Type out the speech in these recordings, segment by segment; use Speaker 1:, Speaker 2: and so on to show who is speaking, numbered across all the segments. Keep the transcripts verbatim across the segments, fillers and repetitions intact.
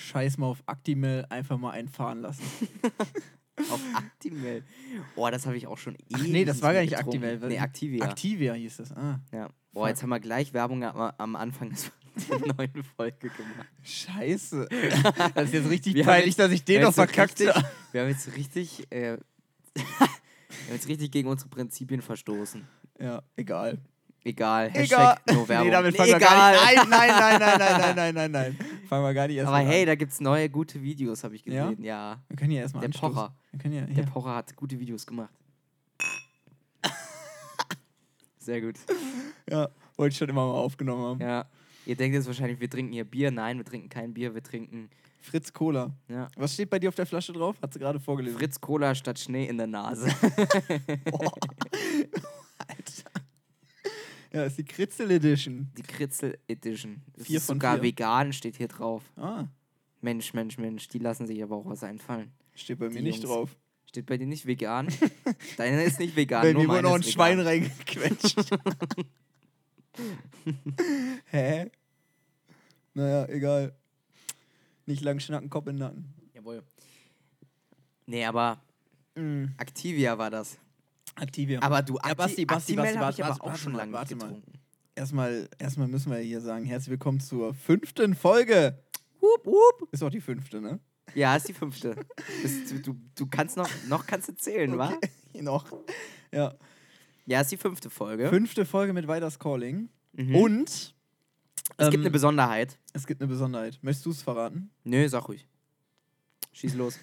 Speaker 1: scheiß mal auf Actimel, einfach mal einfahren lassen.
Speaker 2: Auf Actimel. Boah, das habe ich auch schon ewig.
Speaker 1: Ach nee, das war gar nicht
Speaker 2: getrunken.
Speaker 1: Actimel.
Speaker 2: Nee, Activia.
Speaker 1: Activia hieß das, ah.
Speaker 2: Ja. Boah,
Speaker 1: Fuck.
Speaker 2: jetzt haben wir gleich Werbung am, am Anfang der neuen Folge gemacht.
Speaker 1: Scheiße. Das ist jetzt richtig
Speaker 2: Wir haben
Speaker 1: peinlich,
Speaker 2: jetzt-
Speaker 1: dass ich den
Speaker 2: wir
Speaker 1: noch
Speaker 2: haben jetzt so
Speaker 1: verkackt
Speaker 2: richtig-
Speaker 1: habe.
Speaker 2: Wir haben jetzt richtig, äh, wir haben jetzt richtig gegen unsere Prinzipien verstoßen.
Speaker 1: Ja, egal.
Speaker 2: Egal.
Speaker 1: Egal.
Speaker 2: Hashtag no Werbung.
Speaker 1: Nee, damit
Speaker 2: Nee,
Speaker 1: fangen wir
Speaker 2: egal.
Speaker 1: gar nicht. Nein, nein, nein, nein, nein, nein, nein, nein, nein. Fangen wir gar nicht erst
Speaker 2: Aber
Speaker 1: mal
Speaker 2: hey,
Speaker 1: an.
Speaker 2: da gibt's neue gute Videos, habe ich
Speaker 1: Ja?
Speaker 2: gesehen. Ja.
Speaker 1: Wir können ja erstmal
Speaker 2: Der
Speaker 1: anstoßen.
Speaker 2: Pocher.
Speaker 1: Wir können ja,
Speaker 2: Der
Speaker 1: hier.
Speaker 2: Pocher hat gute Videos gemacht. Sehr gut.
Speaker 1: Ja, wollte ich schon immer mal aufgenommen haben.
Speaker 2: Ja. Ihr denkt jetzt wahrscheinlich, wir trinken hier Bier. Nein, wir trinken kein Bier, wir trinken
Speaker 1: Fritz Cola.
Speaker 2: ja,
Speaker 1: Was steht bei dir auf der Flasche drauf? Hat sie gerade vorgelesen.
Speaker 2: Fritz Cola statt Schnee in der Nase.
Speaker 1: Boah. Alter. Ja, ist die Kritzel Edition.
Speaker 2: Die Kritzel Edition. Das
Speaker 1: Vier
Speaker 2: ist
Speaker 1: von
Speaker 2: sogar
Speaker 1: vier.
Speaker 2: vegan, steht hier drauf.
Speaker 1: Ah,
Speaker 2: Mensch, Mensch, Mensch, die lassen sich aber auch was einfallen.
Speaker 1: steht bei
Speaker 2: Die
Speaker 1: mir nicht
Speaker 2: Jungs.
Speaker 1: drauf.
Speaker 2: Steht bei dir nicht vegan? Deine ist nicht vegan,
Speaker 1: Bei
Speaker 2: nur
Speaker 1: mir wurde
Speaker 2: meine
Speaker 1: noch ein
Speaker 2: ist
Speaker 1: Schwein
Speaker 2: vegan.
Speaker 1: reingequetscht. Hä? Naja, egal. Nicht lang schnacken, Kopf in den Nacken.
Speaker 2: Jawohl. Nee, aber
Speaker 1: Mhm.
Speaker 2: Activia war das.
Speaker 1: Activia.
Speaker 2: Aber du,
Speaker 1: Ja,
Speaker 2: Acti
Speaker 1: Basti, Basti,
Speaker 2: Actimel
Speaker 1: Basti,
Speaker 2: habe ich
Speaker 1: warte,
Speaker 2: aber auch
Speaker 1: warte
Speaker 2: schon
Speaker 1: mal,
Speaker 2: lange nicht
Speaker 1: warte mal.
Speaker 2: getrunken.
Speaker 1: Erstmal, erstmal müssen wir hier sagen, herzlich willkommen zur fünften Folge.
Speaker 2: Wup, wup.
Speaker 1: Ist auch die fünfte, ne?
Speaker 2: Ja, ist die fünfte. Bist, du, du, du kannst noch, noch kannst du zählen, wa?
Speaker 1: Okay. Noch. Ja.
Speaker 2: Ja, ist die fünfte Folge.
Speaker 1: Fünfte Folge mit Weiders Calling.
Speaker 2: Mhm.
Speaker 1: Und
Speaker 2: Es
Speaker 1: ähm,
Speaker 2: gibt eine Besonderheit.
Speaker 1: es gibt eine Besonderheit. Möchtest du es verraten?
Speaker 2: Nö, sag ruhig. Schieß los.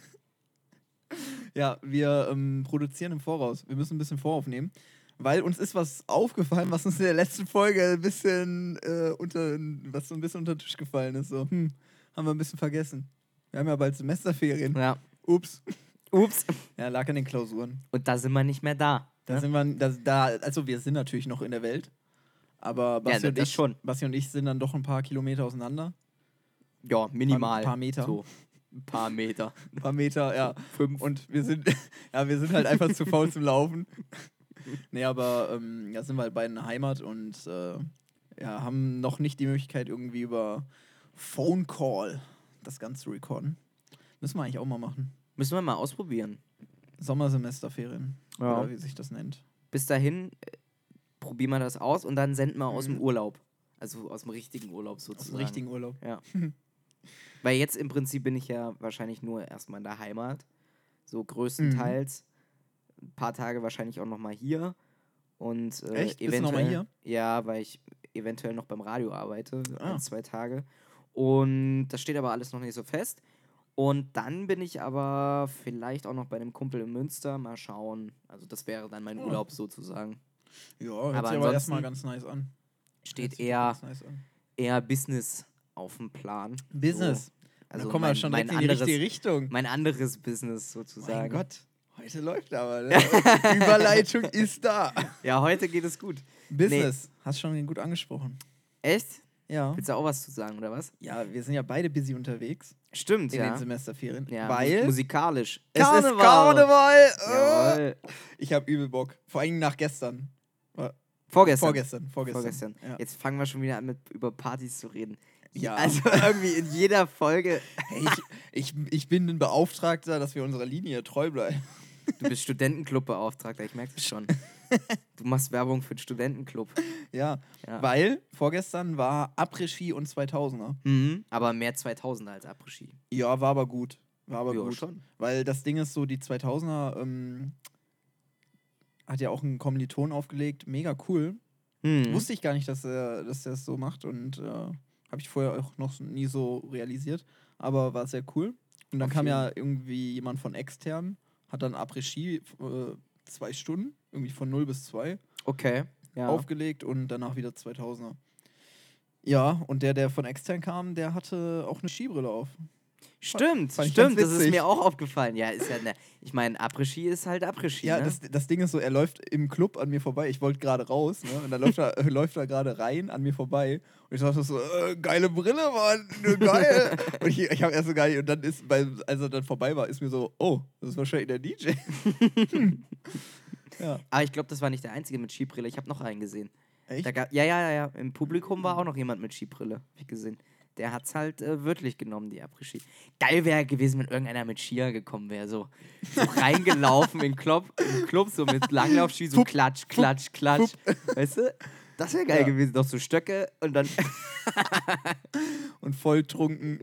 Speaker 1: Ja, wir ähm, produzieren im Voraus. Wir müssen ein bisschen voraufnehmen. Weil uns ist was aufgefallen, was uns in der letzten Folge ein bisschen äh, unter, was so ein bisschen unter den Tisch gefallen ist. So, hm, haben wir ein bisschen vergessen. Wir haben ja bald Semesterferien.
Speaker 2: Ja.
Speaker 1: Ups.
Speaker 2: Ups.
Speaker 1: Ja, lag an den Klausuren.
Speaker 2: Und da sind wir nicht mehr da.
Speaker 1: Da
Speaker 2: ne?
Speaker 1: sind wir, da, da, also wir sind natürlich noch in der Welt. Aber Basti,
Speaker 2: Ja,
Speaker 1: und,
Speaker 2: das
Speaker 1: ich,
Speaker 2: schon.
Speaker 1: Basti und ich sind dann doch ein paar Kilometer auseinander.
Speaker 2: Ja, minimal.
Speaker 1: Ein paar Meter.
Speaker 2: So. Ein paar Meter.
Speaker 1: Ein paar Meter, ja.
Speaker 2: Fünf.
Speaker 1: Und wir sind, ja, wir sind halt einfach zu faul zum Laufen. Nee, aber ähm, ja, sind wir halt beide in der Heimat und äh, ja, haben noch nicht die Möglichkeit, irgendwie über Phone Call das Ganze zu recorden. Müssen wir eigentlich auch mal machen.
Speaker 2: Müssen wir mal ausprobieren.
Speaker 1: Sommersemesterferien.
Speaker 2: Ja.
Speaker 1: Oder wie sich das nennt.
Speaker 2: Bis dahin äh, probieren wir das aus und dann senden wir aus dem
Speaker 1: Mhm.
Speaker 2: Urlaub. Also aus dem richtigen Urlaub
Speaker 1: Aus
Speaker 2: sozusagen.
Speaker 1: dem richtigen Urlaub.
Speaker 2: Ja. Weil jetzt im Prinzip bin ich ja wahrscheinlich nur erstmal in der Heimat. So größtenteils. Ein paar Tage wahrscheinlich auch nochmal hier. Und äh,
Speaker 1: Echt? Bist du
Speaker 2: eventuell.
Speaker 1: noch mal hier?
Speaker 2: Ja, weil ich eventuell noch beim Radio arbeite.
Speaker 1: Ah.
Speaker 2: Ein, zwei Tage. Und das steht aber alles noch nicht so fest. Und dann bin ich aber vielleicht auch noch bei einem Kumpel in Münster. Mal schauen. Also das wäre dann mein
Speaker 1: Oh.
Speaker 2: Urlaub sozusagen.
Speaker 1: Ja, hört
Speaker 2: Aber
Speaker 1: sich aber
Speaker 2: ansonsten
Speaker 1: erstmal ganz nice an. Hört
Speaker 2: Steht
Speaker 1: sich
Speaker 2: eher,
Speaker 1: ganz nice an.
Speaker 2: eher Business auf dem Plan.
Speaker 1: Business.
Speaker 2: So. Also
Speaker 1: da kommen wir
Speaker 2: mein,
Speaker 1: schon
Speaker 2: mein,
Speaker 1: direkt in die
Speaker 2: anderes,
Speaker 1: richtige Richtung.
Speaker 2: mein anderes Business
Speaker 1: Mein
Speaker 2: sozusagen.
Speaker 1: Gott, heute läuft aber. Ne? Überleitung ist da.
Speaker 2: Ja, heute geht es gut.
Speaker 1: Business. Hast schon gut angesprochen.
Speaker 2: Echt?
Speaker 1: Ja.
Speaker 2: Willst du auch was zu sagen, oder was?
Speaker 1: Ja, wir sind ja beide busy unterwegs
Speaker 2: Stimmt,
Speaker 1: in
Speaker 2: ja.
Speaker 1: den Semesterferien.
Speaker 2: ja
Speaker 1: weil
Speaker 2: mus- musikalisch.
Speaker 1: es ist Karneval. Äh,
Speaker 2: Jawohl.
Speaker 1: Ich habe übel Bock. Vor allem nach gestern.
Speaker 2: Vorgestern.
Speaker 1: Vorgestern. Vorgestern.
Speaker 2: Vorgestern.
Speaker 1: Ja.
Speaker 2: Jetzt fangen wir schon wieder an, mit über Partys zu reden.
Speaker 1: Ja.
Speaker 2: Also irgendwie in jeder Folge.
Speaker 1: Hey, ich, ich, ich bin ein Beauftragter, dass wir unserer Linie treu bleiben.
Speaker 2: Du bist Studentenclub-Beauftragter, ich merke es schon. Du machst Werbung für den Studentenclub.
Speaker 1: Ja,
Speaker 2: Ja.
Speaker 1: weil vorgestern war Après-Ski und zweitausender.
Speaker 2: Mhm. Aber mehr zweitausender als Après-Ski.
Speaker 1: Ja, war aber gut. War aber
Speaker 2: Ja,
Speaker 1: gut.
Speaker 2: schon.
Speaker 1: Weil das Ding ist so, die zweitausender ähm, hat ja auch einen Kommiliton aufgelegt. Mega cool.
Speaker 2: Mhm.
Speaker 1: Wusste ich gar nicht, dass er, dass er es so macht und äh, habe ich vorher auch noch nie so realisiert. Aber war sehr cool. Und dann
Speaker 2: Auf
Speaker 1: kam
Speaker 2: jeden.
Speaker 1: ja irgendwie jemand von extern, hat dann Après-Ski äh, zwei Stunden, irgendwie von null bis zwei,
Speaker 2: Okay. Ja.
Speaker 1: aufgelegt und danach wieder zweitausender. Ja, und der, der von extern kam, der hatte auch eine Skibrille auf.
Speaker 2: Stimmt,
Speaker 1: fand ich
Speaker 2: stimmt,
Speaker 1: ganz
Speaker 2: das ist
Speaker 1: witzig.
Speaker 2: mir auch aufgefallen. Ja, ist ja ne, ich meine, Après-Ski ist halt Après-Ski,
Speaker 1: Ja,
Speaker 2: ne?
Speaker 1: das, das Ding ist so, er läuft im Club an mir vorbei. Ich wollte gerade raus, ne? Und dann läuft er, äh, läuft er gerade rein an mir vorbei. Und ich dachte so, äh, geile Brille, Mann, ne, geil. Und ich, ich habe erst so gar nicht, und dann ist, bei, als er dann vorbei war, ist mir so, oh, das ist wahrscheinlich der D J. hm. Ja,
Speaker 2: Aber ich glaube, das war nicht der einzige mit Skibrille. Ich habe noch einen gesehen.
Speaker 1: echt?
Speaker 2: Da gab, ja, ja, ja, ja. Im Publikum war auch noch jemand mit Skibrille, hab ich gesehen. der hat's halt äh, wörtlich genommen, die Après-Ski. Geil wäre gewesen, wenn irgendeiner mit Skier gekommen wäre, so, so reingelaufen in den Club, im Club, so mit Langlaufski, so
Speaker 1: Fupp,
Speaker 2: klatsch, klatsch, klatsch. Weißt du? Das wäre geil
Speaker 1: Ja.
Speaker 2: gewesen, doch so Stöcke und dann
Speaker 1: Und volltrunken.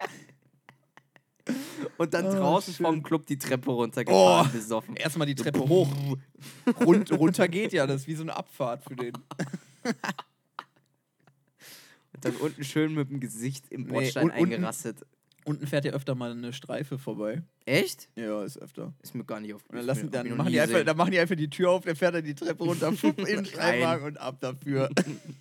Speaker 2: und dann
Speaker 1: Oh,
Speaker 2: draußen
Speaker 1: schön.
Speaker 2: vom Club die Treppe runtergefahren,
Speaker 1: Oh.
Speaker 2: besoffen.
Speaker 1: Erstmal die Treppe hoch. Rund, runter geht ja, das ist wie so eine Abfahrt für den.
Speaker 2: Und dann unten schön mit dem Gesicht im
Speaker 1: Nee,
Speaker 2: Bordstein
Speaker 1: und unten-
Speaker 2: eingerastet.
Speaker 1: Unten fährt ja öfter mal eine Streife vorbei.
Speaker 2: Echt?
Speaker 1: Ja, ist öfter.
Speaker 2: Ist mir gar nicht
Speaker 1: Und
Speaker 2: aufgefallen.
Speaker 1: dann, lassen, dann, machen die einfach, dann machen die einfach die Tür auf, der fährt dann die Treppe runter, fupp, in den Streifwagen und ab dafür.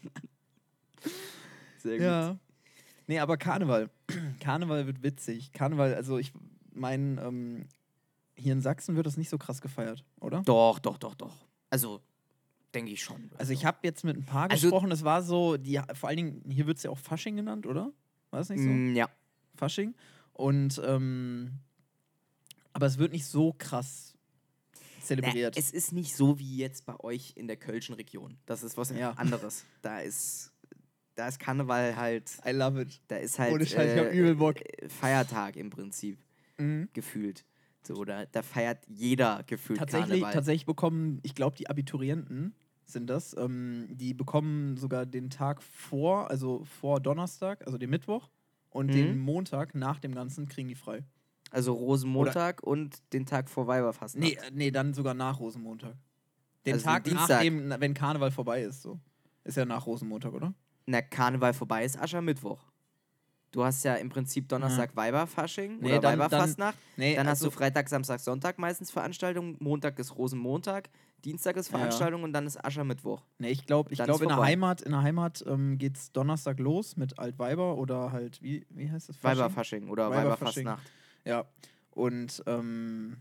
Speaker 2: Sehr gut.
Speaker 1: Ja. Nee, aber Karneval. Karneval wird witzig. Karneval, also ich meine, ähm, hier in Sachsen wird das nicht so krass gefeiert, oder?
Speaker 2: Doch, doch, doch, doch. Also, denke ich schon.
Speaker 1: Also ich habe jetzt mit ein paar
Speaker 2: Also-
Speaker 1: gesprochen, das war so, die, vor allen Dingen, hier wird es ja auch Fasching genannt, oder? War das nicht so?
Speaker 2: Mm, ja.
Speaker 1: Fasching. Und, ähm, aber es wird nicht so krass zelebriert.
Speaker 2: Na, es ist nicht so wie jetzt bei euch in der Kölschen Region. Das ist was
Speaker 1: Ja.
Speaker 2: anderes. Da ist, da ist Karneval halt,
Speaker 1: I love it.
Speaker 2: da ist halt
Speaker 1: Ohne Scheiß, ich hab übel Bock.
Speaker 2: äh, Feiertag im Prinzip
Speaker 1: Mhm.
Speaker 2: gefühlt. So, da, da feiert jeder gefühlt
Speaker 1: Tatsächlich,
Speaker 2: Karneval.
Speaker 1: tatsächlich bekommen, ich glaube, die Abiturienten sind das, ähm, die bekommen sogar den Tag vor, also vor Donnerstag, also den Mittwoch und
Speaker 2: Mhm.
Speaker 1: den Montag nach dem Ganzen kriegen die frei.
Speaker 2: Also Rosenmontag und den Tag vor Weiberfastnacht.
Speaker 1: Nee, äh, nee, dann sogar nach Rosenmontag. Den
Speaker 2: Also
Speaker 1: Tag
Speaker 2: den
Speaker 1: nach
Speaker 2: Dienstag.
Speaker 1: dem, wenn Karneval vorbei ist, so. Ist ja nach Rosenmontag, oder?
Speaker 2: Na, Karneval vorbei ist Aschermittwoch. Du hast ja im Prinzip Donnerstag Weiberfasching
Speaker 1: Nee,
Speaker 2: oder
Speaker 1: dann-
Speaker 2: Weiberfastnacht.
Speaker 1: Nee,
Speaker 2: Dann hast
Speaker 1: also,
Speaker 2: du Freitag, Samstag, Sonntag meistens Veranstaltungen. Montag ist Rosenmontag. Dienstag ist
Speaker 1: Ja.
Speaker 2: Veranstaltung und dann ist Aschermittwoch.
Speaker 1: nee, ich glaube, ich
Speaker 2: dann
Speaker 1: glaub,
Speaker 2: ist
Speaker 1: in der
Speaker 2: vorbei.
Speaker 1: Heimat, in der Heimat ähm, geht's Donnerstag los mit Altweiber oder halt, wie, wie heißt das? Fasching?
Speaker 2: Weiberfasching oder
Speaker 1: Weiberfasching.
Speaker 2: Weiberfastnacht.
Speaker 1: Ja. Und, ähm,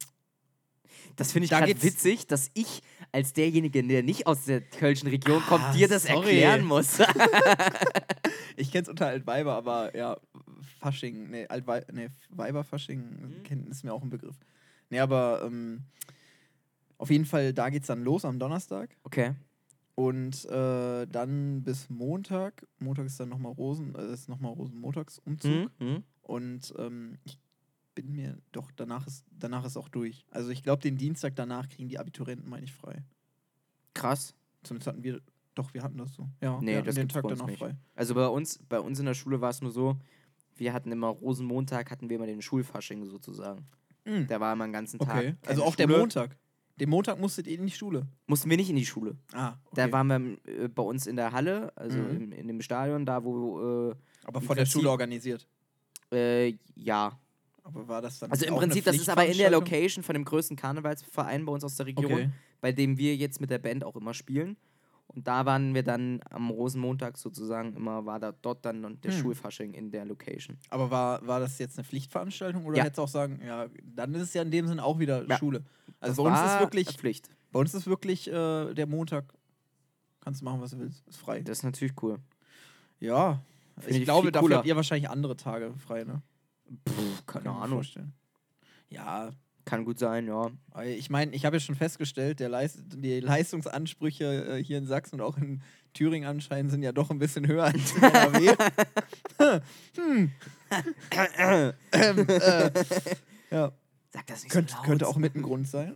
Speaker 2: Das finde ich
Speaker 1: Da
Speaker 2: gerade
Speaker 1: geht's-
Speaker 2: witzig, dass ich als derjenige, der nicht aus der Kölschen Region kommt,
Speaker 1: Ah,
Speaker 2: dir das
Speaker 1: sorry.
Speaker 2: erklären muss.
Speaker 1: ich kenn's unter Altweiber, aber ja, Fasching, nee, Altwei nee, Weiberfasching
Speaker 2: Mhm.
Speaker 1: kenn- ist mir auch ein Begriff. Nee, aber ähm, auf jeden Fall, da geht's dann los am Donnerstag.
Speaker 2: Okay.
Speaker 1: Und äh, dann bis Montag. Montag ist dann nochmal Rosen, äh, ist nochmal Rosenmontagsumzug.
Speaker 2: Mhm. Mhm.
Speaker 1: Und ähm, ich bin mir doch, danach ist, danach ist auch durch. Also ich glaube, den Dienstag danach kriegen die Abiturienten, meine ich, frei.
Speaker 2: Krass.
Speaker 1: Zumindest hatten wir, doch, wir hatten das so. Ja,
Speaker 2: Nee,
Speaker 1: wir hatten
Speaker 2: das
Speaker 1: den
Speaker 2: gibt's
Speaker 1: Tag
Speaker 2: bei uns
Speaker 1: danach
Speaker 2: nicht.
Speaker 1: frei.
Speaker 2: Also bei uns, bei uns in der Schule war es nur so, wir hatten immer Rosenmontag, hatten wir immer den Schulfasching sozusagen.
Speaker 1: Mhm.
Speaker 2: Der war immer den ganzen Tag.
Speaker 1: Okay,
Speaker 2: keine
Speaker 1: also auch der
Speaker 2: Schule.
Speaker 1: Montag. Den Montag musstet ihr in die Schule.
Speaker 2: Mussten wir nicht in die Schule.
Speaker 1: Ah, okay.
Speaker 2: Da waren wir äh, bei uns in der Halle, also
Speaker 1: Mhm.
Speaker 2: im, in dem Stadion, da wo,
Speaker 1: aber
Speaker 2: im
Speaker 1: von der
Speaker 2: Prinzip-
Speaker 1: Schule organisiert.
Speaker 2: äh, äh, ja.
Speaker 1: Aber war das dann
Speaker 2: Also im
Speaker 1: auch eine
Speaker 2: Prinzip, das ist aber in der
Speaker 1: Pflichtveranstaltung?
Speaker 2: Location von dem größten Karnevalsverein bei uns aus der Region,
Speaker 1: Okay.
Speaker 2: bei dem wir jetzt mit der Band auch immer spielen. Und da waren wir dann am Rosenmontag sozusagen immer, war da dort dann der
Speaker 1: Hm.
Speaker 2: Schulfasching in der Location.
Speaker 1: Aber war, war das jetzt eine Pflichtveranstaltung oder
Speaker 2: Ja.
Speaker 1: hättest du auch sagen, ja, dann ist es ja in dem Sinn auch wieder
Speaker 2: Ja.
Speaker 1: Schule. Also
Speaker 2: Das
Speaker 1: bei uns
Speaker 2: war
Speaker 1: ist wirklich,
Speaker 2: Pflicht.
Speaker 1: bei uns ist wirklich äh, der Montag. Kannst du machen, was du willst. Ist frei.
Speaker 2: Das ist natürlich cool.
Speaker 1: Ja.
Speaker 2: Find
Speaker 1: Ich
Speaker 2: ich
Speaker 1: glaube,
Speaker 2: viel
Speaker 1: dafür
Speaker 2: cooler.
Speaker 1: habt ihr wahrscheinlich andere Tage frei, ne?
Speaker 2: Pff,
Speaker 1: Kann
Speaker 2: keine
Speaker 1: ich mir
Speaker 2: Ahnung.
Speaker 1: vorstellen. Ja,
Speaker 2: Kann gut sein, ja.
Speaker 1: aber ich meine, ich habe ja schon festgestellt, der Leist die Leistungsansprüche äh, hier in Sachsen und auch in Thüringen anscheinend sind ja doch ein bisschen höher als in N R W. hm. ähm, äh, ja.
Speaker 2: Sag das nicht
Speaker 1: Könnt,
Speaker 2: so laut.
Speaker 1: könnte auch mit ein Grund sein,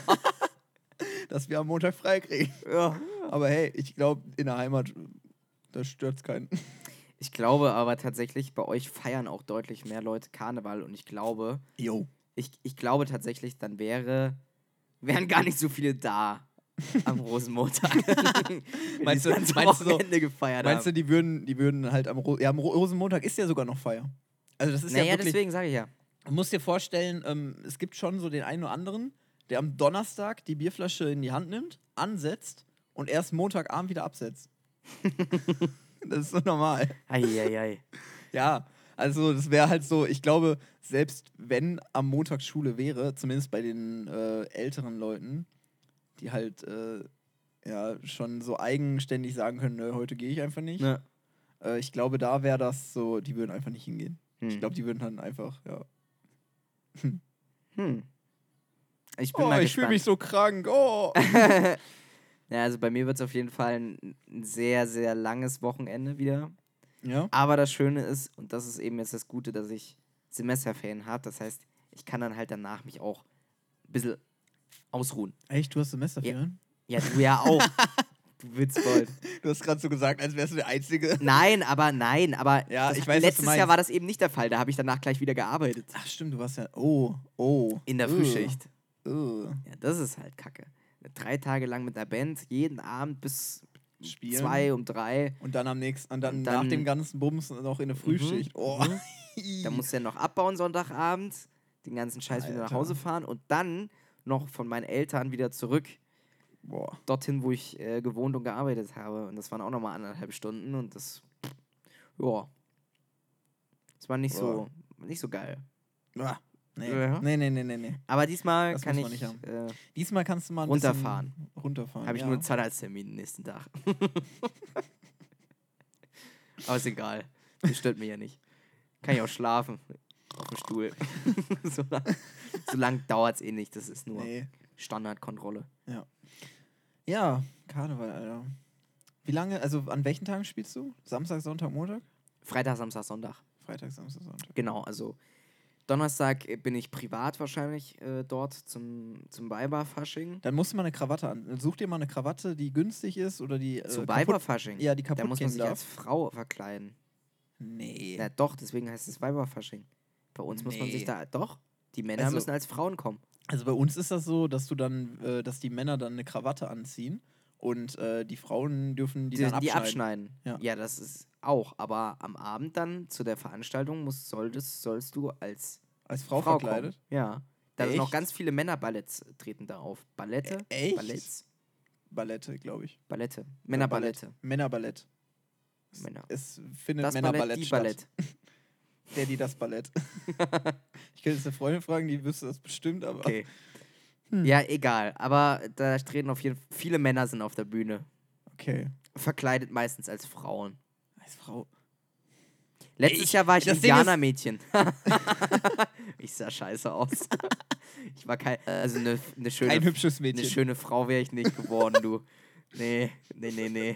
Speaker 1: dass wir am Montag frei kriegen.
Speaker 2: Ja.
Speaker 1: Aber hey, ich glaube, in der Heimat, da stört es keinen.
Speaker 2: Ich glaube aber tatsächlich, bei euch feiern auch deutlich mehr Leute Karneval und ich glaube,
Speaker 1: Jo.
Speaker 2: ich, ich glaube tatsächlich, dann wäre, wären gar nicht so viele da am Rosenmontag.
Speaker 1: Meinst
Speaker 2: die
Speaker 1: du-
Speaker 2: das ganze
Speaker 1: meinst du so-
Speaker 2: Wochenende gefeiert
Speaker 1: Meinst du,
Speaker 2: haben.
Speaker 1: die würden, die würden halt am Ro ja, am Ro Rosenmontag ist ja sogar noch Feier. Also das ist
Speaker 2: Naja,
Speaker 1: ja wirklich.
Speaker 2: deswegen sage ich ja.
Speaker 1: Du musst dir vorstellen, ähm, es gibt schon so den einen oder anderen, der am Donnerstag die Bierflasche in die Hand nimmt, ansetzt und erst Montagabend wieder absetzt. Das ist so normal.
Speaker 2: Eieiei.
Speaker 1: Ja, also das wäre halt so, ich glaube, selbst wenn am Montag Schule wäre, zumindest bei den äh, älteren Leuten, die halt äh, ja schon so eigenständig sagen können, nö, heute gehe ich einfach nicht.
Speaker 2: Ne.
Speaker 1: Äh, ich glaube, da wäre das so, die würden einfach nicht hingehen.
Speaker 2: Hm.
Speaker 1: Ich glaube, die würden dann einfach, ja.
Speaker 2: Hm. Ich bin
Speaker 1: Oh,
Speaker 2: mal
Speaker 1: ich fühle
Speaker 2: gespannt.
Speaker 1: mich so krank. Oh.
Speaker 2: Ja, also bei mir wird es auf jeden Fall ein, ein sehr, sehr langes Wochenende wieder.
Speaker 1: Ja?
Speaker 2: Aber das Schöne ist, und das ist eben jetzt das Gute, dass ich Semesterferien habe. Das heißt, ich kann dann halt danach mich auch ein bisschen ausruhen.
Speaker 1: Echt, du hast Semesterferien?
Speaker 2: Ja, du ja auch. Du Witzbold.
Speaker 1: Du hast gerade so gesagt, als wärst du der Einzige.
Speaker 2: Nein, aber nein, aber
Speaker 1: Ja,
Speaker 2: das,
Speaker 1: ich weiß, was du
Speaker 2: letztes Jahr
Speaker 1: meinst.
Speaker 2: war das eben nicht der Fall. Da habe ich danach gleich wieder gearbeitet.
Speaker 1: Ach stimmt, du warst ja... Oh, oh.
Speaker 2: In der
Speaker 1: uh,
Speaker 2: Frühschicht.
Speaker 1: Uh.
Speaker 2: Ja, das ist halt kacke. Drei Tage lang mit der Band, jeden Abend bis
Speaker 1: Spielen.
Speaker 2: zwei um drei.
Speaker 1: Und dann am nächsten, und dann,
Speaker 2: Und dann-
Speaker 1: nach dem ganzen Bums noch in der Frühschicht. Oh.
Speaker 2: mhm. Da musst du ja noch abbauen Sonntagabend, den ganzen Scheiß wieder nach
Speaker 1: Alter.
Speaker 2: Hause fahren und dann noch von meinen Eltern wieder zurück
Speaker 1: Boah.
Speaker 2: dorthin, wo ich äh, gewohnt und gearbeitet habe. Und das waren auch nochmal anderthalb Stunden und das, ja, das war nicht so, nicht so geil.
Speaker 1: Ah, Nee.
Speaker 2: Ja.
Speaker 1: nee, nee, nee, nee, nee.
Speaker 2: Aber diesmal
Speaker 1: Das
Speaker 2: kann
Speaker 1: muss man
Speaker 2: ich,
Speaker 1: nicht
Speaker 2: äh,
Speaker 1: Diesmal kannst du mal ein
Speaker 2: Runterfahren.
Speaker 1: bisschen runterfahren.
Speaker 2: habe ich
Speaker 1: ja.
Speaker 2: nur einen Zahnarzttermin den nächsten Tag. Aber ist egal. Das stört mich ja nicht. Kann ich auch schlafen. Auf dem Stuhl. so lang, so lang dauert es eh nicht. Das ist nur
Speaker 1: Nee.
Speaker 2: Standardkontrolle.
Speaker 1: Ja, Karneval, Alter. Wie lange, also an welchen Tagen spielst du? Samstag, Sonntag, Montag?
Speaker 2: Freitag, Samstag, Sonntag.
Speaker 1: Freitag, Samstag, Sonntag.
Speaker 2: Genau, also Donnerstag äh, bin ich privat wahrscheinlich äh, dort zum, zum Weiberfasching.
Speaker 1: Dann musst du mal eine Krawatte an. Such dir mal eine Krawatte, die günstig ist oder die äh,
Speaker 2: Zum
Speaker 1: kaputt,
Speaker 2: Weiberfasching?
Speaker 1: ja, die
Speaker 2: Da
Speaker 1: kaputt
Speaker 2: muss man
Speaker 1: gehen
Speaker 2: sich
Speaker 1: darf.
Speaker 2: als Frau verkleiden.
Speaker 1: Nee.
Speaker 2: Ja, doch, deswegen heißt es Weiberfasching. Bei uns muss man sich
Speaker 1: Nee.
Speaker 2: da. Doch, die Männer
Speaker 1: Also-
Speaker 2: müssen als Frauen kommen.
Speaker 1: Also bei uns ist das so, dass du dann, äh, dass die Männer dann eine Krawatte anziehen und äh, die Frauen dürfen die,
Speaker 2: Die,
Speaker 1: dann
Speaker 2: die
Speaker 1: abschneiden.
Speaker 2: abschneiden.
Speaker 1: Ja.
Speaker 2: das ist auch. Aber am Abend dann zu der Veranstaltung musst, solltest, sollst du als
Speaker 1: Als Frau,
Speaker 2: Frau,
Speaker 1: verkleidet.
Speaker 2: kommen. Ja. Da sind noch
Speaker 1: Echt?
Speaker 2: ganz viele Männerballetts treten da auf. Ballette?
Speaker 1: Ä- echt?
Speaker 2: Balletts?
Speaker 1: Ballette, glaube ich.
Speaker 2: Ballette. Männerballette.
Speaker 1: Männerballett. Es,
Speaker 2: Männer.
Speaker 1: es findet
Speaker 2: Das
Speaker 1: Männerballett
Speaker 2: Ballett, die
Speaker 1: statt.
Speaker 2: Ballett.
Speaker 1: Der, die das Ballett. Ich könnte jetzt eine Freundin fragen, die wüsste das bestimmt, aber.
Speaker 2: Okay.
Speaker 1: Hm.
Speaker 2: Ja, egal. Aber da treten auf jeden Fall viele Männer sind auf der Bühne.
Speaker 1: Okay.
Speaker 2: Verkleidet meistens als Frauen.
Speaker 1: Als Frau.
Speaker 2: Letztes
Speaker 1: Ich-
Speaker 2: Jahr war ich
Speaker 1: das Ding ist-
Speaker 2: Indianermädchen. Ich sah scheiße aus. Ich war kein. Also eine ne schöne,
Speaker 1: Kein hübsches
Speaker 2: eine
Speaker 1: Mädchen.
Speaker 2: schöne Frau wäre ich nicht geworden, du. Nee, nee, nee, nee.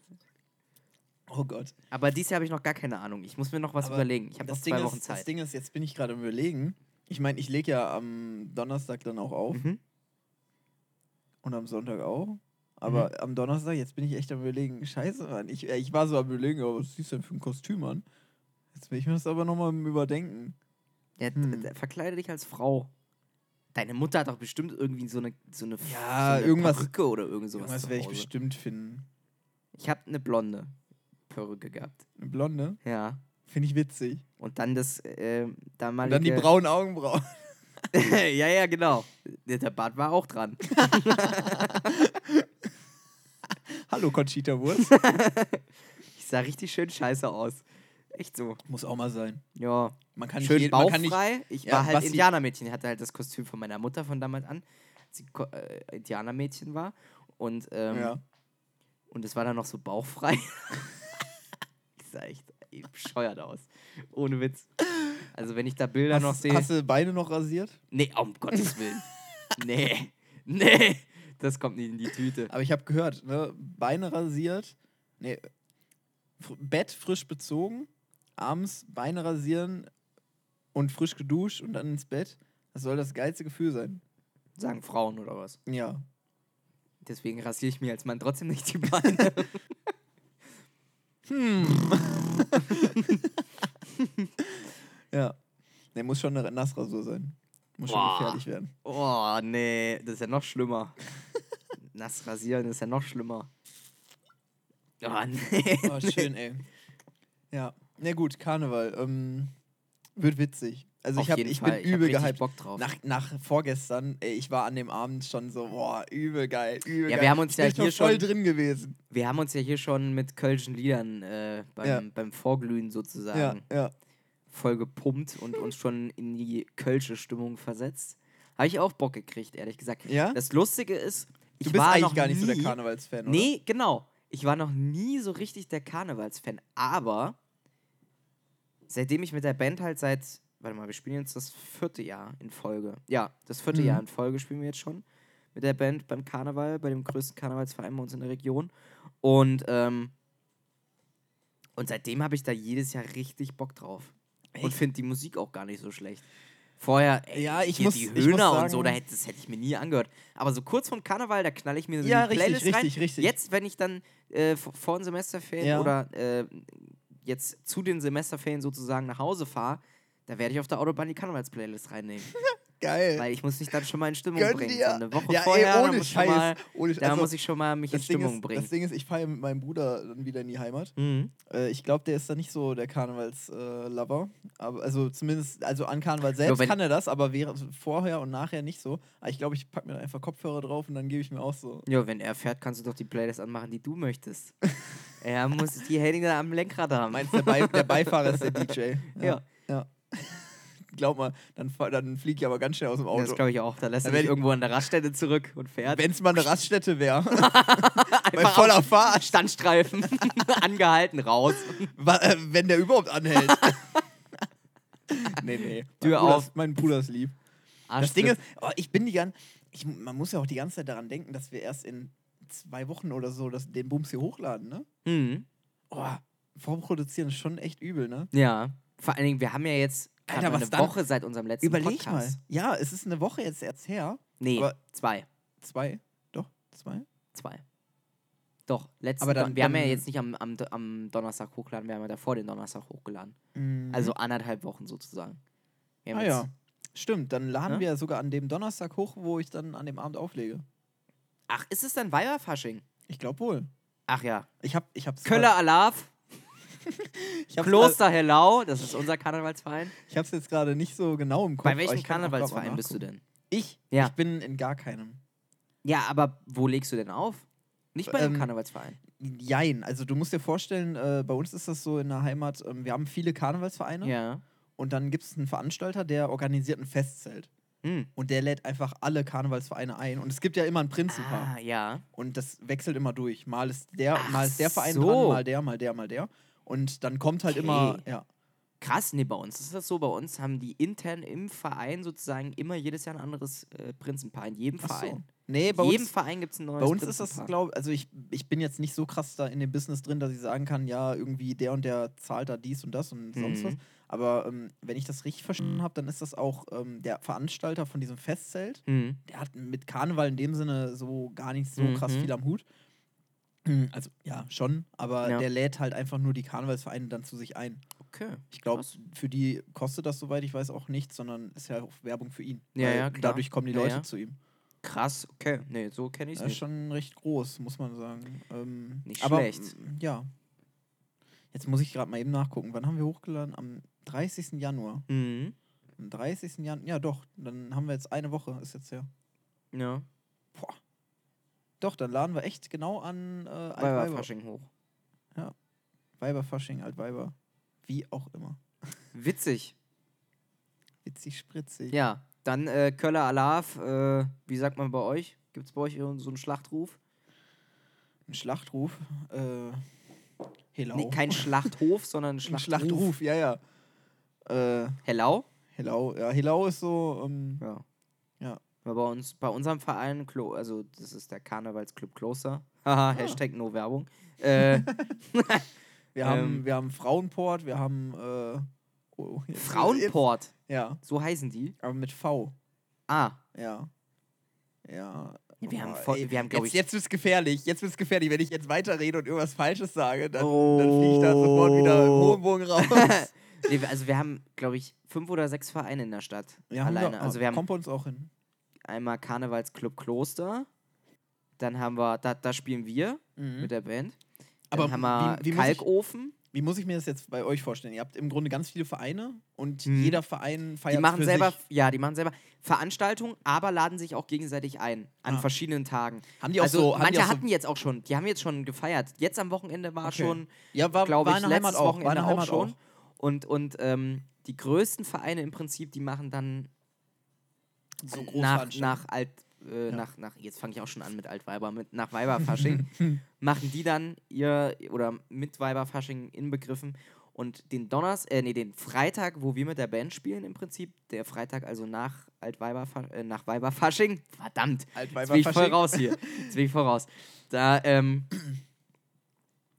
Speaker 1: Oh Gott.
Speaker 2: Aber dieses Jahr habe ich noch gar keine Ahnung. Ich muss mir noch was
Speaker 1: Aber
Speaker 2: überlegen. Ich habe noch
Speaker 1: Das Ding,
Speaker 2: zwei Wochen
Speaker 1: ist, das
Speaker 2: Zeit.
Speaker 1: Ding ist, jetzt bin ich gerade am Überlegen. Ich meine, ich lege ja am Donnerstag dann auch auf
Speaker 2: Mhm.
Speaker 1: und am Sonntag auch. Aber
Speaker 2: Mhm.
Speaker 1: am Donnerstag, jetzt bin ich echt am Überlegen. Scheiße, Mann. Ich, äh, ich war so am Überlegen, aber was siehst du denn für ein Kostüm an? Jetzt will ich mir das aber nochmal Überdenken.
Speaker 2: Ja, d-
Speaker 1: Hm.
Speaker 2: d- verkleide dich als Frau. Deine Mutter hat doch bestimmt irgendwie so eine, so eine,
Speaker 1: Ja,
Speaker 2: so eine
Speaker 1: irgendwas-
Speaker 2: Perücke oder irgend sowas
Speaker 1: Irgendwas
Speaker 2: zu
Speaker 1: werde ich
Speaker 2: Hause.
Speaker 1: bestimmt finden.
Speaker 2: Ich habe eine blonde Perücke gehabt.
Speaker 1: Eine Blonde?
Speaker 2: Ja.
Speaker 1: Finde ich witzig.
Speaker 2: Und dann das äh,
Speaker 1: Und
Speaker 2: damalige...
Speaker 1: dann die braunen Augenbrauen.
Speaker 2: ja, ja, genau. Der der Bart war auch dran.
Speaker 1: Hallo, Conchita Wurst.
Speaker 2: Ich sah richtig schön scheiße aus. Echt so.
Speaker 1: Muss auch mal sein.
Speaker 2: Ja.
Speaker 1: Man kann nicht
Speaker 2: Schön
Speaker 1: je- man kann nicht,
Speaker 2: bauchfrei. Ich
Speaker 1: Ja,
Speaker 2: war halt
Speaker 1: was sie-
Speaker 2: Indianermädchen. Ich hatte halt das Kostüm von meiner Mutter von damals an, als sie Ko- äh, Indianermädchen war. Und, ähm,
Speaker 1: ja.
Speaker 2: und es war dann noch so bauchfrei. Ich sah echt ey, bescheuert aus. Ohne Witz. Also wenn ich da Bilder noch
Speaker 1: Hast,
Speaker 2: sehe.
Speaker 1: hast du Beine noch rasiert?
Speaker 2: Nee, um Gottes Willen. Nee. Nee. Das kommt nicht in die Tüte.
Speaker 1: Aber ich habe gehört, ne? Beine rasiert, nee, fr- Bett frisch bezogen, abends Beine rasieren und frisch geduscht und dann ins Bett. Das soll das geilste Gefühl sein.
Speaker 2: Sagen Frauen oder was?
Speaker 1: Ja.
Speaker 2: Deswegen rasiere ich mir als Mann trotzdem nicht die Beine.
Speaker 1: Ja. Der muss schon eine Nassrasur sein. Muss schon
Speaker 2: Boah.
Speaker 1: gefährlich werden.
Speaker 2: Oh, nee, das ist ja noch schlimmer. Nass rasieren ist ja noch schlimmer. Oh, nee.
Speaker 1: Oh, schön, ey. Ja. Na gut, Karneval. Ähm, wird witzig. Also
Speaker 2: Auf
Speaker 1: ich, hab,
Speaker 2: jeden
Speaker 1: ich
Speaker 2: Fall.
Speaker 1: bin
Speaker 2: Ich hab
Speaker 1: übel
Speaker 2: richtig
Speaker 1: gehypt.
Speaker 2: Bock drauf.
Speaker 1: Nach, nach vorgestern, ey, ich war an dem Abend schon so, boah, übel geil, übel
Speaker 2: Ja,
Speaker 1: geil.
Speaker 2: wir haben uns
Speaker 1: ich
Speaker 2: ja
Speaker 1: bin
Speaker 2: hier
Speaker 1: noch voll
Speaker 2: schon-
Speaker 1: drin gewesen.
Speaker 2: Wir haben uns ja hier schon mit kölschen Liedern äh, beim,
Speaker 1: Ja.
Speaker 2: beim Vorglühen
Speaker 1: Ja,
Speaker 2: sozusagen
Speaker 1: ja.
Speaker 2: voll gepumpt und uns schon in die kölsche Stimmung versetzt. Habe ich auch Bock gekriegt, ehrlich gesagt.
Speaker 1: Ja?
Speaker 2: Das Lustige ist, ich
Speaker 1: Du bist
Speaker 2: war
Speaker 1: eigentlich
Speaker 2: noch
Speaker 1: gar nicht so der
Speaker 2: nie-
Speaker 1: Karnevalsfan, oder?
Speaker 2: Nee, genau. Ich war noch nie so richtig der Karnevalsfan. Aber seitdem ich mit der Band halt seit, warte mal, wir spielen jetzt das vierte Jahr in Folge. Ja, das vierte
Speaker 1: Mhm.
Speaker 2: Jahr in Folge spielen wir jetzt schon mit der Band beim Karneval, bei dem größten Karnevalsverein bei uns in der Region. Und ähm, Und seitdem habe ich da jedes Jahr richtig Bock drauf.
Speaker 1: Echt?
Speaker 2: Und finde die Musik auch gar nicht so schlecht. Vorher, ey,
Speaker 1: Ja, ich
Speaker 2: hier
Speaker 1: muss-
Speaker 2: die
Speaker 1: ich muss
Speaker 2: Höhner und
Speaker 1: sagen-
Speaker 2: so, da hätte, das hätte ich mir nie angehört. Aber so kurz vorm Karneval, da knall ich mir so
Speaker 1: Ja,
Speaker 2: die
Speaker 1: richtig,
Speaker 2: Playlist rein.
Speaker 1: richtig, richtig.
Speaker 2: Jetzt, wenn ich dann äh, v- vor den Semesterferien
Speaker 1: Ja.
Speaker 2: oder äh, jetzt zu den Semesterferien sozusagen nach Hause fahre, da werde ich auf der Autobahn die Karnevals-Playlist reinnehmen.
Speaker 1: Geil.
Speaker 2: Weil ich muss mich dann schon mal in Stimmung
Speaker 1: Gönn
Speaker 2: bringen.
Speaker 1: dir.
Speaker 2: So eine Woche
Speaker 1: Ja, ey,
Speaker 2: vorher, da
Speaker 1: ohne
Speaker 2: muss, schon
Speaker 1: Scheiß.
Speaker 2: mal,
Speaker 1: Ohne-
Speaker 2: da
Speaker 1: also,
Speaker 2: muss ich schon mal mich in
Speaker 1: Das Ding,
Speaker 2: Stimmung
Speaker 1: ist,
Speaker 2: bringen.
Speaker 1: das Ding ist, ich fahre ja mit meinem Bruder dann wieder in die Heimat.
Speaker 2: Mhm.
Speaker 1: Äh, ich glaube, der ist da nicht so der Karnevals-Lover. aber also zumindest, also an Karneval selbst
Speaker 2: Nur wenn-
Speaker 1: kann er das, aber während, vorher und nachher nicht so. Aber ich glaube, ich packe mir da einfach Kopfhörer drauf und dann gebe ich mir auch so.
Speaker 2: Ja, wenn er fährt, kannst du doch die Playlist anmachen, die du möchtest. Er muss die Hände am Lenkrad haben.
Speaker 1: Meinst du, der, Bei der Beifahrer ist der D J?
Speaker 2: Ja.
Speaker 1: ja. Glaub mal, dann, fahr- dann fliege ich aber ganz schnell aus dem
Speaker 2: Das
Speaker 1: Auto.
Speaker 2: glaube ich auch. Da lässt
Speaker 1: Da
Speaker 2: er
Speaker 1: werd
Speaker 2: dich
Speaker 1: ich-
Speaker 2: irgendwo an der Raststätte zurück und fährt.
Speaker 1: Wenn es mal eine Raststätte wäre. bei
Speaker 2: Einfach
Speaker 1: voller
Speaker 2: auf
Speaker 1: Fahrt.
Speaker 2: Standstreifen, angehalten, raus.
Speaker 1: Wa- äh, wenn der überhaupt anhält. nee, nee.
Speaker 2: Tür
Speaker 1: mein Bruder
Speaker 2: auf.
Speaker 1: Ist, mein Bruder ist lieb. Das
Speaker 2: Arschtritt.
Speaker 1: Ding ist, oh, ich bin die ganze. Ich, man muss ja auch die ganze Zeit daran denken, dass wir erst in zwei Wochen oder so das, den Bums hier hochladen, ne?
Speaker 2: Mhm.
Speaker 1: Oh, vorproduzieren ist schon echt übel, ne?
Speaker 2: Ja. Vor allen Dingen, wir haben ja jetzt gerade
Speaker 1: Alter,
Speaker 2: mal
Speaker 1: was
Speaker 2: eine
Speaker 1: dann?
Speaker 2: Woche seit unserem letzten
Speaker 1: Überleg mal.
Speaker 2: Podcast.
Speaker 1: Ja, es ist eine Woche jetzt erst her.
Speaker 2: Nee,
Speaker 1: Aber-
Speaker 2: zwei.
Speaker 1: Zwei. Doch, zwei.
Speaker 2: Zwei. Doch, letzten
Speaker 1: Aber dann-
Speaker 2: Don- wir haben ja
Speaker 1: dann-
Speaker 2: jetzt nicht am, am, am Donnerstag hochgeladen, wir haben ja davor den Donnerstag hochgeladen.
Speaker 1: Mhm.
Speaker 2: Also anderthalb Wochen sozusagen. Wir haben
Speaker 1: ah
Speaker 2: jetzt-
Speaker 1: ja. Stimmt, dann laden
Speaker 2: Ja?
Speaker 1: wir sogar an dem Donnerstag hoch, wo ich dann an dem Abend auflege.
Speaker 2: Ach, ist es dann Weiberfasching?
Speaker 1: Ich glaube wohl.
Speaker 2: Ach ja.
Speaker 1: Ich hab, ich hab's
Speaker 2: Köller Alav,
Speaker 1: ich hab's
Speaker 2: Kloster Hellau, das ist unser Karnevalsverein.
Speaker 1: Ich hab's jetzt gerade nicht so genau im Kopf.
Speaker 2: Bei
Speaker 1: aber
Speaker 2: welchem
Speaker 1: ich kann auch grad mal
Speaker 2: Karnevalsverein bist du
Speaker 1: nachgucken.
Speaker 2: denn?
Speaker 1: Ich?
Speaker 2: Ja.
Speaker 1: Ich bin in gar keinem.
Speaker 2: Ja, aber wo legst du denn auf? Nicht bei einem
Speaker 1: Ähm,
Speaker 2: Karnevalsverein.
Speaker 1: Jein, also du musst dir vorstellen, äh, bei uns ist das so in der Heimat, ähm, wir haben viele Karnevalsvereine
Speaker 2: Ja.
Speaker 1: und dann gibt es einen Veranstalter, der organisiert ein Festzelt.
Speaker 2: Hm.
Speaker 1: Und der lädt einfach alle Karnevalsvereine ein. Und es gibt ja immer ein Prinzenpaar.
Speaker 2: Ah, ja.
Speaker 1: Und das wechselt immer durch. Mal ist der,
Speaker 2: Ach
Speaker 1: mal ist der Verein
Speaker 2: so.
Speaker 1: dran, mal der, mal der, mal der. Und dann kommt halt
Speaker 2: Okay.
Speaker 1: immer, ja.
Speaker 2: Krass, nee, bei uns ist das so. Bei uns haben die intern im Verein sozusagen immer jedes Jahr ein anderes äh, Prinzenpaar. In jedem
Speaker 1: Ach so.
Speaker 2: Verein.
Speaker 1: Nee,
Speaker 2: In
Speaker 1: bei
Speaker 2: jedem
Speaker 1: uns,
Speaker 2: Verein gibt es ein neues
Speaker 1: bei uns ist das,
Speaker 2: Prinzenpaar.
Speaker 1: glaube also ich, ich bin jetzt nicht so krass da in dem Business drin, dass ich sagen kann, ja, irgendwie der und der zahlt da dies und das und sonst
Speaker 2: Mhm.
Speaker 1: was. Aber ähm, wenn ich das richtig verstanden habe, dann ist das auch ähm, der Veranstalter von diesem Festzelt.
Speaker 2: Mhm.
Speaker 1: Der hat mit Karneval in dem Sinne so gar nicht so krass
Speaker 2: Mhm.
Speaker 1: viel am Hut. Hm, Also ja, schon, aber
Speaker 2: Ja.
Speaker 1: der lädt halt einfach nur die Karnevalsvereine dann zu sich ein.
Speaker 2: Okay.
Speaker 1: Ich glaube,
Speaker 2: Krass.
Speaker 1: für die kostet das, soweit ich weiß, auch nichts, sondern ist ja auch Werbung für ihn.
Speaker 2: Ja,
Speaker 1: Weil
Speaker 2: ja, klar.
Speaker 1: Dadurch kommen die
Speaker 2: Ja,
Speaker 1: Leute
Speaker 2: ja.
Speaker 1: zu ihm.
Speaker 2: Krass, okay. Nee, so kenne ich es
Speaker 1: Das ist
Speaker 2: nicht.
Speaker 1: schon recht groß, muss man sagen. Ähm,
Speaker 2: Nicht
Speaker 1: aber,
Speaker 2: schlecht.
Speaker 1: m, Ja. Jetzt muss ich gerade mal eben nachgucken. Wann haben wir hochgeladen? Am dreißigsten Januar.
Speaker 2: Mhm.
Speaker 1: Am dreißigsten Januar. Ja, doch. Dann haben wir jetzt eine Woche, ist jetzt her.
Speaker 2: Ja.
Speaker 1: Boah. Doch, dann laden wir echt genau an äh, Altweiber.
Speaker 2: Weiberfasching hoch.
Speaker 1: Weiberfasching, Altweiber. Wie auch immer.
Speaker 2: Witzig.
Speaker 1: Witzig, spritzig.
Speaker 2: Ja, dann äh, Köller Alav, äh, wie sagt man bei euch? Gibt es bei euch so einen Schlachtruf?
Speaker 1: Ein Schlachtruf. Äh, Hello.
Speaker 2: Nee, kein Schlachthof, sondern ein
Speaker 1: Ein
Speaker 2: Schlachtruf.
Speaker 1: Schlachtruf, ja, ja. Äh,
Speaker 2: Hellau?
Speaker 1: Hello. Ja, Hello ist so. Ähm,
Speaker 2: Ja.
Speaker 1: Ja.
Speaker 2: Weil bei uns, bei unserem Verein, Klo, also das ist der Karnevalsclub Kloster. Haha,
Speaker 1: Ah.
Speaker 2: Hashtag no Werbung. Äh,
Speaker 1: wir, haben,
Speaker 2: Ähm.
Speaker 1: wir haben Frauenport, wir haben. Äh, oh, jetzt-
Speaker 2: Frauenport,
Speaker 1: Jetzt, ja,
Speaker 2: so heißen die.
Speaker 1: aber mit V.
Speaker 2: Ah,
Speaker 1: Ja. Ja.
Speaker 2: Ja, wir haben
Speaker 1: Oh,
Speaker 2: voll-
Speaker 1: ey,
Speaker 2: wir haben, glaub
Speaker 1: jetzt,
Speaker 2: ich-
Speaker 1: jetzt wird's gefährlich. Jetzt wird's gefährlich. Wenn ich jetzt weiterrede und irgendwas Falsches sage, dann,
Speaker 2: Oh.
Speaker 1: dann fliege ich da sofort wieder im hohen Bogen raus.
Speaker 2: nee, wir- also wir haben, glaube ich, fünf oder sechs Vereine in der Stadt.
Speaker 1: Ja, haben
Speaker 2: alleine.
Speaker 1: wir,
Speaker 2: also wir haben
Speaker 1: kommt bei uns auch hin.
Speaker 2: einmal Karnevalsclub Kloster. Dann haben wir, da, da spielen wir
Speaker 1: Mhm.
Speaker 2: mit der Band. Dann
Speaker 1: Aber
Speaker 2: haben wir
Speaker 1: wie- wie muss ich-
Speaker 2: Kalkofen.
Speaker 1: Wie muss ich mir das jetzt bei euch vorstellen? Ihr habt im Grunde ganz viele Vereine und
Speaker 2: Mhm.
Speaker 1: jeder Verein feiert
Speaker 2: Die machen
Speaker 1: für
Speaker 2: selber,
Speaker 1: sich.
Speaker 2: ja, die machen selber Veranstaltungen, aber laden sich auch gegenseitig ein an
Speaker 1: Ah.
Speaker 2: verschiedenen Tagen.
Speaker 1: Haben die auch
Speaker 2: also
Speaker 1: so, haben die
Speaker 2: manche
Speaker 1: auch so,
Speaker 2: hatten jetzt auch schon, die haben jetzt schon gefeiert. Jetzt am Wochenende war
Speaker 1: Okay.
Speaker 2: schon,
Speaker 1: ja, war,
Speaker 2: glaube
Speaker 1: war
Speaker 2: ich,
Speaker 1: in der
Speaker 2: letztes
Speaker 1: Heimat auch. War
Speaker 2: Wochenende
Speaker 1: in der
Speaker 2: auch
Speaker 1: Heimat
Speaker 2: schon.
Speaker 1: auch.
Speaker 2: Und, und ähm, die größten Vereine im Prinzip, die machen dann
Speaker 1: So
Speaker 2: nach,
Speaker 1: Großveranstaltungen.
Speaker 2: nach Alt, äh,
Speaker 1: Ja.
Speaker 2: nach, nach, jetzt fange ich auch schon an mit Altweiber, mit, nach Weiberfasching, machen die dann ihr, oder mit Weiberfasching inbegriffen und den Donners, äh, nee, den Freitag, wo wir mit der Band spielen im Prinzip, der Freitag also nach Altweiberfa äh, nach Weiberfasching, verdammt, jetzt bin ich voll
Speaker 1: Altweiberfasching.
Speaker 2: raus hier, jetzt bin ich voll raus, da, ähm,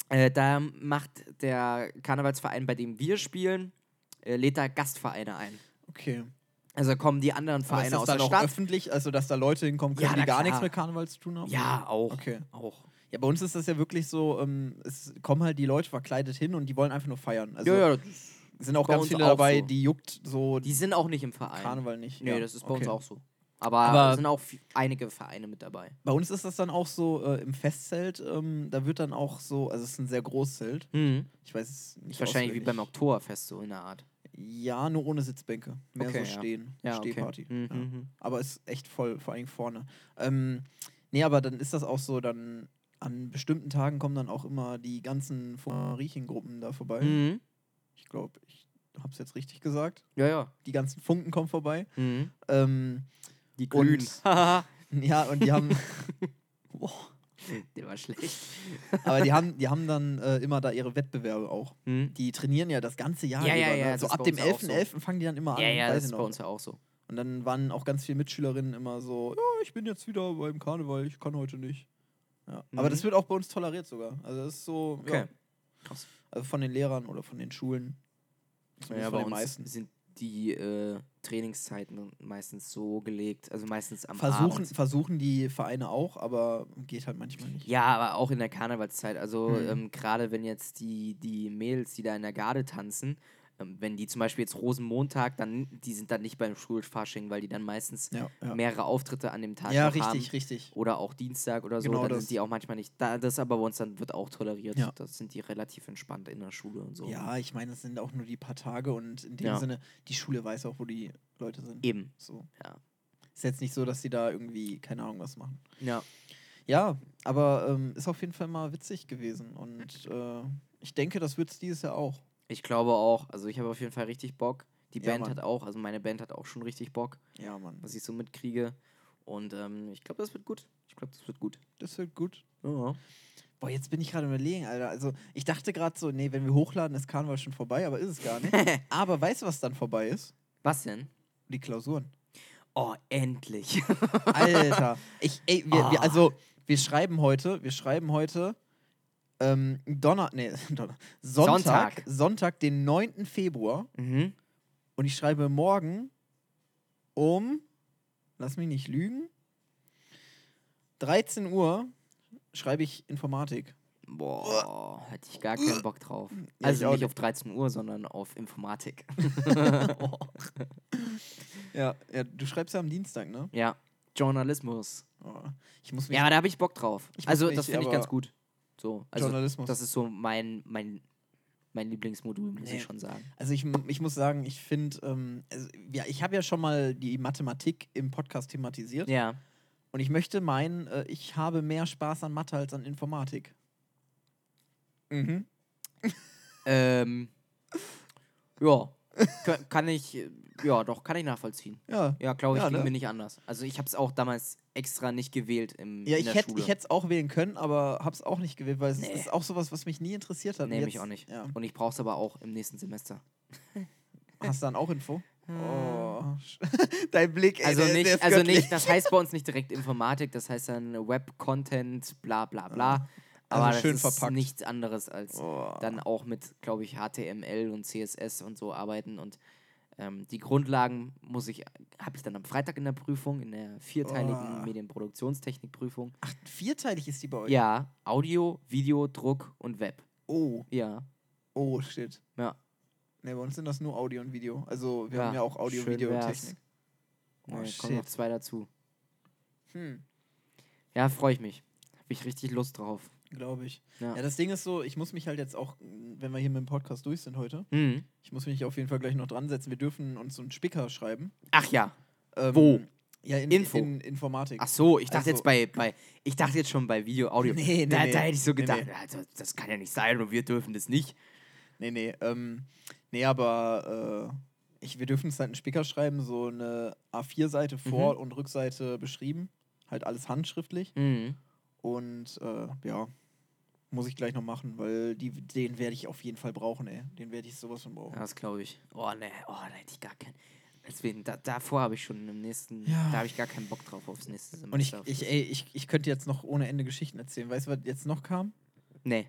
Speaker 2: Äh, da macht der Karnevalsverein, bei dem wir spielen, äh, lädt da Gastvereine ein.
Speaker 1: Okay.
Speaker 2: Also kommen die anderen
Speaker 1: Aber ist
Speaker 2: Vereine
Speaker 1: das
Speaker 2: aus
Speaker 1: dann
Speaker 2: der
Speaker 1: auch
Speaker 2: Stadt.
Speaker 1: öffentlich, also dass da Leute hinkommen können,
Speaker 2: Ja,
Speaker 1: die
Speaker 2: na
Speaker 1: gar
Speaker 2: klar.
Speaker 1: nichts mit Karneval zu tun haben?
Speaker 2: Ja, auch.
Speaker 1: Okay.
Speaker 2: Auch.
Speaker 1: Ja, bei uns ist das ja wirklich so, ähm, es kommen halt die Leute verkleidet hin und die wollen einfach nur feiern. Also
Speaker 2: ja, ja, das
Speaker 1: es sind auch
Speaker 2: bei
Speaker 1: ganz
Speaker 2: uns
Speaker 1: viele
Speaker 2: auch
Speaker 1: dabei,
Speaker 2: so.
Speaker 1: die juckt so
Speaker 2: Die sind auch nicht im Verein.
Speaker 1: Karneval nicht.
Speaker 2: Nee,
Speaker 1: ja.
Speaker 2: das ist bei
Speaker 1: okay.
Speaker 2: uns auch so. Aber,
Speaker 1: Aber
Speaker 2: es sind auch vi- einige Vereine mit dabei.
Speaker 1: Bei uns ist das dann auch so äh, im Festzelt, ähm, da wird dann auch so, also es ist ein sehr großes Zelt.
Speaker 2: Mhm.
Speaker 1: Ich weiß es nicht
Speaker 2: Ist wahrscheinlich wie beim
Speaker 1: auswendig.
Speaker 2: Oktoberfest so in der Art.
Speaker 1: Ja, nur ohne Sitzbänke. Mehr
Speaker 2: Okay,
Speaker 1: so
Speaker 2: ja.
Speaker 1: stehen.
Speaker 2: Ja, okay.
Speaker 1: Stehparty.
Speaker 2: Mhm,
Speaker 1: Ja.
Speaker 2: mhm.
Speaker 1: Aber ist echt voll, vor allem vorne. Ähm, nee, aber dann ist das auch so, dann an bestimmten Tagen kommen dann auch immer die ganzen Riechengruppen da vorbei.
Speaker 2: Mhm.
Speaker 1: Ich glaube, ich hab's jetzt richtig gesagt.
Speaker 2: Ja, ja.
Speaker 1: Die ganzen Funken kommen vorbei.
Speaker 2: Mhm.
Speaker 1: Ähm,
Speaker 2: Die glühen.
Speaker 1: und, ja, und die haben. Boah.
Speaker 2: Der war schlecht.
Speaker 1: Aber die haben, die haben dann äh, immer da ihre Wettbewerbe auch.
Speaker 2: Mhm.
Speaker 1: Die trainieren ja das ganze Jahr
Speaker 2: Ja,
Speaker 1: über.
Speaker 2: ja,
Speaker 1: ne?
Speaker 2: ja,
Speaker 1: So
Speaker 2: das ist
Speaker 1: ab
Speaker 2: bei
Speaker 1: dem
Speaker 2: uns auch
Speaker 1: elften
Speaker 2: so.
Speaker 1: elften fangen die dann immer
Speaker 2: Ja,
Speaker 1: an.
Speaker 2: ja,
Speaker 1: weiß
Speaker 2: das
Speaker 1: ich
Speaker 2: ist bei
Speaker 1: noch.
Speaker 2: uns ja auch so.
Speaker 1: Und dann waren auch ganz viele Mitschülerinnen immer so, ja, ich bin jetzt wieder beim Karneval, ich kann heute nicht. Ja.
Speaker 2: Mhm.
Speaker 1: Aber das wird auch bei uns toleriert sogar. Also das ist so,
Speaker 2: Okay.
Speaker 1: ja,
Speaker 2: Krass.
Speaker 1: also von den Lehrern oder von den Schulen. Zumindest
Speaker 2: Ja,
Speaker 1: von
Speaker 2: bei
Speaker 1: den
Speaker 2: uns
Speaker 1: meisten.
Speaker 2: sind die äh, Trainingszeiten meistens so gelegt, also meistens am
Speaker 1: Versuchen,
Speaker 2: Abend.
Speaker 1: versuchen die Vereine auch, aber geht halt manchmal nicht.
Speaker 2: Ja, aber auch in der Karnevalszeit. Also
Speaker 1: Mhm.
Speaker 2: ähm, gerade wenn jetzt die, die Mädels, die da in der Garde tanzen, ähm, wenn die zum Beispiel jetzt Rosenmontag, dann die sind dann nicht beim Schulfasching, weil die dann meistens
Speaker 1: Ja, ja.
Speaker 2: mehrere Auftritte an dem Tag
Speaker 1: Ja,
Speaker 2: noch
Speaker 1: richtig,
Speaker 2: haben.
Speaker 1: richtig.
Speaker 2: Oder auch Dienstag oder so,
Speaker 1: Genau
Speaker 2: dann
Speaker 1: das.
Speaker 2: sind die auch manchmal nicht da. Das aber bei uns dann wird auch toleriert.
Speaker 1: Ja.
Speaker 2: Das sind die relativ entspannt in der Schule und so.
Speaker 1: Ja, ich meine, es sind auch nur die paar Tage und in dem
Speaker 2: Ja.
Speaker 1: Sinne, die Schule weiß auch, wo die Leute sind.
Speaker 2: Eben.
Speaker 1: So.
Speaker 2: Ja.
Speaker 1: Ist jetzt nicht so, dass die da irgendwie, keine Ahnung, was machen.
Speaker 2: Ja.
Speaker 1: Ja, aber ähm, ist auf jeden Fall mal witzig gewesen und äh, ich denke, das wird es dieses Jahr auch.
Speaker 2: Ich glaube auch. Also ich habe auf jeden Fall richtig Bock. Die
Speaker 1: Ja,
Speaker 2: Band
Speaker 1: Mann.
Speaker 2: hat auch, also meine Band hat auch schon richtig Bock,
Speaker 1: Ja, Mann.
Speaker 2: was ich so mitkriege. Und ähm, ich glaube, das wird gut. Ich glaube, das wird gut.
Speaker 1: Das wird gut.
Speaker 2: Ja.
Speaker 1: Boah, jetzt bin ich gerade überlegen, Alter. Also, ich dachte gerade so, nee, wenn wir hochladen, ist Karneval schon vorbei, aber ist es gar nicht. Aber weißt du, was dann vorbei ist?
Speaker 2: Was denn?
Speaker 1: Die Klausuren.
Speaker 2: Oh, endlich.
Speaker 1: Alter. Ich, ey, wir, wir,
Speaker 2: Ah.
Speaker 1: also, wir schreiben heute, wir schreiben heute ähm, Donner, nee, Donner, Sonntag,
Speaker 2: Sonntag.
Speaker 1: Sonntag, den neunten Februar.
Speaker 2: mhm.
Speaker 1: Und ich schreibe morgen um, lass mich nicht lügen, dreizehn Uhr schreibe ich Informatik.
Speaker 2: Boah, hätte ich gar keinen Bock drauf.
Speaker 1: Ja,
Speaker 2: Also
Speaker 1: ich auch
Speaker 2: nicht
Speaker 1: nicht.
Speaker 2: auf dreizehn Uhr, sondern auf Informatik.
Speaker 1: Ja, ja, du schreibst ja am Dienstag, ne?
Speaker 2: Ja, Journalismus.
Speaker 1: Oh, ich muss mich
Speaker 2: Ja, aber da habe ich Bock drauf.
Speaker 1: Ich muss
Speaker 2: Also
Speaker 1: mich
Speaker 2: das finde ich
Speaker 1: aber-
Speaker 2: ganz gut. So, also
Speaker 1: Journalismus.
Speaker 2: das ist so mein, mein, mein Lieblingsmodul, muss
Speaker 1: Nee.
Speaker 2: ich schon sagen.
Speaker 1: Also ich, ich muss sagen, ich finde, ähm, also, ja, ich habe ja schon mal die Mathematik im Podcast thematisiert.
Speaker 2: Ja.
Speaker 1: Und ich möchte meinen, äh, ich habe mehr Spaß an Mathe als an Informatik. Mhm.
Speaker 2: Ähm, ja. Kö- kann ich, äh, ja, doch, kann ich nachvollziehen.
Speaker 1: Ja.
Speaker 2: Ja, glaube ich,
Speaker 1: Ja,
Speaker 2: ging
Speaker 1: ne?
Speaker 2: mir nicht anders. Also ich habe es auch damals extra nicht gewählt im,
Speaker 1: Ja,
Speaker 2: in
Speaker 1: ich
Speaker 2: der
Speaker 1: hätte
Speaker 2: Schule.
Speaker 1: ich es auch wählen können, aber habe es auch nicht gewählt, weil es
Speaker 2: Nee.
Speaker 1: ist auch sowas, was mich nie interessiert hat. Und
Speaker 2: Nee, mich
Speaker 1: jetzt-
Speaker 2: auch nicht.
Speaker 1: Ja.
Speaker 2: Und ich brauche es aber auch im nächsten Semester.
Speaker 1: Hast du dann auch Info? Oh. Dein Blick, ey,
Speaker 2: Also
Speaker 1: der,
Speaker 2: nicht,
Speaker 1: der ist
Speaker 2: also
Speaker 1: göttlich.
Speaker 2: nicht, das heißt bei uns nicht direkt Informatik, das heißt dann Web-Content, bla bla bla.
Speaker 1: Also
Speaker 2: Aber das
Speaker 1: schön
Speaker 2: ist
Speaker 1: verpackt.
Speaker 2: nichts anderes als
Speaker 1: Oh.
Speaker 2: dann auch mit, glaube ich, H T M L und C S S und so arbeiten. Und ähm, die Grundlagen muss ich, habe ich dann am Freitag in der Prüfung, in der vierteiligen
Speaker 1: Oh.
Speaker 2: Medienproduktionstechnik-Prüfung.
Speaker 1: Ach, vierteilig ist die bei euch?
Speaker 2: Ja, Audio, Video, Druck und Web.
Speaker 1: Oh,
Speaker 2: Ja,
Speaker 1: oh, shit.
Speaker 2: ja.
Speaker 1: Ne, bei uns sind das nur Audio und Video. Also wir
Speaker 2: Ja,
Speaker 1: haben ja auch Audio,
Speaker 2: schön
Speaker 1: Video und
Speaker 2: wär's.
Speaker 1: Technik. Oh,
Speaker 2: Nee, kommen
Speaker 1: shit.
Speaker 2: noch zwei dazu.
Speaker 1: Hm,
Speaker 2: Ja, freue ich mich. Habe ich richtig Lust drauf.
Speaker 1: glaube ich.
Speaker 2: Ja.
Speaker 1: Ja, das Ding ist so, ich muss mich halt jetzt auch, wenn wir hier mit dem Podcast durch sind heute,
Speaker 2: Mhm.
Speaker 1: ich muss mich auf jeden Fall gleich noch dran setzen. Wir dürfen uns so einen Spicker schreiben.
Speaker 2: Ach ja.
Speaker 1: Ähm,
Speaker 2: Wo?
Speaker 1: Ja, in,
Speaker 2: Info.
Speaker 1: in Informatik.
Speaker 2: Ach so, ich dachte
Speaker 1: Also-
Speaker 2: jetzt bei, bei, ich dachte jetzt schon bei Video, Audio.
Speaker 1: Nee, nee,
Speaker 2: da,
Speaker 1: nee.
Speaker 2: da hätte ich so
Speaker 1: Nee,
Speaker 2: gedacht,
Speaker 1: nee.
Speaker 2: also das kann ja nicht sein und wir dürfen das nicht.
Speaker 1: Nee, nee, ähm, nee, aber äh, ich, wir dürfen uns halt einen Spicker schreiben, so eine A vier Seite Vor-
Speaker 2: Mhm.
Speaker 1: und Rückseite beschrieben. Halt alles handschriftlich.
Speaker 2: Mhm.
Speaker 1: Und äh, ja, muss ich gleich noch machen, weil die, den werde ich auf jeden Fall brauchen, ey. Den werde ich sowas von brauchen.
Speaker 2: Ja, das glaube ich. Oh ne, oh, da hätte ich gar keinen. Deswegen, da, davor habe ich schon im nächsten,
Speaker 1: Ja.
Speaker 2: da habe ich gar keinen Bock drauf aufs nächste Semester.
Speaker 1: Und ich, ich, ey, ich, ich könnte jetzt noch ohne Ende Geschichten erzählen. Weißt du, was jetzt noch kam?
Speaker 2: nee.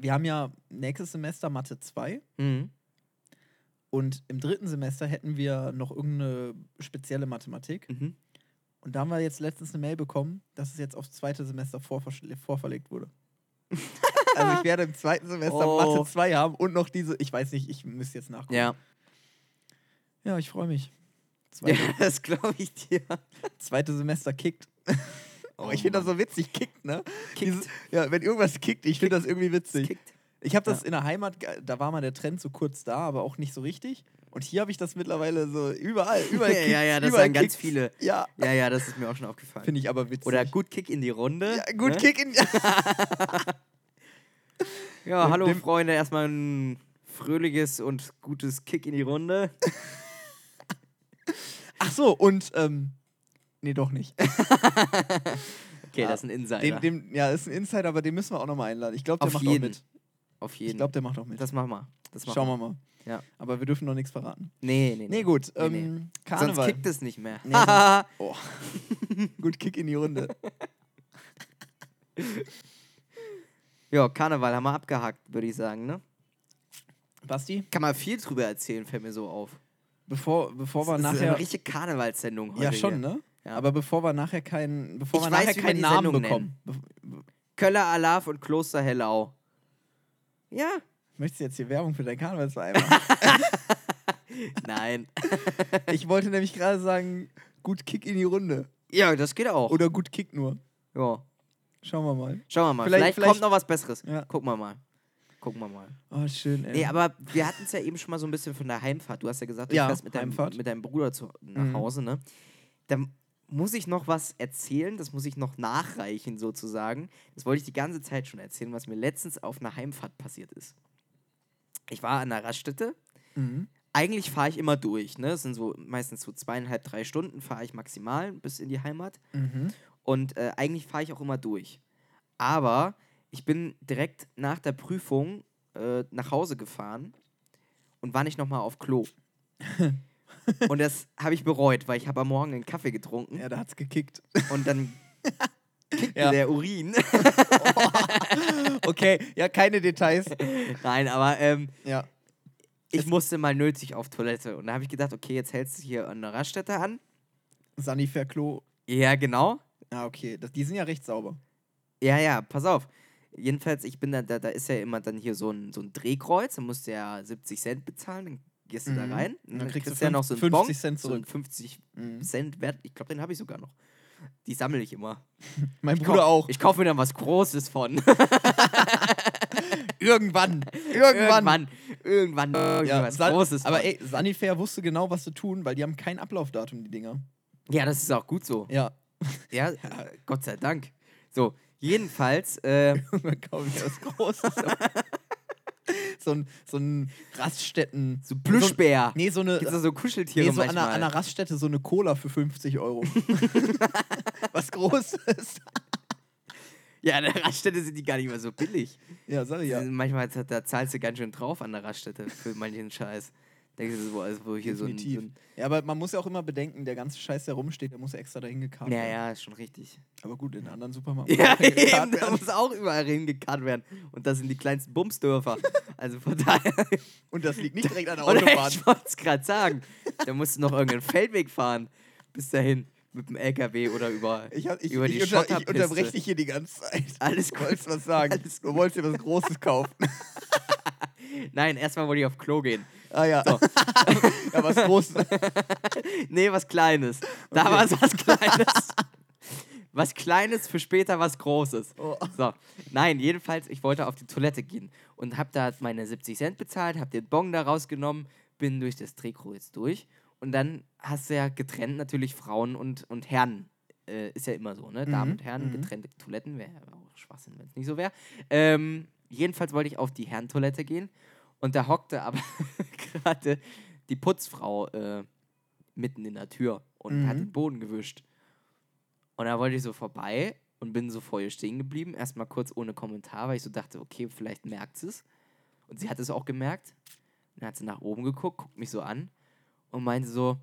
Speaker 1: wir haben ja nächstes Semester Mathe zwei
Speaker 2: Mhm.
Speaker 1: und im dritten Semester hätten wir noch irgendeine spezielle Mathematik.
Speaker 2: Mhm.
Speaker 1: Und da haben wir jetzt letztens eine Mail bekommen, dass es jetzt aufs zweite Semester vorversch- vorverlegt wurde. Also ich werde im zweiten Semester
Speaker 2: Oh.
Speaker 1: Mathe zwei haben und noch diese, ich weiß nicht, ich müsste jetzt nachgucken.
Speaker 2: Ja.
Speaker 1: Ja, ich freue mich.
Speaker 2: Ja,
Speaker 1: Zweite,
Speaker 2: das glaube ich dir.
Speaker 1: zweite Semester kickt. Oh,
Speaker 2: Oh
Speaker 1: ich finde das
Speaker 2: Mann.
Speaker 1: so witzig, kickt, ne?
Speaker 2: Kickt.
Speaker 1: Dieses, ja, wenn irgendwas kickt, ich finde das irgendwie
Speaker 2: Es
Speaker 1: witzig.
Speaker 2: kickt.
Speaker 1: Ich habe das
Speaker 2: Ja.
Speaker 1: in der Heimat, ge- da war mal der Trend so kurz da, aber auch nicht so richtig. Und hier habe ich das mittlerweile so überall, überall
Speaker 2: Ja,
Speaker 1: kickt's,
Speaker 2: ja, ja, das
Speaker 1: überall
Speaker 2: sagen ganz
Speaker 1: kickt's.
Speaker 2: viele.
Speaker 1: Ja,
Speaker 2: Ja, ja, das ist mir auch schon aufgefallen.
Speaker 1: finde ich aber witzig.
Speaker 2: Oder gut Kick in die Runde.
Speaker 1: Ja, gut
Speaker 2: ne?
Speaker 1: Kick in.
Speaker 2: Ja,
Speaker 1: Dem-
Speaker 2: hallo
Speaker 1: dem-
Speaker 2: Freunde, erstmal ein fröhliches und gutes Kick in die Runde.
Speaker 1: Ach so, und, ähm, nee, doch nicht.
Speaker 2: Okay,
Speaker 1: Ah,
Speaker 2: das ist ein Insider.
Speaker 1: Den, dem, ja, ist ein Insider, aber den müssen wir auch nochmal einladen. Ich glaube, der
Speaker 2: Auf
Speaker 1: macht
Speaker 2: jeden.
Speaker 1: auch mit.
Speaker 2: Auf
Speaker 1: Ich
Speaker 2: jeden.
Speaker 1: glaube, der macht auch mit.
Speaker 2: das machen wir. Das machen
Speaker 1: Schauen wir mal.
Speaker 2: Ja.
Speaker 1: Aber wir dürfen noch nichts verraten.
Speaker 2: Nee, nee, nee.
Speaker 1: Nee, gut.
Speaker 2: Nee,
Speaker 1: Ähm,
Speaker 2: nee.
Speaker 1: Karneval.
Speaker 2: Sonst kickt es nicht mehr.
Speaker 1: Nee, sonst- oh. Gut Kick in die Runde.
Speaker 2: Ja, Karneval haben wir abgehakt, würde ich sagen, ne?
Speaker 1: Basti,
Speaker 2: Kann man viel drüber erzählen, fällt mir so auf.
Speaker 1: bevor, bevor wir
Speaker 2: Das ist
Speaker 1: nachher.
Speaker 2: eine richtige Karnevalssendung heute
Speaker 1: Ja, schon,
Speaker 2: hier.
Speaker 1: ne?
Speaker 2: Ja.
Speaker 1: Aber bevor wir nachher keinen, bevor
Speaker 2: Ich
Speaker 1: wir
Speaker 2: weiß,
Speaker 1: nachher
Speaker 2: wie wir
Speaker 1: keinen
Speaker 2: die
Speaker 1: Namen
Speaker 2: Sendung
Speaker 1: bekommen. Be
Speaker 2: Köller Alarv und Kloster Hellau. Ja.
Speaker 1: möchtest du jetzt hier Werbung für dein Karnevalsverein machen?
Speaker 2: Nein.
Speaker 1: Ich wollte nämlich gerade sagen, gut Kick in die Runde.
Speaker 2: Ja, das geht auch.
Speaker 1: Oder gut Kick nur.
Speaker 2: Ja.
Speaker 1: Schauen wir mal.
Speaker 2: Schauen wir mal.
Speaker 1: Vielleicht-
Speaker 2: Vielleicht,
Speaker 1: vielleicht-
Speaker 2: kommt noch was Besseres.
Speaker 1: Ja.
Speaker 2: Gucken wir mal. Gucken wir mal.
Speaker 1: Oh, schön, ey.
Speaker 2: Nee, aber wir hatten es ja eben schon mal so ein bisschen von der Heimfahrt. Du hast ja gesagt, du
Speaker 1: Ja,
Speaker 2: fährst mit deinem,
Speaker 1: Heimfahrt.
Speaker 2: mit deinem Bruder zu, nach
Speaker 1: Mhm.
Speaker 2: Hause, ne? Da muss ich noch was erzählen, das muss ich noch nachreichen sozusagen. Das wollte ich die ganze Zeit schon erzählen, was mir letztens auf einer Heimfahrt passiert ist. Ich war an einer Raststätte.
Speaker 1: Mhm.
Speaker 2: Eigentlich fahre ich immer durch, ne? Es sind so meistens so zweieinhalb, drei Stunden fahre ich maximal bis in die Heimat.
Speaker 1: Mhm.
Speaker 2: Und äh, eigentlich fahre ich auch immer durch. Aber ich bin direkt nach der Prüfung äh, nach Hause gefahren und war nicht nochmal auf Klo. Und das habe ich bereut, weil ich habe am Morgen einen Kaffee getrunken
Speaker 1: Ja, da hat's gekickt.
Speaker 2: und dann kickte
Speaker 1: Ja.
Speaker 2: der Urin.
Speaker 1: Okay, ja, keine Details.
Speaker 2: Nein, aber ähm,
Speaker 1: Ja.
Speaker 2: ich musste mal nötig auf Toilette. Und da habe ich gedacht, okay, jetzt hältst du hier an der Raststätte an.
Speaker 1: Sanifair Klo.
Speaker 2: Ja, genau.
Speaker 1: Ja, okay. Das, die sind ja recht sauber.
Speaker 2: Ja, ja, pass auf. Jedenfalls, ich bin da, da, da ist ja immer dann hier so ein, so ein Drehkreuz, da musst du ja siebzig Cent bezahlen, dann gehst du
Speaker 1: Mhm.
Speaker 2: da rein
Speaker 1: Und
Speaker 2: und
Speaker 1: dann
Speaker 2: dann
Speaker 1: kriegst du
Speaker 2: kriegst du ja noch so einen
Speaker 1: fünfzig
Speaker 2: Bon,
Speaker 1: Cent
Speaker 2: so einen
Speaker 1: zurück.
Speaker 2: fünfzig
Speaker 1: Mhm.
Speaker 2: Cent Wert, ich glaube, den habe ich sogar noch. Die sammle ich immer.
Speaker 1: Mein
Speaker 2: Ich
Speaker 1: Bruder
Speaker 2: kauf-
Speaker 1: auch.
Speaker 2: Ich kaufe mir dann was Großes von.
Speaker 1: Irgendwann. Irgendwann.
Speaker 2: Irgendwann. Irgendwann.
Speaker 1: Ja,
Speaker 2: Ja, was
Speaker 1: San-
Speaker 2: Großes
Speaker 1: aber
Speaker 2: von.
Speaker 1: ey, Sanifair wusste genau, was zu tun, weil die haben kein Ablaufdatum, die Dinger.
Speaker 2: Ja, das ist auch gut so.
Speaker 1: Ja.
Speaker 2: Ja, äh, Gott sei Dank. So, jedenfalls, äh,
Speaker 1: Irgendwann kaufe ich was Großes. so ein, so ein Raststätten.
Speaker 2: so Plüschbär.
Speaker 1: So, nee, so eine.
Speaker 2: Gibt's da so Kuscheltiere
Speaker 1: Nee, so an einer,
Speaker 2: manchmal.
Speaker 1: an einer Raststätte so eine Cola für fünfzig Euro. Was Großes.
Speaker 2: Ja, an der Raststätte sind die gar nicht mehr so billig.
Speaker 1: Ja, sag ich ja.
Speaker 2: Die sind Manchmal da, da zahlst du ganz schön drauf an der Raststätte für manchen Scheiß. Denkst du so, also wo hier so ein, so
Speaker 1: Definitiv.
Speaker 2: ein.
Speaker 1: Ja, aber man muss ja auch immer bedenken, der ganze Scheiß, der rumsteht, der muss ja extra dahin gekarrt
Speaker 2: Ja,
Speaker 1: werden.
Speaker 2: ja, ist schon richtig.
Speaker 1: Aber gut, in anderen Supermärkten
Speaker 2: Ja,
Speaker 1: muss er gekarrt
Speaker 2: eben, da
Speaker 1: werden.
Speaker 2: muss auch überall hingekarrt werden. Und das sind die kleinsten Bumsdörfer. Also von daher.
Speaker 1: Und das liegt nicht direkt an der
Speaker 2: Oder
Speaker 1: Autobahn.
Speaker 2: ich wollte es gerade sagen. Da musst du noch irgendeinen Feldweg fahren. Bis dahin. Mit dem L K W oder über,
Speaker 1: Ich, hab, ich,
Speaker 2: über die
Speaker 1: ich, unter, ich
Speaker 2: Schotterpiste.
Speaker 1: unterbreche dich hier die ganze Zeit.
Speaker 2: Alles
Speaker 1: Du
Speaker 2: gut.
Speaker 1: wolltest was sagen.
Speaker 2: Alles
Speaker 1: Du wolltest dir was Großes kaufen.
Speaker 2: Nein, erstmal wollte ich auf Klo gehen.
Speaker 1: Ah ja.
Speaker 2: So.
Speaker 1: Ja, was Großes.
Speaker 2: Nee, was Kleines. Da
Speaker 1: Okay.
Speaker 2: war es was Kleines. Was Kleines für später was Großes.
Speaker 1: Oh.
Speaker 2: So, nein, jedenfalls, ich wollte auf die Toilette gehen und hab da meine siebzig Cent bezahlt, hab den Bon da rausgenommen, bin durch das Drehkreuz durch und dann hast du ja getrennt natürlich Frauen und, und Herren. Äh, ist ja immer so, ne? Damen
Speaker 1: Mhm,
Speaker 2: und Herren,
Speaker 1: mhm.
Speaker 2: getrennte Toiletten, wäre ja auch Schwachsinn, wenn es nicht so wäre. Ähm, jedenfalls wollte ich auf die Herrentoilette gehen und da hockte aber gerade die Putzfrau äh, mitten in der Tür und
Speaker 1: Mhm.
Speaker 2: hat den Boden gewischt. Und da wollte ich so vorbei und bin so vor ihr stehen geblieben. Erstmal kurz ohne Kommentar, weil ich so dachte, okay, vielleicht merkt sie es. Und sie hat es auch gemerkt. Dann hat sie nach oben geguckt, guckt mich so an und meinte so,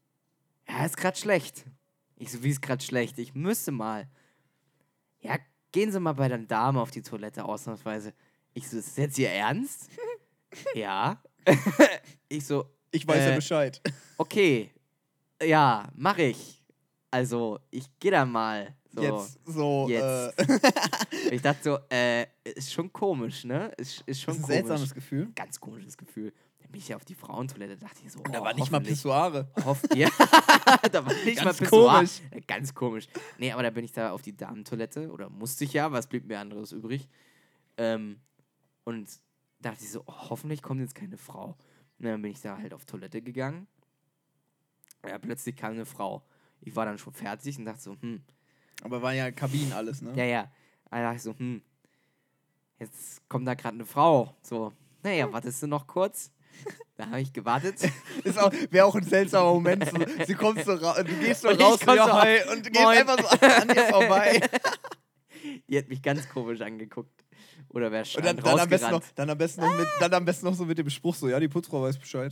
Speaker 2: ja, ist gerade schlecht. Ich so, wie ist gerade schlecht? Ich müsste mal. Ja, gehen Sie mal bei der Dame auf die Toilette ausnahmsweise. Ich so, ist das jetzt Ihr Ernst? Ja. Ich so,
Speaker 1: Ich weiß
Speaker 2: äh,
Speaker 1: ja Bescheid.
Speaker 2: okay, ja, mach ich. Also, ich geh da mal. So,
Speaker 1: Jetzt so.
Speaker 2: jetzt.
Speaker 1: Äh,
Speaker 2: ich dachte so, äh, ist schon komisch, ne? Ist, ist schon
Speaker 1: ist ein
Speaker 2: komisch.
Speaker 1: seltsames Gefühl.
Speaker 2: Ganz komisches Gefühl. Dann bin ich ja auf die Frauentoilette, dachte ich so,
Speaker 1: Und
Speaker 2: oh,
Speaker 1: da war nicht mal
Speaker 2: hoffentlich-
Speaker 1: Pissoire.
Speaker 2: Hoff ja, da war nicht
Speaker 1: Ganz
Speaker 2: mal Pissoir.
Speaker 1: komisch.
Speaker 2: Ja, ganz komisch. Nee, aber da bin ich da auf die Damentoilette, oder musste ich ja, was blieb mir anderes übrig. Ähm, und dachte ich so, oh, hoffentlich kommt jetzt keine Frau. Und dann bin ich da halt auf Toilette gegangen. Ja, plötzlich kam eine Frau. Ich war dann schon fertig und dachte so, hm,
Speaker 1: Aber waren ja Kabinen alles, ne?
Speaker 2: ja, ja. Da dachte ich so, hm, jetzt kommt da gerade eine Frau. So, naja, wartest du noch kurz? Da habe ich gewartet.
Speaker 1: Ist auch, wäre auch ein seltsamer Moment. So, sie kommt so raus, du gehst so
Speaker 2: Und ich
Speaker 1: raus,
Speaker 2: komm
Speaker 1: ja,
Speaker 2: so-
Speaker 1: hi, und du gehst
Speaker 2: Moin.
Speaker 1: einfach so an dir vorbei.
Speaker 2: Die hat mich ganz komisch angeguckt. Oder wer
Speaker 1: Und
Speaker 2: stand
Speaker 1: dann, dann, am besten noch,
Speaker 2: rausgerannt.
Speaker 1: dann, am besten noch mit, dann am besten noch so mit dem Spruch so, ja, die Putzfrau weiß Bescheid.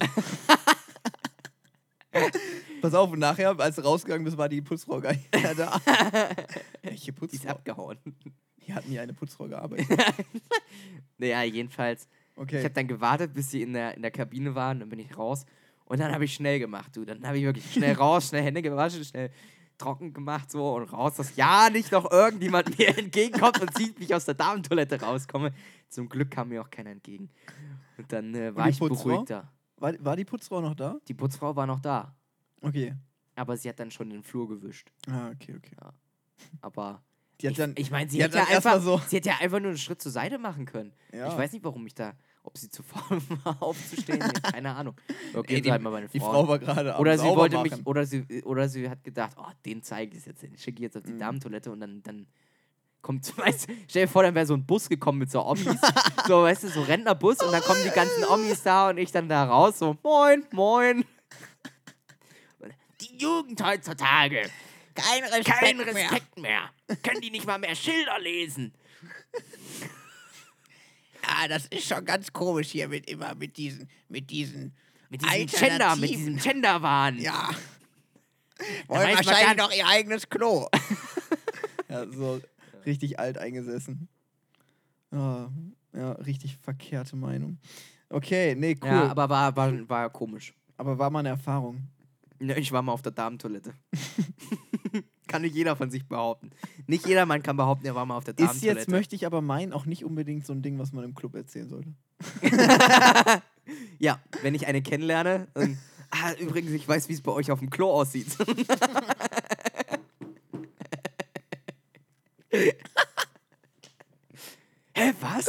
Speaker 1: Pass auf, und nachher, als du rausgegangen bist, war die Putzfrau gar nicht mehr da. Welche
Speaker 2: Die ist
Speaker 1: Putzfrau?
Speaker 2: abgehauen.
Speaker 1: Hier hat nie eine Putzfrau gearbeitet.
Speaker 2: Naja, jedenfalls. Ich
Speaker 1: Okay.
Speaker 2: habe dann gewartet, bis sie in der, in der Kabine waren. Dann bin ich raus. Und dann habe ich schnell gemacht, du. Dann habe ich wirklich schnell raus, schnell Hände gewaschen, schnell trocken gemacht so und raus, dass ja nicht noch irgendjemand mir entgegenkommt und sieht, wie ich aus der Damentoilette rauskomme. Zum Glück kam mir auch keiner entgegen. Und dann äh, war
Speaker 1: die
Speaker 2: ich
Speaker 1: Putzfrau?
Speaker 2: beruhigter.
Speaker 1: War, war die Putzfrau noch da?
Speaker 2: Die Putzfrau war noch da.
Speaker 1: Okay.
Speaker 2: Aber sie hat dann schon den Flur gewischt.
Speaker 1: Ah, okay, okay.
Speaker 2: Aber
Speaker 1: Die hat
Speaker 2: ich,
Speaker 1: dann,
Speaker 2: ich meine, sie,
Speaker 1: die
Speaker 2: hätte
Speaker 1: hat
Speaker 2: ja
Speaker 1: dann erst mal
Speaker 2: einfach-
Speaker 1: so-
Speaker 2: sie hätte ja einfach nur einen Schritt zur Seite machen können.
Speaker 1: Ja.
Speaker 2: Ich weiß nicht, warum ich da, ob sie zu faul war, aufzustehen. Nee, keine Ahnung. Okay,
Speaker 1: Ey, die,
Speaker 2: halt mal meine Frau.
Speaker 1: die Frau war gerade am
Speaker 2: oder sie
Speaker 1: sauber
Speaker 2: wollte
Speaker 1: machen.
Speaker 2: mich, oder sie, oder sie hat gedacht, oh, den zeige ich jetzt, den schicke ich jetzt auf die
Speaker 1: Mhm.
Speaker 2: Damentoilette und dann, dann kommt, weißt du, stell dir vor, dann wäre so ein Bus gekommen mit so Omis, so, weißt du, so Rentnerbus und dann kommen die ganzen Omis da und ich dann da raus, so, moin, moin. Die Jugend heutzutage,
Speaker 1: Kein Respekt,
Speaker 2: kein Respekt mehr. Können die nicht mal mehr Schilder lesen?
Speaker 1: Ah, das ist schon ganz komisch hier mit immer mit diesen, mit diesen.
Speaker 2: Mit diesem Gender, mit diesem Genderwahn.
Speaker 1: Ja.
Speaker 2: Wollen wahrscheinlich
Speaker 1: doch ihr eigenes Klo. Ja, so richtig alt eingesessen. Ah, ja, richtig verkehrte Meinung. Okay, nee, cool.
Speaker 2: Ja, aber war, war, war komisch.
Speaker 1: aber war mal eine Erfahrung.
Speaker 2: Ne, ich war mal auf der Damentoilette. Kann nicht jeder von sich behaupten. Nicht jeder Mann kann behaupten, er war mal auf der
Speaker 1: Ist
Speaker 2: Damentoilette.
Speaker 1: jetzt, möchte ich aber meinen, auch nicht unbedingt so ein Ding, was man im Club erzählen sollte.
Speaker 2: Ja, wenn ich eine kennenlerne. Und, ah, übrigens, ich weiß, wie es bei euch auf dem Klo aussieht. Hä, was?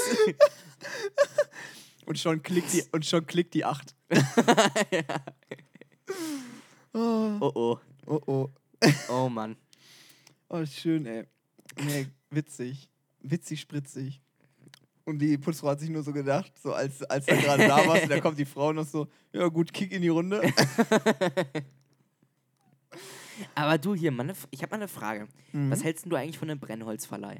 Speaker 1: Und schon klickt die, und schon klickt die acht. Oh,
Speaker 2: Oh oh.
Speaker 1: oh, oh.
Speaker 2: Oh Mann.
Speaker 1: Oh, schön, ey. Nee, witzig. Witzig, spritzig. Und die Putzfrau hat sich nur so gedacht, so als, als er gerade da war, da kommt die Frau noch so, ja gut, Kick in die Runde.
Speaker 2: Aber du hier, Mann, ich habe mal eine Frage.
Speaker 1: Mhm.
Speaker 2: Was hältst denn du eigentlich von einem Brennholzverleih?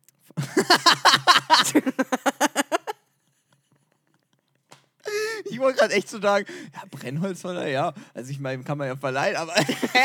Speaker 1: Ich wollte gerade echt so sagen, ja, Brennholzverleih, ja. Also ich meine, kann man ja verleihen, aber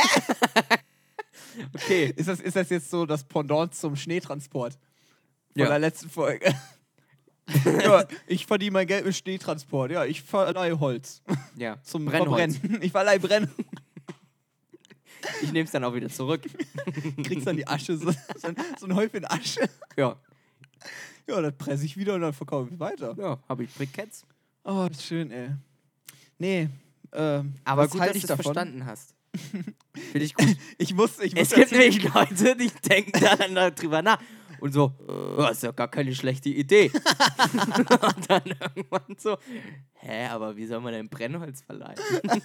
Speaker 2: Okay.
Speaker 1: ist das, ist das jetzt so das Pendant zum Schneetransport von
Speaker 2: Ja.
Speaker 1: der letzten Folge? Ja, ich verdiene mein Geld mit Schneetransport. Ja, ich verleihe Holz
Speaker 2: Ja,
Speaker 1: zum
Speaker 2: Brennholz.
Speaker 1: Verbrennen. Ich verleihe Brennen.
Speaker 2: Ich nehme es dann auch wieder zurück.
Speaker 1: Kriegst dann die Asche, so, so, ein, so ein Häufchen Asche.
Speaker 2: Ja.
Speaker 1: Ja, das presse ich wieder und dann verkaufe ich es weiter.
Speaker 2: Ja, habe ich Briketts.
Speaker 1: Oh, das ist schön, ey. Nee, ähm,
Speaker 2: Aber
Speaker 1: was
Speaker 2: gut,
Speaker 1: halte
Speaker 2: dass
Speaker 1: ich
Speaker 2: du es
Speaker 1: davon?
Speaker 2: verstanden hast. Finde ich gut.
Speaker 1: Ich muss, ich muss
Speaker 2: Es gibt
Speaker 1: dazu-
Speaker 2: nämlich Leute, die denken dann darüber nach und so, oh, das ist ja gar keine schlechte Idee. Und dann irgendwann so, hä, aber wie soll man denn Brennholz verleihen?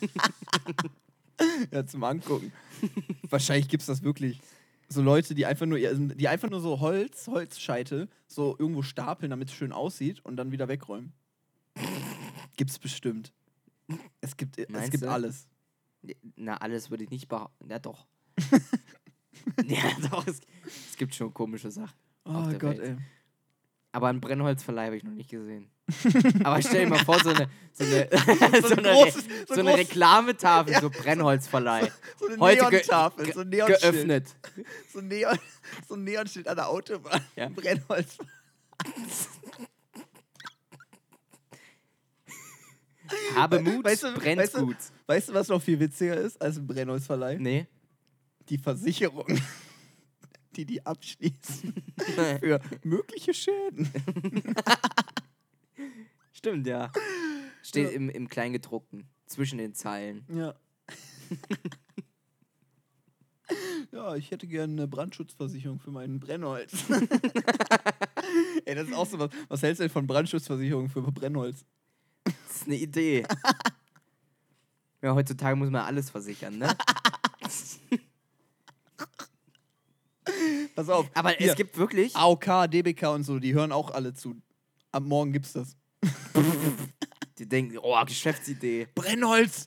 Speaker 1: Ja, zum Angucken. Wahrscheinlich gibt es das wirklich. So Leute, die einfach nur, die einfach nur so Holz, Holzscheitel so irgendwo stapeln, damit es schön aussieht und dann wieder wegräumen. Gibt's bestimmt. Es gibt, es
Speaker 2: Meinst
Speaker 1: gibt
Speaker 2: du?
Speaker 1: alles.
Speaker 2: Na, alles würde ich nicht behaupten. Ja, doch. Ja, doch, es, es gibt schon komische Sachen.
Speaker 1: Oh
Speaker 2: auf der
Speaker 1: Gott,
Speaker 2: Welt.
Speaker 1: ey.
Speaker 2: Aber einen Brennholzverleih habe ich noch nicht gesehen. Aber stell dir mal vor, so eine, so eine, so
Speaker 1: So ein
Speaker 2: eine,
Speaker 1: großes-
Speaker 2: Re
Speaker 1: so
Speaker 2: so
Speaker 1: ein
Speaker 2: eine
Speaker 1: großes-
Speaker 2: Reklametafel,
Speaker 1: Ja.
Speaker 2: so Brennholzverleih.
Speaker 1: So eine
Speaker 2: Heute ge
Speaker 1: Neontafel,
Speaker 2: ge
Speaker 1: so ein Neonschild.
Speaker 2: geöffnet.
Speaker 1: So ein, Neon, so ein Neonschild an der Autobahn.
Speaker 2: Ja.
Speaker 1: Ein Brennholz.
Speaker 2: Habe Mut,
Speaker 1: Weißt du-
Speaker 2: brennt
Speaker 1: weißt du-
Speaker 2: gut.
Speaker 1: Weißt du, was noch viel witziger ist als ein Brennholzverleih?
Speaker 2: Nee.
Speaker 1: Die Versicherung, die die abschließen für mögliche Schäden.
Speaker 2: Stimmt, ja. Steht
Speaker 1: Ja.
Speaker 2: im, im Kleingedruckten, zwischen den Zeilen.
Speaker 1: Ja. Ja, ich hätte gerne eine Brandschutzversicherung für meinen Brennholz. Ey, das ist auch so was. Was hältst du denn von Brandschutzversicherung für Brennholz?
Speaker 2: Das ist eine Idee. Ja, heutzutage muss man alles versichern, ne?
Speaker 1: Pass auf.
Speaker 2: Aber
Speaker 1: hier,
Speaker 2: es gibt wirklich...
Speaker 1: A O K, D B K und so, die hören auch alle zu. Ab morgen gibt's das.
Speaker 2: Die denken, oh, Geschäftsidee.
Speaker 1: Brennholz!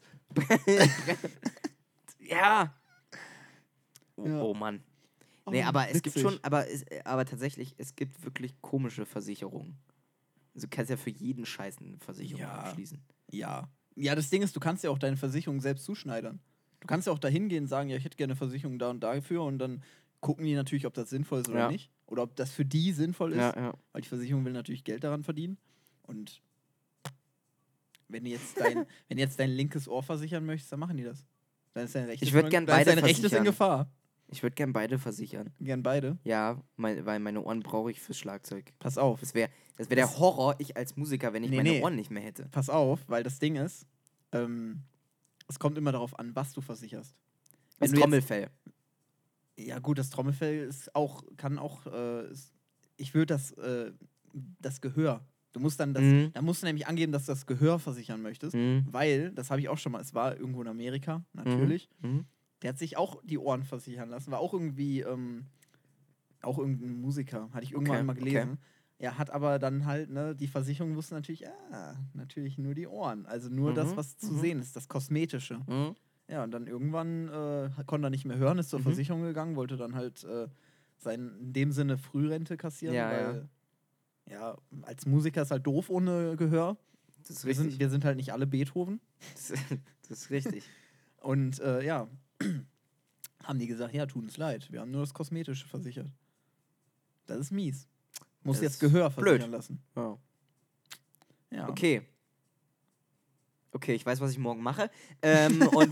Speaker 2: Ja. Oh,
Speaker 1: Ja.
Speaker 2: oh Mann. Nee,
Speaker 1: Oh,
Speaker 2: aber es gibt
Speaker 1: witzig.
Speaker 2: schon, aber, es, aber tatsächlich, es gibt wirklich komische Versicherungen. Also du kannst ja für jeden Scheiß eine Versicherung
Speaker 1: Ja.
Speaker 2: abschließen.
Speaker 1: Ja. Ja, das Ding ist, du kannst ja auch deine Versicherung selbst zuschneidern. Du kannst ja auch da hingehen und sagen, ja, ich hätte gerne eine Versicherung da und dafür und dann gucken die natürlich, ob das sinnvoll ist oder
Speaker 2: Ja.
Speaker 1: nicht. Oder ob das für die sinnvoll ist.
Speaker 2: Ja, ja.
Speaker 1: Weil die Versicherung will natürlich Geld daran verdienen. Und wenn du jetzt dein, wenn du jetzt dein linkes Ohr versichern möchtest, dann machen die das. Dann ist dein rechtes,
Speaker 2: Ich würd gern
Speaker 1: dann ist
Speaker 2: beide
Speaker 1: dein rechtes in
Speaker 2: versichern.
Speaker 1: Gefahr.
Speaker 2: Ich würde gern beide versichern.
Speaker 1: Gern beide.
Speaker 2: Ja, mein, weil meine Ohren brauche ich fürs Schlagzeug.
Speaker 1: Pass auf.
Speaker 2: Das wäre das wär der
Speaker 1: Das-
Speaker 2: Horror, ich als Musiker, wenn ich
Speaker 1: Nee,
Speaker 2: meine
Speaker 1: nee.
Speaker 2: Ohren nicht mehr hätte.
Speaker 1: Pass auf, weil das Ding ist, ähm, es kommt immer darauf an, was du versicherst.
Speaker 2: Das
Speaker 1: du jetzt-
Speaker 2: Trommelfell.
Speaker 1: Ja gut, das Trommelfell ist auch, kann auch, äh, ist, ich würde das, äh, das Gehör. Du musst dann das,
Speaker 2: Mhm.
Speaker 1: da musst du nämlich angeben, dass du das Gehör versichern möchtest,
Speaker 2: Mhm.
Speaker 1: weil, das habe ich auch schon mal, es war irgendwo in Amerika, natürlich.
Speaker 2: Mhm.
Speaker 1: Der hat sich auch die Ohren versichern lassen, war auch irgendwie, ähm, auch irgendein Musiker, hatte ich irgendwann
Speaker 2: Okay,
Speaker 1: mal
Speaker 2: okay.
Speaker 1: gelesen. Er hat aber dann halt, ne, die Versicherung wusste natürlich, ah, natürlich nur die Ohren, also nur das,
Speaker 2: Mhm,
Speaker 1: was zu
Speaker 2: mhm.
Speaker 1: sehen ist, das Kosmetische.
Speaker 2: Mhm.
Speaker 1: Ja, und dann irgendwann äh, konnte er nicht mehr hören, ist zur
Speaker 2: Mhm.
Speaker 1: Versicherung gegangen, wollte dann halt äh, sein, in dem Sinne Frührente kassieren,
Speaker 2: Ja,
Speaker 1: weil, ja. als Musiker ist halt doof ohne Gehör.
Speaker 2: Das ist
Speaker 1: Wir
Speaker 2: richtig.
Speaker 1: sind, wir sind halt nicht alle Beethoven.
Speaker 2: Das, das ist richtig.
Speaker 1: Und äh, ja, haben die gesagt, ja, tut uns leid, wir haben nur das Kosmetische versichert. Das ist mies. Muss
Speaker 2: Das
Speaker 1: jetzt
Speaker 2: ist
Speaker 1: Gehör
Speaker 2: blöd.
Speaker 1: versichern lassen.
Speaker 2: Ja.
Speaker 1: Ja.
Speaker 2: Okay. Okay, ich weiß, was ich morgen mache. Ähm, und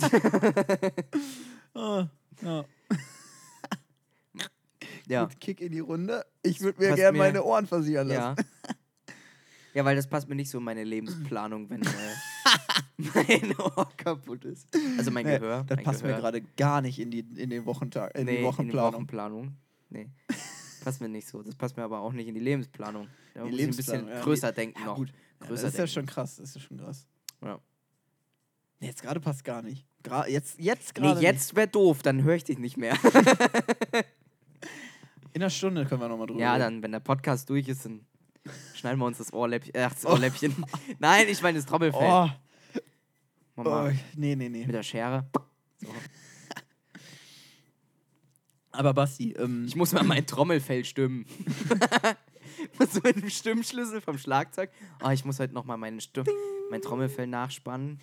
Speaker 1: Ah, ja.
Speaker 2: ja.
Speaker 1: Gut, Kick in die Runde. Ich würde mir
Speaker 2: Passt
Speaker 1: gerne
Speaker 2: mir-
Speaker 1: meine Ohren versichern lassen.
Speaker 2: Ja. Ja, weil das passt mir nicht so in meine Lebensplanung, wenn äh, mein Ohr kaputt ist. Also mein
Speaker 1: Nee,
Speaker 2: Gehör.
Speaker 1: das
Speaker 2: mein
Speaker 1: passt
Speaker 2: Gehör.
Speaker 1: mir gerade gar nicht in, die, in den Wochentag, in
Speaker 2: nee,
Speaker 1: die Wochenplanung.
Speaker 2: In die Wochenplanung. Nee. Passt mir nicht so. Das passt mir aber auch nicht in die Lebensplanung. Da
Speaker 1: Die
Speaker 2: muss ich ein bisschen
Speaker 1: Lebensplanung, ja,
Speaker 2: größer
Speaker 1: die-
Speaker 2: denken
Speaker 1: Ja,
Speaker 2: noch.
Speaker 1: gut. Ja,
Speaker 2: Größer
Speaker 1: das ist ja
Speaker 2: denken.
Speaker 1: schon krass. Das ist schon krass.
Speaker 2: Ja.
Speaker 1: Nee, jetzt gerade passt gar nicht. Gra jetzt jetzt
Speaker 2: Nee,
Speaker 1: gerade.
Speaker 2: jetzt wäre doof, dann höre ich dich nicht mehr.
Speaker 1: Nicht. In einer Stunde können wir nochmal drüber
Speaker 2: Ja,
Speaker 1: reden.
Speaker 2: dann, wenn der Podcast durch ist, dann schneiden wir uns das Ohrläppchen. Ach, das Ohrläppchen. Nein, ich meine das Trommelfell.
Speaker 1: Oh,
Speaker 2: Mama,
Speaker 1: oh, nee, nee, nee.
Speaker 2: mit der Schere. So.
Speaker 1: Aber Basti, ähm,
Speaker 2: Ich muss mal mein Trommelfell stimmen. muss so mit dem Stimmschlüssel vom Schlagzeug. Oh, ich muss heute nochmal mein, Stimm mein Trommelfell nachspannen.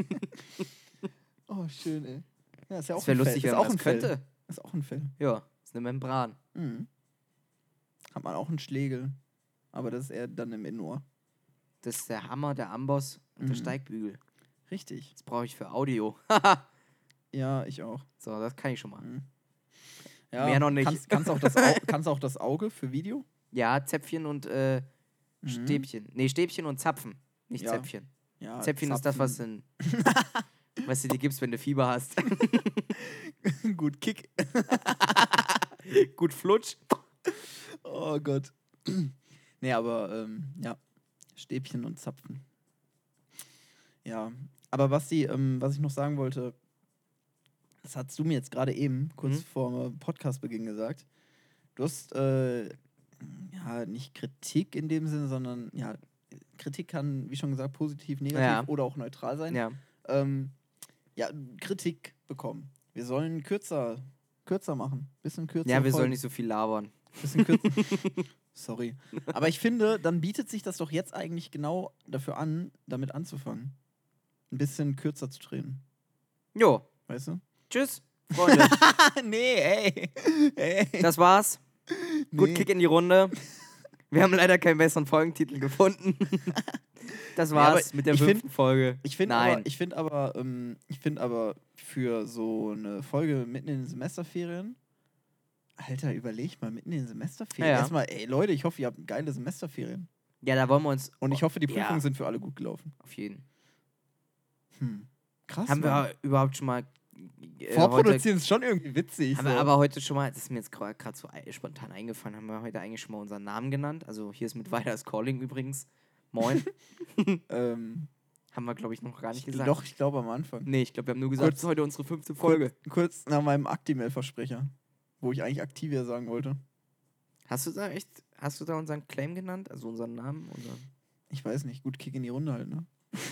Speaker 1: oh, schön, ey. Ja, ist ja auch
Speaker 2: Das wäre
Speaker 1: ein
Speaker 2: lustig,
Speaker 1: Fell.
Speaker 2: wenn
Speaker 1: Ist
Speaker 2: man
Speaker 1: auch
Speaker 2: das
Speaker 1: ein Fell.
Speaker 2: könnte.
Speaker 1: Ist auch ein Fell.
Speaker 2: Ja, ist eine Membran.
Speaker 1: Mhm. Hat man auch einen Schlegel. Aber das ist eher dann im Innenohr.
Speaker 2: Das ist der Hammer, der Amboss und der
Speaker 1: Mhm.
Speaker 2: Steigbügel.
Speaker 1: Richtig.
Speaker 2: Das brauche ich für Audio.
Speaker 1: Ja, ich auch.
Speaker 2: So, das kann ich schon mal.
Speaker 1: Mhm. Ja,
Speaker 2: Mehr noch nicht.
Speaker 1: Kannst, kannst, auch das Au kannst auch das Auge für Video?
Speaker 2: Ja, Zäpfchen und äh,
Speaker 1: Mhm.
Speaker 2: Stäbchen. Nee, Stäbchen und Zapfen. Nicht
Speaker 1: Ja.
Speaker 2: Zäpfchen.
Speaker 1: Ja,
Speaker 2: Zäpfchen ist das, was,
Speaker 1: Zapfen.
Speaker 2: in, was du dir gibst, wenn du Fieber hast.
Speaker 1: Gut, Kick.
Speaker 2: Gut flutsch.
Speaker 1: Oh Gott. Nee, aber ähm, ja, Stäbchen und Zapfen. Ja, aber Basti, ähm, was ich noch sagen wollte, das hast du mir jetzt gerade eben, kurz
Speaker 2: Mhm.
Speaker 1: vor Podcastbeginn gesagt. Du hast, äh, ja, nicht Kritik in dem Sinne, sondern, ja, Kritik kann, wie schon gesagt, positiv, negativ
Speaker 2: Ja.
Speaker 1: oder auch neutral sein.
Speaker 2: Ja.
Speaker 1: Ähm, ja, Kritik bekommen. Wir sollen kürzer, kürzer machen. Bisschen kürzer.
Speaker 2: Ja, wir sollen
Speaker 1: Folgen.
Speaker 2: nicht so viel labern.
Speaker 1: Bisschen kürzer. Sorry. Aber ich finde, dann bietet sich das doch jetzt eigentlich genau dafür an, damit anzufangen. Ein bisschen kürzer zu drehen.
Speaker 2: Jo.
Speaker 1: Weißt du?
Speaker 2: Tschüss, Freunde.
Speaker 1: nee, ey. ey.
Speaker 2: Das war's.
Speaker 1: Nee.
Speaker 2: Gut Kick in die Runde. Wir haben leider keinen besseren Folgentitel gefunden. Das war's
Speaker 1: Ja,
Speaker 2: mit der
Speaker 1: ich
Speaker 2: fünften
Speaker 1: find-
Speaker 2: Folge.
Speaker 1: Ich finde
Speaker 2: Nein.
Speaker 1: aber, ich find aber, ähm, ich find aber für so eine Folge mitten in den Semesterferien, Alter, überleg mal, mitten in den Semesterferien.
Speaker 2: Ja, ja.
Speaker 1: Erstmal, ey Leute, ich hoffe, ihr habt geile Semesterferien.
Speaker 2: Ja, da wollen wir uns.
Speaker 1: Und ich hoffe, die Prüfungen
Speaker 2: Ja.
Speaker 1: sind für alle gut gelaufen.
Speaker 2: Auf jeden.
Speaker 1: Hm. Krass.
Speaker 2: Haben
Speaker 1: Mann.
Speaker 2: wir überhaupt schon mal. Äh, heute,
Speaker 1: Vorproduzieren ist schon irgendwie witzig.
Speaker 2: haben
Speaker 1: so.
Speaker 2: wir aber heute schon mal, das ist mir jetzt gerade so ei- spontan eingefallen, haben wir heute eigentlich schon mal unseren Namen genannt. Also hier ist mit Weiders Calling übrigens. Moin.
Speaker 1: ähm,
Speaker 2: Haben wir, glaube ich, noch gar nicht
Speaker 1: ich,
Speaker 2: gesagt.
Speaker 1: doch, ich glaube am Anfang.
Speaker 2: Nee, ich glaube, wir haben nur gesagt,
Speaker 1: Kurz-
Speaker 2: es ist heute unsere fünfte Folge.
Speaker 1: Kurz, kurz nach meinem Actimel-Versprecher, wo ich eigentlich Activia sagen wollte.
Speaker 2: Hast du da echt, hast du da unseren Claim genannt? Also unseren Namen? Unseren
Speaker 1: Ich weiß nicht, gut Kick in die Runde halt, ne?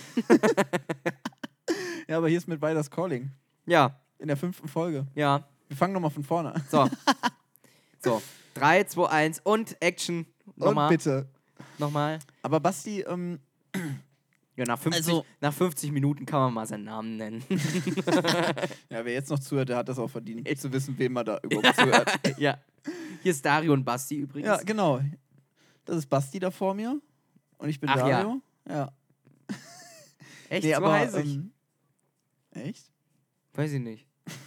Speaker 1: Ja, aber hier ist mit Weiders Calling.
Speaker 2: ja,
Speaker 1: In der fünften Folge.
Speaker 2: ja.
Speaker 1: Wir fangen nochmal von vorne an.
Speaker 2: So. So. drei, zwei, eins und Action.
Speaker 1: Und
Speaker 2: Nochmal.
Speaker 1: bitte.
Speaker 2: Nochmal.
Speaker 1: Aber Basti, ähm,
Speaker 2: Ja, nach fünfzig,
Speaker 1: Also-
Speaker 2: nach fünfzig Minuten kann man mal seinen Namen nennen.
Speaker 1: ja, wer jetzt noch zuhört, der hat das auch verdient, zu wissen, wem man da überhaupt zuhört.
Speaker 2: ja. Hier ist Dario und Basti übrigens.
Speaker 1: Ja, genau. Das ist Basti da vor mir. Und ich bin
Speaker 2: Ach ja.
Speaker 1: Dario. Ja.
Speaker 2: Echt,
Speaker 1: Nee,
Speaker 2: so
Speaker 1: aber,
Speaker 2: heiß ich?
Speaker 1: ähm, echt?
Speaker 2: Weiß ich nicht.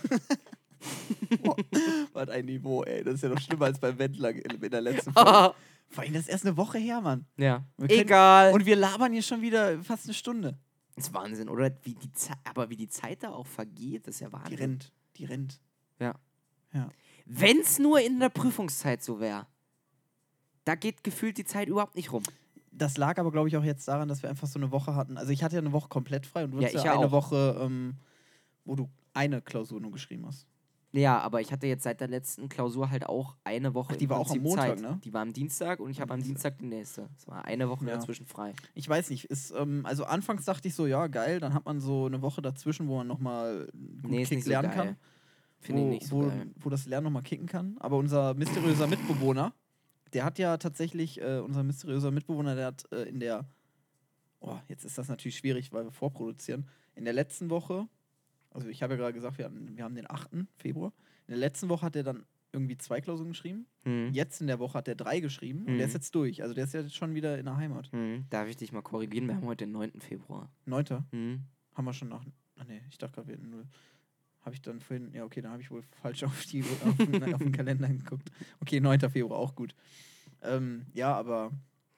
Speaker 1: Boah, was ein Niveau, ey. Das ist ja noch schlimmer als beim Wendler in in der letzten Folge. Vor allem, das ist erst eine Woche her, Mann.
Speaker 2: ja.
Speaker 1: Wir können-
Speaker 2: Egal.
Speaker 1: Und wir labern hier schon wieder fast eine Stunde.
Speaker 2: Das ist Wahnsinn, oder? Wie die Zeit, aber wie die Zeit da auch vergeht, das ist ja
Speaker 1: Die
Speaker 2: Wahnsinn.
Speaker 1: rennt. Die rennt.
Speaker 2: Ja.
Speaker 1: Ja.
Speaker 2: Wenn's nur in der Prüfungszeit so wäre. Da geht gefühlt die Zeit überhaupt nicht rum.
Speaker 1: Das lag aber, glaube ich, auch jetzt daran, dass wir einfach so eine Woche hatten. Also ich hatte ja eine Woche komplett frei und du
Speaker 2: Ja,
Speaker 1: hattest ja,
Speaker 2: ich ja
Speaker 1: eine
Speaker 2: auch.
Speaker 1: Woche, ähm, wo du eine Klausur nur geschrieben hast.
Speaker 2: Ja, aber ich hatte jetzt seit der letzten Klausur halt auch eine Woche.
Speaker 1: Ach, die
Speaker 2: im
Speaker 1: war auch am
Speaker 2: Prinzip
Speaker 1: Montag,
Speaker 2: Zeit.
Speaker 1: ne?
Speaker 2: Die war am Dienstag und ich habe am Dienstag die nächste. Es war eine Woche
Speaker 1: Ja.
Speaker 2: dazwischen frei.
Speaker 1: Ich weiß nicht, ist, ähm, also anfangs dachte ich so, ja, geil, dann hat man so eine Woche dazwischen, wo man nochmal gut
Speaker 2: Nee, ist
Speaker 1: Kick
Speaker 2: nicht so
Speaker 1: lernen
Speaker 2: geil.
Speaker 1: kann.
Speaker 2: Finde ich
Speaker 1: wo,
Speaker 2: nicht so
Speaker 1: wo,
Speaker 2: geil.
Speaker 1: wo das Lernen nochmal kicken kann. Aber unser mysteriöser Mitbewohner, der hat ja tatsächlich, äh, unser mysteriöser Mitbewohner, der hat äh, in der, oh, jetzt ist das natürlich schwierig, weil wir vorproduzieren, in der letzten Woche, also ich habe ja gerade gesagt, wir, hatten, wir haben den achten Februar, in der letzten Woche hat er dann irgendwie zwei Klausuren geschrieben.
Speaker 2: Hm.
Speaker 1: Jetzt in der Woche hat er drei geschrieben und
Speaker 2: Mhm.
Speaker 1: der ist jetzt durch. Also der ist jetzt schon wieder in der Heimat.
Speaker 2: Hm. Darf ich dich mal korrigieren? Wir haben heute den neunten Februar.
Speaker 1: Neunter
Speaker 2: Hm.
Speaker 1: haben wir schon nach. Ach nee, ich dachte gerade, wir hätten null. Habe ich dann vorhin. Ja, okay, dann habe ich wohl falsch auf, die, auf, den, auf den Kalender geguckt. Okay, neunter Februar, auch gut. Ähm, ja, aber.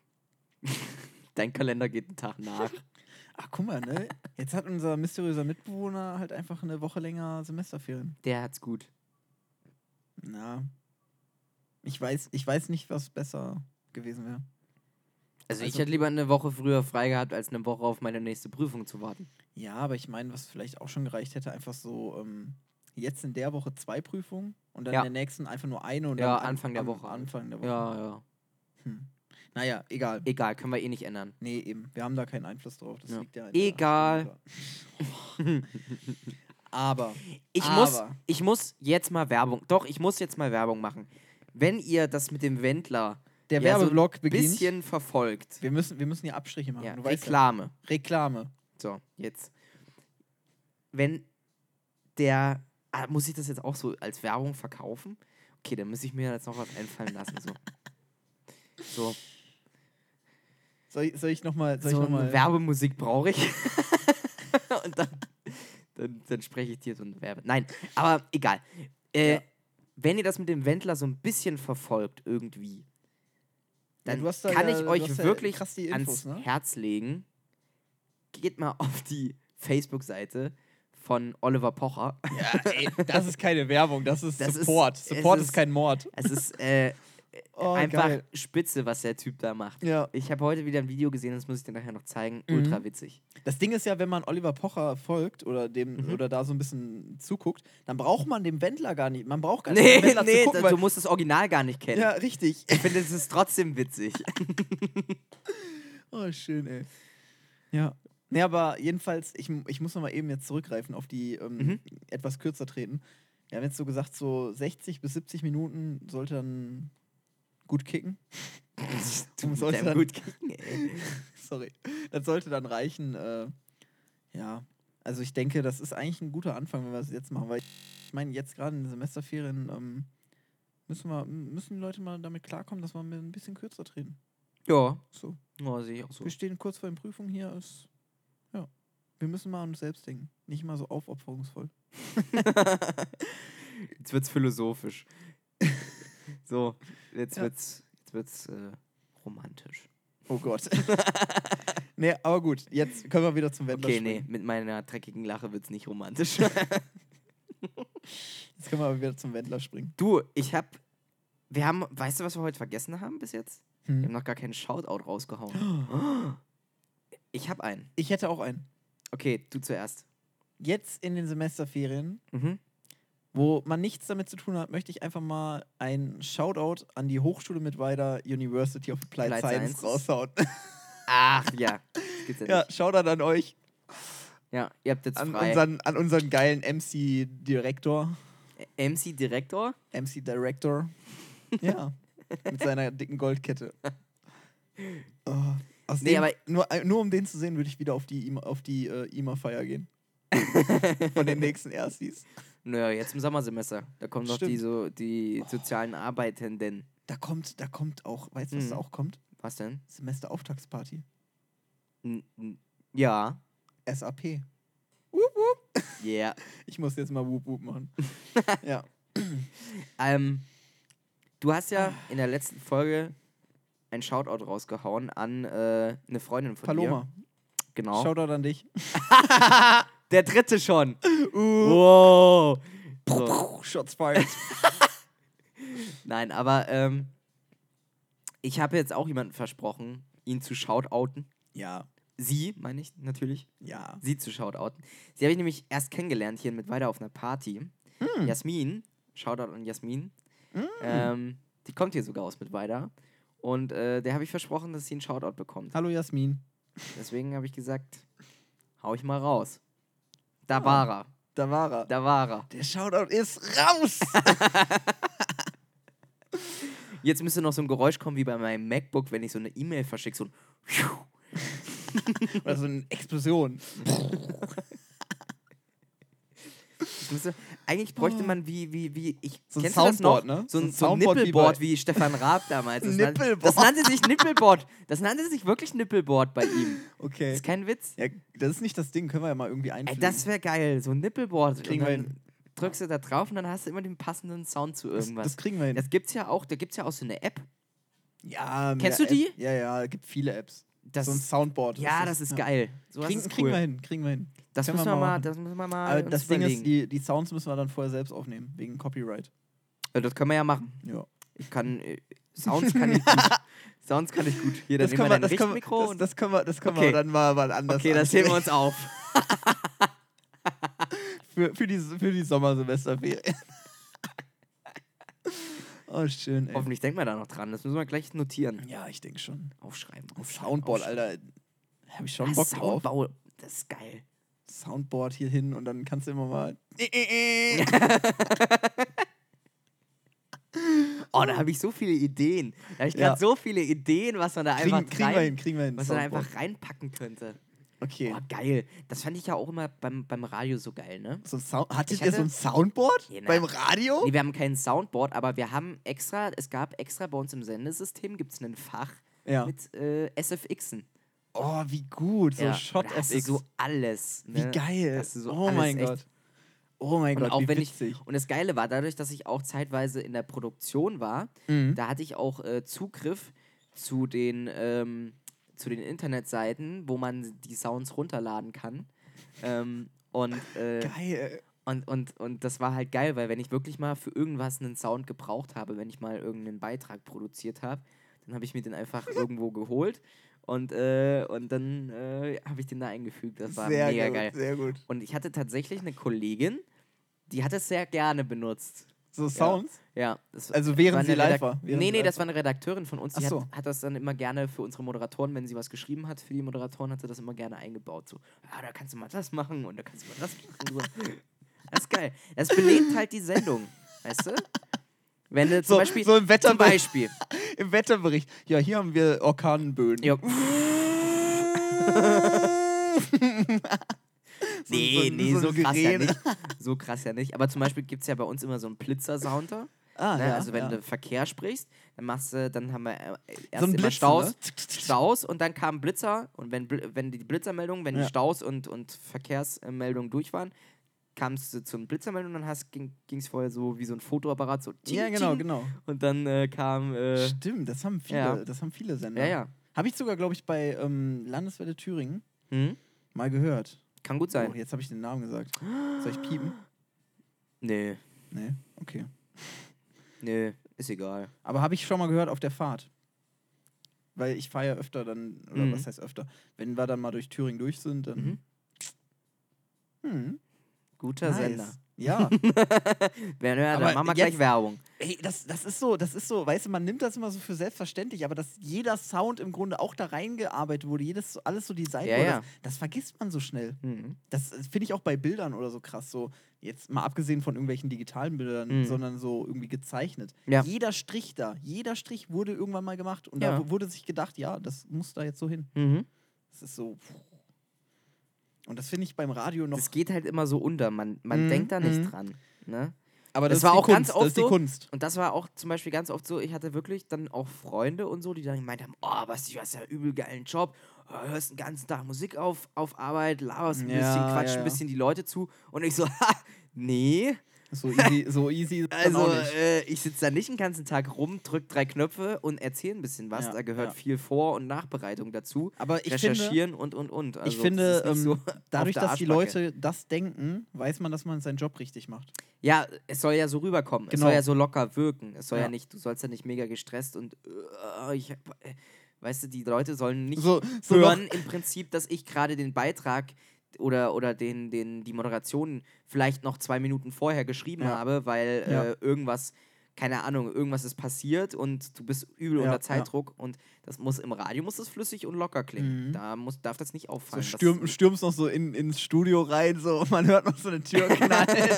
Speaker 2: Dein Kalender geht einen Tag nach.
Speaker 1: Ach, guck mal, ne? Jetzt hat unser mysteriöser Mitbewohner halt einfach eine Woche länger Semesterferien.
Speaker 2: Der hat's gut.
Speaker 1: Na. Ich weiß, ich weiß nicht, was besser gewesen wäre.
Speaker 2: Also, ich
Speaker 1: Also-
Speaker 2: hätte lieber eine Woche früher frei gehabt, als eine Woche auf meine nächste Prüfung zu warten.
Speaker 1: Ja, aber ich meine, was vielleicht auch schon gereicht hätte, einfach so, ähm, jetzt in der Woche zwei Prüfungen und dann
Speaker 2: Ja.
Speaker 1: in der nächsten einfach nur eine und
Speaker 2: Ja,
Speaker 1: dann an-
Speaker 2: Anfang der
Speaker 1: am
Speaker 2: Woche.
Speaker 1: Anfang der Woche.
Speaker 2: Ja, ja.
Speaker 1: Hm. Naja, egal.
Speaker 2: Egal, können wir eh nicht ändern.
Speaker 1: Nee, eben. Wir haben da keinen Einfluss drauf. Das
Speaker 2: Ja.
Speaker 1: liegt ja in
Speaker 2: Egal.
Speaker 1: Der aber.
Speaker 2: Ich
Speaker 1: aber.
Speaker 2: muss, ich muss jetzt mal Werbung. Doch, ich muss jetzt mal Werbung machen. Wenn ihr das mit dem Wendler
Speaker 1: Der
Speaker 2: ja, so
Speaker 1: Werbeblock
Speaker 2: ein
Speaker 1: beginnt.
Speaker 2: bisschen verfolgt.
Speaker 1: Wir müssen, wir müssen hier Abstriche machen.
Speaker 2: Ja,
Speaker 1: du weißt
Speaker 2: Reklame.
Speaker 1: ja. Reklame.
Speaker 2: So, jetzt. Wenn der. Ah, muss ich das jetzt auch so als Werbung verkaufen? Okay, dann muss ich mir jetzt noch was einfallen lassen. So, so,
Speaker 1: Soll ich, soll ich nochmal.
Speaker 2: so
Speaker 1: noch mal-
Speaker 2: eine Werbemusik brauche ich. Und dann, dann, dann spreche ich dir so eine Werbe. Nein, aber egal. Äh,
Speaker 1: Ja.
Speaker 2: Wenn ihr das mit dem Wendler so ein bisschen verfolgt, irgendwie,
Speaker 1: Ja,
Speaker 2: dann
Speaker 1: du hast da
Speaker 2: kann
Speaker 1: ja-
Speaker 2: ich
Speaker 1: du
Speaker 2: euch
Speaker 1: hast ja
Speaker 2: wirklich
Speaker 1: krass die Infos,
Speaker 2: ans
Speaker 1: ne?
Speaker 2: Herz legen. Geht mal auf die Facebook-Seite von Oliver Pocher.
Speaker 1: Ja, ey, das ist keine Werbung, das ist
Speaker 2: Das ist-
Speaker 1: Support.
Speaker 2: es
Speaker 1: Support ist,
Speaker 2: ist-
Speaker 1: kein Mord.
Speaker 2: Es ist äh,
Speaker 1: Oh,
Speaker 2: einfach
Speaker 1: geil.
Speaker 2: spitze, was der Typ da macht.
Speaker 1: Ja.
Speaker 2: Ich habe heute wieder ein Video gesehen, das muss ich dir nachher noch zeigen.
Speaker 1: Mhm.
Speaker 2: Ultra witzig.
Speaker 1: Das Ding ist ja, wenn man Oliver Pocher folgt oder dem
Speaker 2: Mhm.
Speaker 1: oder da so ein bisschen zuguckt, dann braucht man dem Wendler gar nicht. Man braucht gar nicht
Speaker 2: Nee,
Speaker 1: den Wendler
Speaker 2: nee,
Speaker 1: zu gucken,
Speaker 2: da-
Speaker 1: weil,
Speaker 2: du musst das Original gar nicht kennen.
Speaker 1: ja, richtig.
Speaker 2: Ich finde, es ist trotzdem witzig.
Speaker 1: Oh, schön, ey. Ja. Nee, aber jedenfalls, ich, ich muss noch mal eben jetzt zurückgreifen auf die ähm,
Speaker 2: Mhm.
Speaker 1: etwas kürzer treten. Wir haben jetzt so gesagt, so sechzig bis siebzig Minuten sollte dann gut kicken.
Speaker 2: Du mit
Speaker 1: sollte
Speaker 2: deinem
Speaker 1: dann-
Speaker 2: gut kicken, ey.
Speaker 1: Sorry. Das sollte dann reichen. Äh, ja, also ich denke, das ist eigentlich ein guter Anfang, wenn wir das jetzt machen, weil ich meine, jetzt gerade in den Semesterferien ähm, müssen, wir, müssen die Leute mal damit klarkommen, dass wir ein bisschen kürzer treten.
Speaker 2: Ja,
Speaker 1: So.
Speaker 2: ja sehe ich auch so.
Speaker 1: Wir stehen kurz vor den Prüfungen hier. Ist, ja. Wir müssen mal an uns selbst denken. Nicht mal so aufopferungsvoll.
Speaker 2: Jetzt wird's philosophisch. So, jetzt
Speaker 1: Ja.
Speaker 2: wird's, jetzt wird's äh, romantisch.
Speaker 1: Oh Gott. Nee, aber gut. Jetzt können wir wieder zum Wendler
Speaker 2: Okay, nee,
Speaker 1: springen.
Speaker 2: mit meiner dreckigen Lache wird's nicht romantisch.
Speaker 1: Jetzt können wir aber wieder zum Wendler springen.
Speaker 2: Du, ich hab. Wir haben. Weißt du, was wir heute vergessen haben bis jetzt? Wir haben
Speaker 1: Hm.
Speaker 2: noch gar keinen Shoutout rausgehauen. Ich hab einen.
Speaker 1: Ich hätte auch einen.
Speaker 2: Okay, du zuerst.
Speaker 1: Jetzt in den Semesterferien,
Speaker 2: Mhm.
Speaker 1: wo man nichts damit zu tun hat, möchte ich einfach mal einen Shoutout an die Hochschule Mittweida University of Applied,
Speaker 2: Applied
Speaker 1: Science
Speaker 2: Sciences.
Speaker 1: raushauen.
Speaker 2: Ach ja. Das gibt's ja,
Speaker 1: Ja,
Speaker 2: nicht.
Speaker 1: Shoutout an euch,
Speaker 2: Ja, ihr habt jetzt
Speaker 1: an
Speaker 2: frei.
Speaker 1: unseren, an unseren geilen M C-Direktor.
Speaker 2: M C Direktor?
Speaker 1: M C-Director. Ja, mit seiner dicken Goldkette. Oh, aus
Speaker 2: Nee,
Speaker 1: dem,
Speaker 2: aber-
Speaker 1: nur, äh, nur um den zu sehen, würde ich wieder auf die, IMA auf die äh, I M A-Feier gehen. Von den nächsten Erstis.
Speaker 2: Naja, jetzt im Sommersemester. Da kommen noch die,
Speaker 1: Stimmt.
Speaker 2: so, die sozialen Arbeitenden.
Speaker 1: Da kommt, da kommt auch, weißt du, was
Speaker 2: Mhm.
Speaker 1: da auch kommt?
Speaker 2: Was denn?
Speaker 1: Semesterauftaktsparty.
Speaker 2: N n ja.
Speaker 1: S A P.
Speaker 2: Yeah.
Speaker 1: Ich muss jetzt mal Wup Wup machen. Ja.
Speaker 2: Ähm, du hast ja in der letzten Folge ein Shoutout rausgehauen an äh, eine Freundin von
Speaker 1: Paloma.
Speaker 2: dir. Genau.
Speaker 1: Shoutout an dich.
Speaker 2: Der dritte schon.
Speaker 1: Uh.
Speaker 2: Wow. So.
Speaker 1: Shots fired.
Speaker 2: Nein, aber ähm, ich habe jetzt auch jemanden versprochen, ihn zu shoutouten.
Speaker 1: Ja.
Speaker 2: Sie, meine ich natürlich.
Speaker 1: Ja.
Speaker 2: Sie zu shoutouten. Sie habe ich nämlich erst kennengelernt hier mit weiter auf einer Party.
Speaker 1: Mm.
Speaker 2: Jasmin, Shoutout an Jasmin.
Speaker 1: Mm.
Speaker 2: Ähm, die kommt hier sogar aus mit weiter. Und äh, der habe ich versprochen, dass sie einen Shoutout bekommt.
Speaker 1: Hallo Jasmin.
Speaker 2: Deswegen habe ich gesagt, hau ich mal raus. Da
Speaker 1: Ah.
Speaker 2: war er.
Speaker 1: Da war er.
Speaker 2: Da war er.
Speaker 1: Der Shoutout ist raus.
Speaker 2: Jetzt müsste noch so ein Geräusch kommen wie bei meinem MacBook, wenn ich so eine E-Mail verschicke. So ein
Speaker 1: Oder so eine Explosion.
Speaker 2: Das müsste, eigentlich bräuchte man wie, wie, wie, ich,
Speaker 1: So ein
Speaker 2: kennst du das noch?
Speaker 1: Soundboard, ne?
Speaker 2: So ein,
Speaker 1: So ein
Speaker 2: so ein
Speaker 1: Soundboard wie
Speaker 2: Nippelboard
Speaker 1: bei-
Speaker 2: wie, Stefan Raab damals. Das, nan-
Speaker 1: Nippelboard.
Speaker 2: das nannte sich Nippelboard. Das nannte sich wirklich Nippelboard bei ihm. Das
Speaker 1: Okay.
Speaker 2: ist kein Witz.
Speaker 1: Ja, das ist nicht das Ding. Können wir ja mal irgendwie
Speaker 2: Ey,
Speaker 1: einfliegen.
Speaker 2: das wäre geil, so ein Nippelboard.
Speaker 1: Kriegen
Speaker 2: und
Speaker 1: wir
Speaker 2: dann
Speaker 1: hin.
Speaker 2: drückst du da drauf und dann hast du immer den passenden Sound zu
Speaker 1: das,
Speaker 2: irgendwas.
Speaker 1: das kriegen wir hin.
Speaker 2: Das gibt's ja auch, da gibt's ja auch so eine App.
Speaker 1: Ja, mit
Speaker 2: Kennst
Speaker 1: der
Speaker 2: du die?
Speaker 1: App. Ja, ja, es gibt viele Apps.
Speaker 2: Das
Speaker 1: so ein Soundboard.
Speaker 2: ja, das ist geil. So
Speaker 1: Kriegen,
Speaker 2: ist cool.
Speaker 1: kriegen wir hin, kriegen wir hin.
Speaker 2: Das
Speaker 1: Können
Speaker 2: müssen
Speaker 1: wir
Speaker 2: wir
Speaker 1: mal
Speaker 2: mal,
Speaker 1: machen.
Speaker 2: das müssen wir mal
Speaker 1: Aber
Speaker 2: uns
Speaker 1: das Ding ist,
Speaker 2: überlegen.
Speaker 1: die, die Sounds müssen wir dann vorher selbst aufnehmen, wegen Copyright.
Speaker 2: Ja, das können wir ja machen.
Speaker 1: Ja.
Speaker 2: Ich kann, äh, Sounds kann ich gut. Sounds kann ich gut. Hier, dann
Speaker 1: Das
Speaker 2: nehmen
Speaker 1: können
Speaker 2: wir
Speaker 1: wir,
Speaker 2: dein
Speaker 1: das können, wir,
Speaker 2: Richtmikro.
Speaker 1: das,
Speaker 2: und-
Speaker 1: das können wir, das können
Speaker 2: Okay.
Speaker 1: wir dann mal, mal anders
Speaker 2: okay, das heben wir uns auf.
Speaker 1: für, für, die, für die Sommersemesterferien. Oh, schön, ey.
Speaker 2: Hoffentlich denken wir da noch dran. Das müssen wir gleich notieren.
Speaker 1: Ja, ich denke schon.
Speaker 2: Aufschreiben.
Speaker 1: Auf
Speaker 2: aufschreiben,
Speaker 1: Soundboard,
Speaker 2: aufschreiben.
Speaker 1: Alter. Hab ich schon
Speaker 2: Ah,
Speaker 1: Bock drauf.
Speaker 2: Soundbau, das ist geil.
Speaker 1: Soundboard hier hin und dann kannst du immer mal.
Speaker 2: Oh, da habe ich so viele Ideen. Da habe ich
Speaker 1: Ja.
Speaker 2: gerade so viele Ideen, was man da einfach
Speaker 1: Kriegen, kriegen wir
Speaker 2: rein,
Speaker 1: hin, kriegen wir hin.
Speaker 2: was man da
Speaker 1: Soundboard.
Speaker 2: einfach reinpacken könnte.
Speaker 1: Okay.
Speaker 2: Oh, geil. Das fand ich ja auch immer beim, beim Radio so geil, ne?
Speaker 1: So ein Sound Hattet
Speaker 2: Ich
Speaker 1: ihr so
Speaker 2: hatte-
Speaker 1: ein Soundboard?
Speaker 2: Ja, na.
Speaker 1: Beim Radio?
Speaker 2: Nee, wir haben kein Soundboard, aber wir haben extra, es gab extra bei uns im Sendesystem, gibt es ein Fach
Speaker 1: Ja.
Speaker 2: mit äh, S F Xen.
Speaker 1: Oh, wie gut. So
Speaker 2: Ja,
Speaker 1: Shot
Speaker 2: da hast
Speaker 1: F
Speaker 2: du
Speaker 1: X.
Speaker 2: so alles.
Speaker 1: Wie
Speaker 2: Ne?
Speaker 1: geil.
Speaker 2: Hast du so
Speaker 1: oh
Speaker 2: alles
Speaker 1: mein
Speaker 2: echt-
Speaker 1: Gott. Oh mein
Speaker 2: Und
Speaker 1: Gott,
Speaker 2: auch
Speaker 1: wie
Speaker 2: wenn ich,
Speaker 1: witzig.
Speaker 2: und das Geile war, dadurch, dass ich auch zeitweise in der Produktion war,
Speaker 1: Mhm.
Speaker 2: da hatte ich auch äh, Zugriff zu den, ähm, zu den Internetseiten, wo man die Sounds runterladen kann. Ähm, und, äh,
Speaker 1: Geil.
Speaker 2: und, und, und das war halt geil, weil wenn ich wirklich mal für irgendwas einen Sound gebraucht habe, wenn ich mal irgendeinen Beitrag produziert habe, dann habe ich mir den einfach irgendwo geholt und, äh, und dann äh, habe ich den da eingefügt. Das war
Speaker 1: Sehr
Speaker 2: mega
Speaker 1: gut,
Speaker 2: geil.
Speaker 1: sehr gut.
Speaker 2: Und ich hatte tatsächlich eine Kollegin, die hat es sehr gerne benutzt.
Speaker 1: So Sounds?
Speaker 2: Ja. Das
Speaker 1: Also
Speaker 2: war
Speaker 1: während
Speaker 2: eine
Speaker 1: sie live
Speaker 2: Redak-
Speaker 1: war? Während
Speaker 2: Nee,
Speaker 1: sie
Speaker 2: nee,
Speaker 1: live
Speaker 2: das war eine Redakteurin von uns, die
Speaker 1: Ach so.
Speaker 2: hat, hat das dann immer gerne für unsere Moderatoren, wenn sie was geschrieben hat, für die Moderatoren hat sie das immer gerne eingebaut. So, ja, da kannst du mal das machen und da kannst du mal das machen. So. Das ist geil. Das belebt halt die Sendung, weißt du? Wenn du zum
Speaker 1: So,
Speaker 2: Beispiel,
Speaker 1: so im
Speaker 2: zum
Speaker 1: Wetterbericht.
Speaker 2: Beispiel,
Speaker 1: Im Wetterbericht. Ja, hier haben wir Orkanböen.
Speaker 2: ja,
Speaker 1: So-
Speaker 2: nee,
Speaker 1: so-
Speaker 2: nee,
Speaker 1: so
Speaker 2: so,
Speaker 1: eine
Speaker 2: krass ja
Speaker 1: Sirene.
Speaker 2: nicht. So krass ja nicht. Aber zum Beispiel gibt es ja bei uns immer so einen Blitzer-Sounder.
Speaker 1: Ah,
Speaker 2: Ne?
Speaker 1: ja,
Speaker 2: Also wenn
Speaker 1: ja.
Speaker 2: du Verkehr sprichst, dann machst du, dann haben wir äh, erst
Speaker 1: So ein
Speaker 2: immer
Speaker 1: Blitzen,
Speaker 2: Staus,
Speaker 1: ne?
Speaker 2: Staus und dann kam Blitzer und wenn, Bl- wenn die Blitzermeldung, wenn
Speaker 1: Ja.
Speaker 2: die Staus und, und Verkehrsmeldungen durch waren, kamst du zum Blitzermeldung und dann hast, ging es vorher so wie so ein Fotoapparat so ting,
Speaker 1: Ja, genau,
Speaker 2: ting,
Speaker 1: genau.
Speaker 2: und dann äh, kam äh,
Speaker 1: Stimmt, das haben viele,
Speaker 2: ja.
Speaker 1: das haben viele Sender.
Speaker 2: ja, ja.
Speaker 1: Habe ich sogar, glaube ich, bei ähm, Landeswelle Thüringen
Speaker 2: Hm?
Speaker 1: mal gehört.
Speaker 2: Kann gut sein.
Speaker 1: Oh, jetzt habe ich den Namen gesagt. Soll ich piepen?
Speaker 2: Nee,
Speaker 1: Nee, okay.
Speaker 2: nee, ist egal.
Speaker 1: Aber habe ich schon mal gehört auf der Fahrt. Weil ich fahre ja öfter dann, oder
Speaker 2: Mhm.
Speaker 1: was heißt öfter? Wenn wir dann mal durch Thüringen durch sind, dann.
Speaker 2: Mhm.
Speaker 1: Hm,
Speaker 2: Guter
Speaker 1: nice.
Speaker 2: Sender.
Speaker 1: Ja.
Speaker 2: Wer- ja,
Speaker 1: Aber
Speaker 2: dann machen wir
Speaker 1: jetzt-
Speaker 2: gleich Werbung.
Speaker 1: Ey, das, das ist so, das ist so, weißt du, man nimmt das immer so für selbstverständlich, aber dass jeder Sound im Grunde auch da reingearbeitet wurde, jedes, so- alles so designt
Speaker 2: Ja,
Speaker 1: wurde,
Speaker 2: ja.
Speaker 1: Das, das vergisst man so schnell.
Speaker 2: Mhm.
Speaker 1: Das finde ich auch bei Bildern oder so krass. So, jetzt mal abgesehen von irgendwelchen digitalen Bildern,
Speaker 2: Mhm.
Speaker 1: sondern so irgendwie gezeichnet.
Speaker 2: Ja.
Speaker 1: Jeder Strich da, jeder Strich wurde irgendwann mal gemacht und
Speaker 2: Ja.
Speaker 1: da w- wurde sich gedacht, ja, das muss da jetzt so hin.
Speaker 2: Mhm.
Speaker 1: Das ist so. Puh. Und das finde ich beim Radio noch.
Speaker 2: Das geht halt immer so unter. Man, man
Speaker 1: Mhm,
Speaker 2: denkt da nicht
Speaker 1: mhm.
Speaker 2: dran. Ne?
Speaker 1: aber
Speaker 2: das
Speaker 1: das,
Speaker 2: war
Speaker 1: ist die
Speaker 2: auch
Speaker 1: Kunst,
Speaker 2: ganz
Speaker 1: das
Speaker 2: oft
Speaker 1: ist die
Speaker 2: so.
Speaker 1: Kunst.
Speaker 2: Und das war auch zum Beispiel ganz oft so, ich hatte wirklich dann auch Freunde und so, die dann gemeint haben, oh, was, du hast ja übel geilen Job, oh, hörst den ganzen Tag Musik auf, auf Arbeit, laberst ein
Speaker 1: Ja,
Speaker 2: bisschen, quatschst
Speaker 1: ja, ja.
Speaker 2: ein bisschen die Leute zu. Und ich so, ha, nee.
Speaker 1: So easy, so easy ist dann
Speaker 2: Also,
Speaker 1: auch nicht.
Speaker 2: äh, ich sitze da nicht den ganzen Tag rum, drück drei Knöpfe und erzähle ein bisschen was.
Speaker 1: Ja,
Speaker 2: da gehört
Speaker 1: ja.
Speaker 2: viel Vor- und Nachbereitung dazu.
Speaker 1: Aber ich finde,
Speaker 2: Recherchieren und, und, und. Also,
Speaker 1: ich finde
Speaker 2: das ist nicht
Speaker 1: ähm,
Speaker 2: so
Speaker 1: dadurch,
Speaker 2: auf der
Speaker 1: dass die
Speaker 2: Arschbacke.
Speaker 1: Leute das denken, weiß man, dass man seinen Job richtig macht.
Speaker 2: Ja, es soll ja so rüberkommen. Es
Speaker 1: Genau.
Speaker 2: soll ja so locker wirken. Es soll ja,
Speaker 1: Ja.
Speaker 2: nicht, du sollst ja nicht mega gestresst und äh, ich, hab- äh, weißt du, die Leute sollen nicht
Speaker 1: So, so
Speaker 2: hören im Prinzip, dass ich gerade den Beitrag oder, oder den, den, die Moderation vielleicht noch zwei Minuten vorher geschrieben
Speaker 1: Ja.
Speaker 2: habe, weil
Speaker 1: Ja.
Speaker 2: äh, irgendwas, keine Ahnung, irgendwas ist passiert und du bist übel
Speaker 1: Ja,
Speaker 2: unter
Speaker 1: ja.
Speaker 2: Zeitdruck und das muss im Radio muss das flüssig und locker klingen.
Speaker 1: Mhm.
Speaker 2: Da muss, darf das nicht
Speaker 1: So
Speaker 2: auffallen. Das-
Speaker 1: stürm, stürmst noch so in, ins Studio rein, so und man hört noch so eine Tür knallen.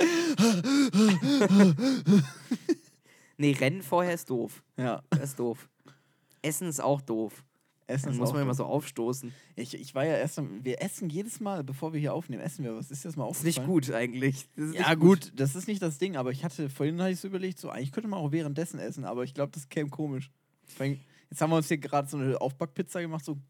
Speaker 2: nee, Rennen vorher ist doof.
Speaker 1: Ja,
Speaker 2: Das ist doof. Essen ist auch doof.
Speaker 1: Essen
Speaker 2: Dann
Speaker 1: ist
Speaker 2: muss
Speaker 1: auch
Speaker 2: man immer
Speaker 1: doof.
Speaker 2: so aufstoßen.
Speaker 1: Ich, ich war ja erst, wir essen jedes Mal, bevor wir hier aufnehmen, essen wir was. Ist dir das mal
Speaker 2: Das ist
Speaker 1: aufgefallen?
Speaker 2: nicht gut eigentlich. Das ist
Speaker 1: Ja
Speaker 2: nicht
Speaker 1: gut, das ist nicht das Ding, aber ich hatte, vorhin hatte ich so überlegt, so eigentlich könnte man auch währenddessen essen, aber ich glaube, das käme komisch. Vor allem, jetzt haben wir uns hier gerade so eine Aufbackpizza gemacht, so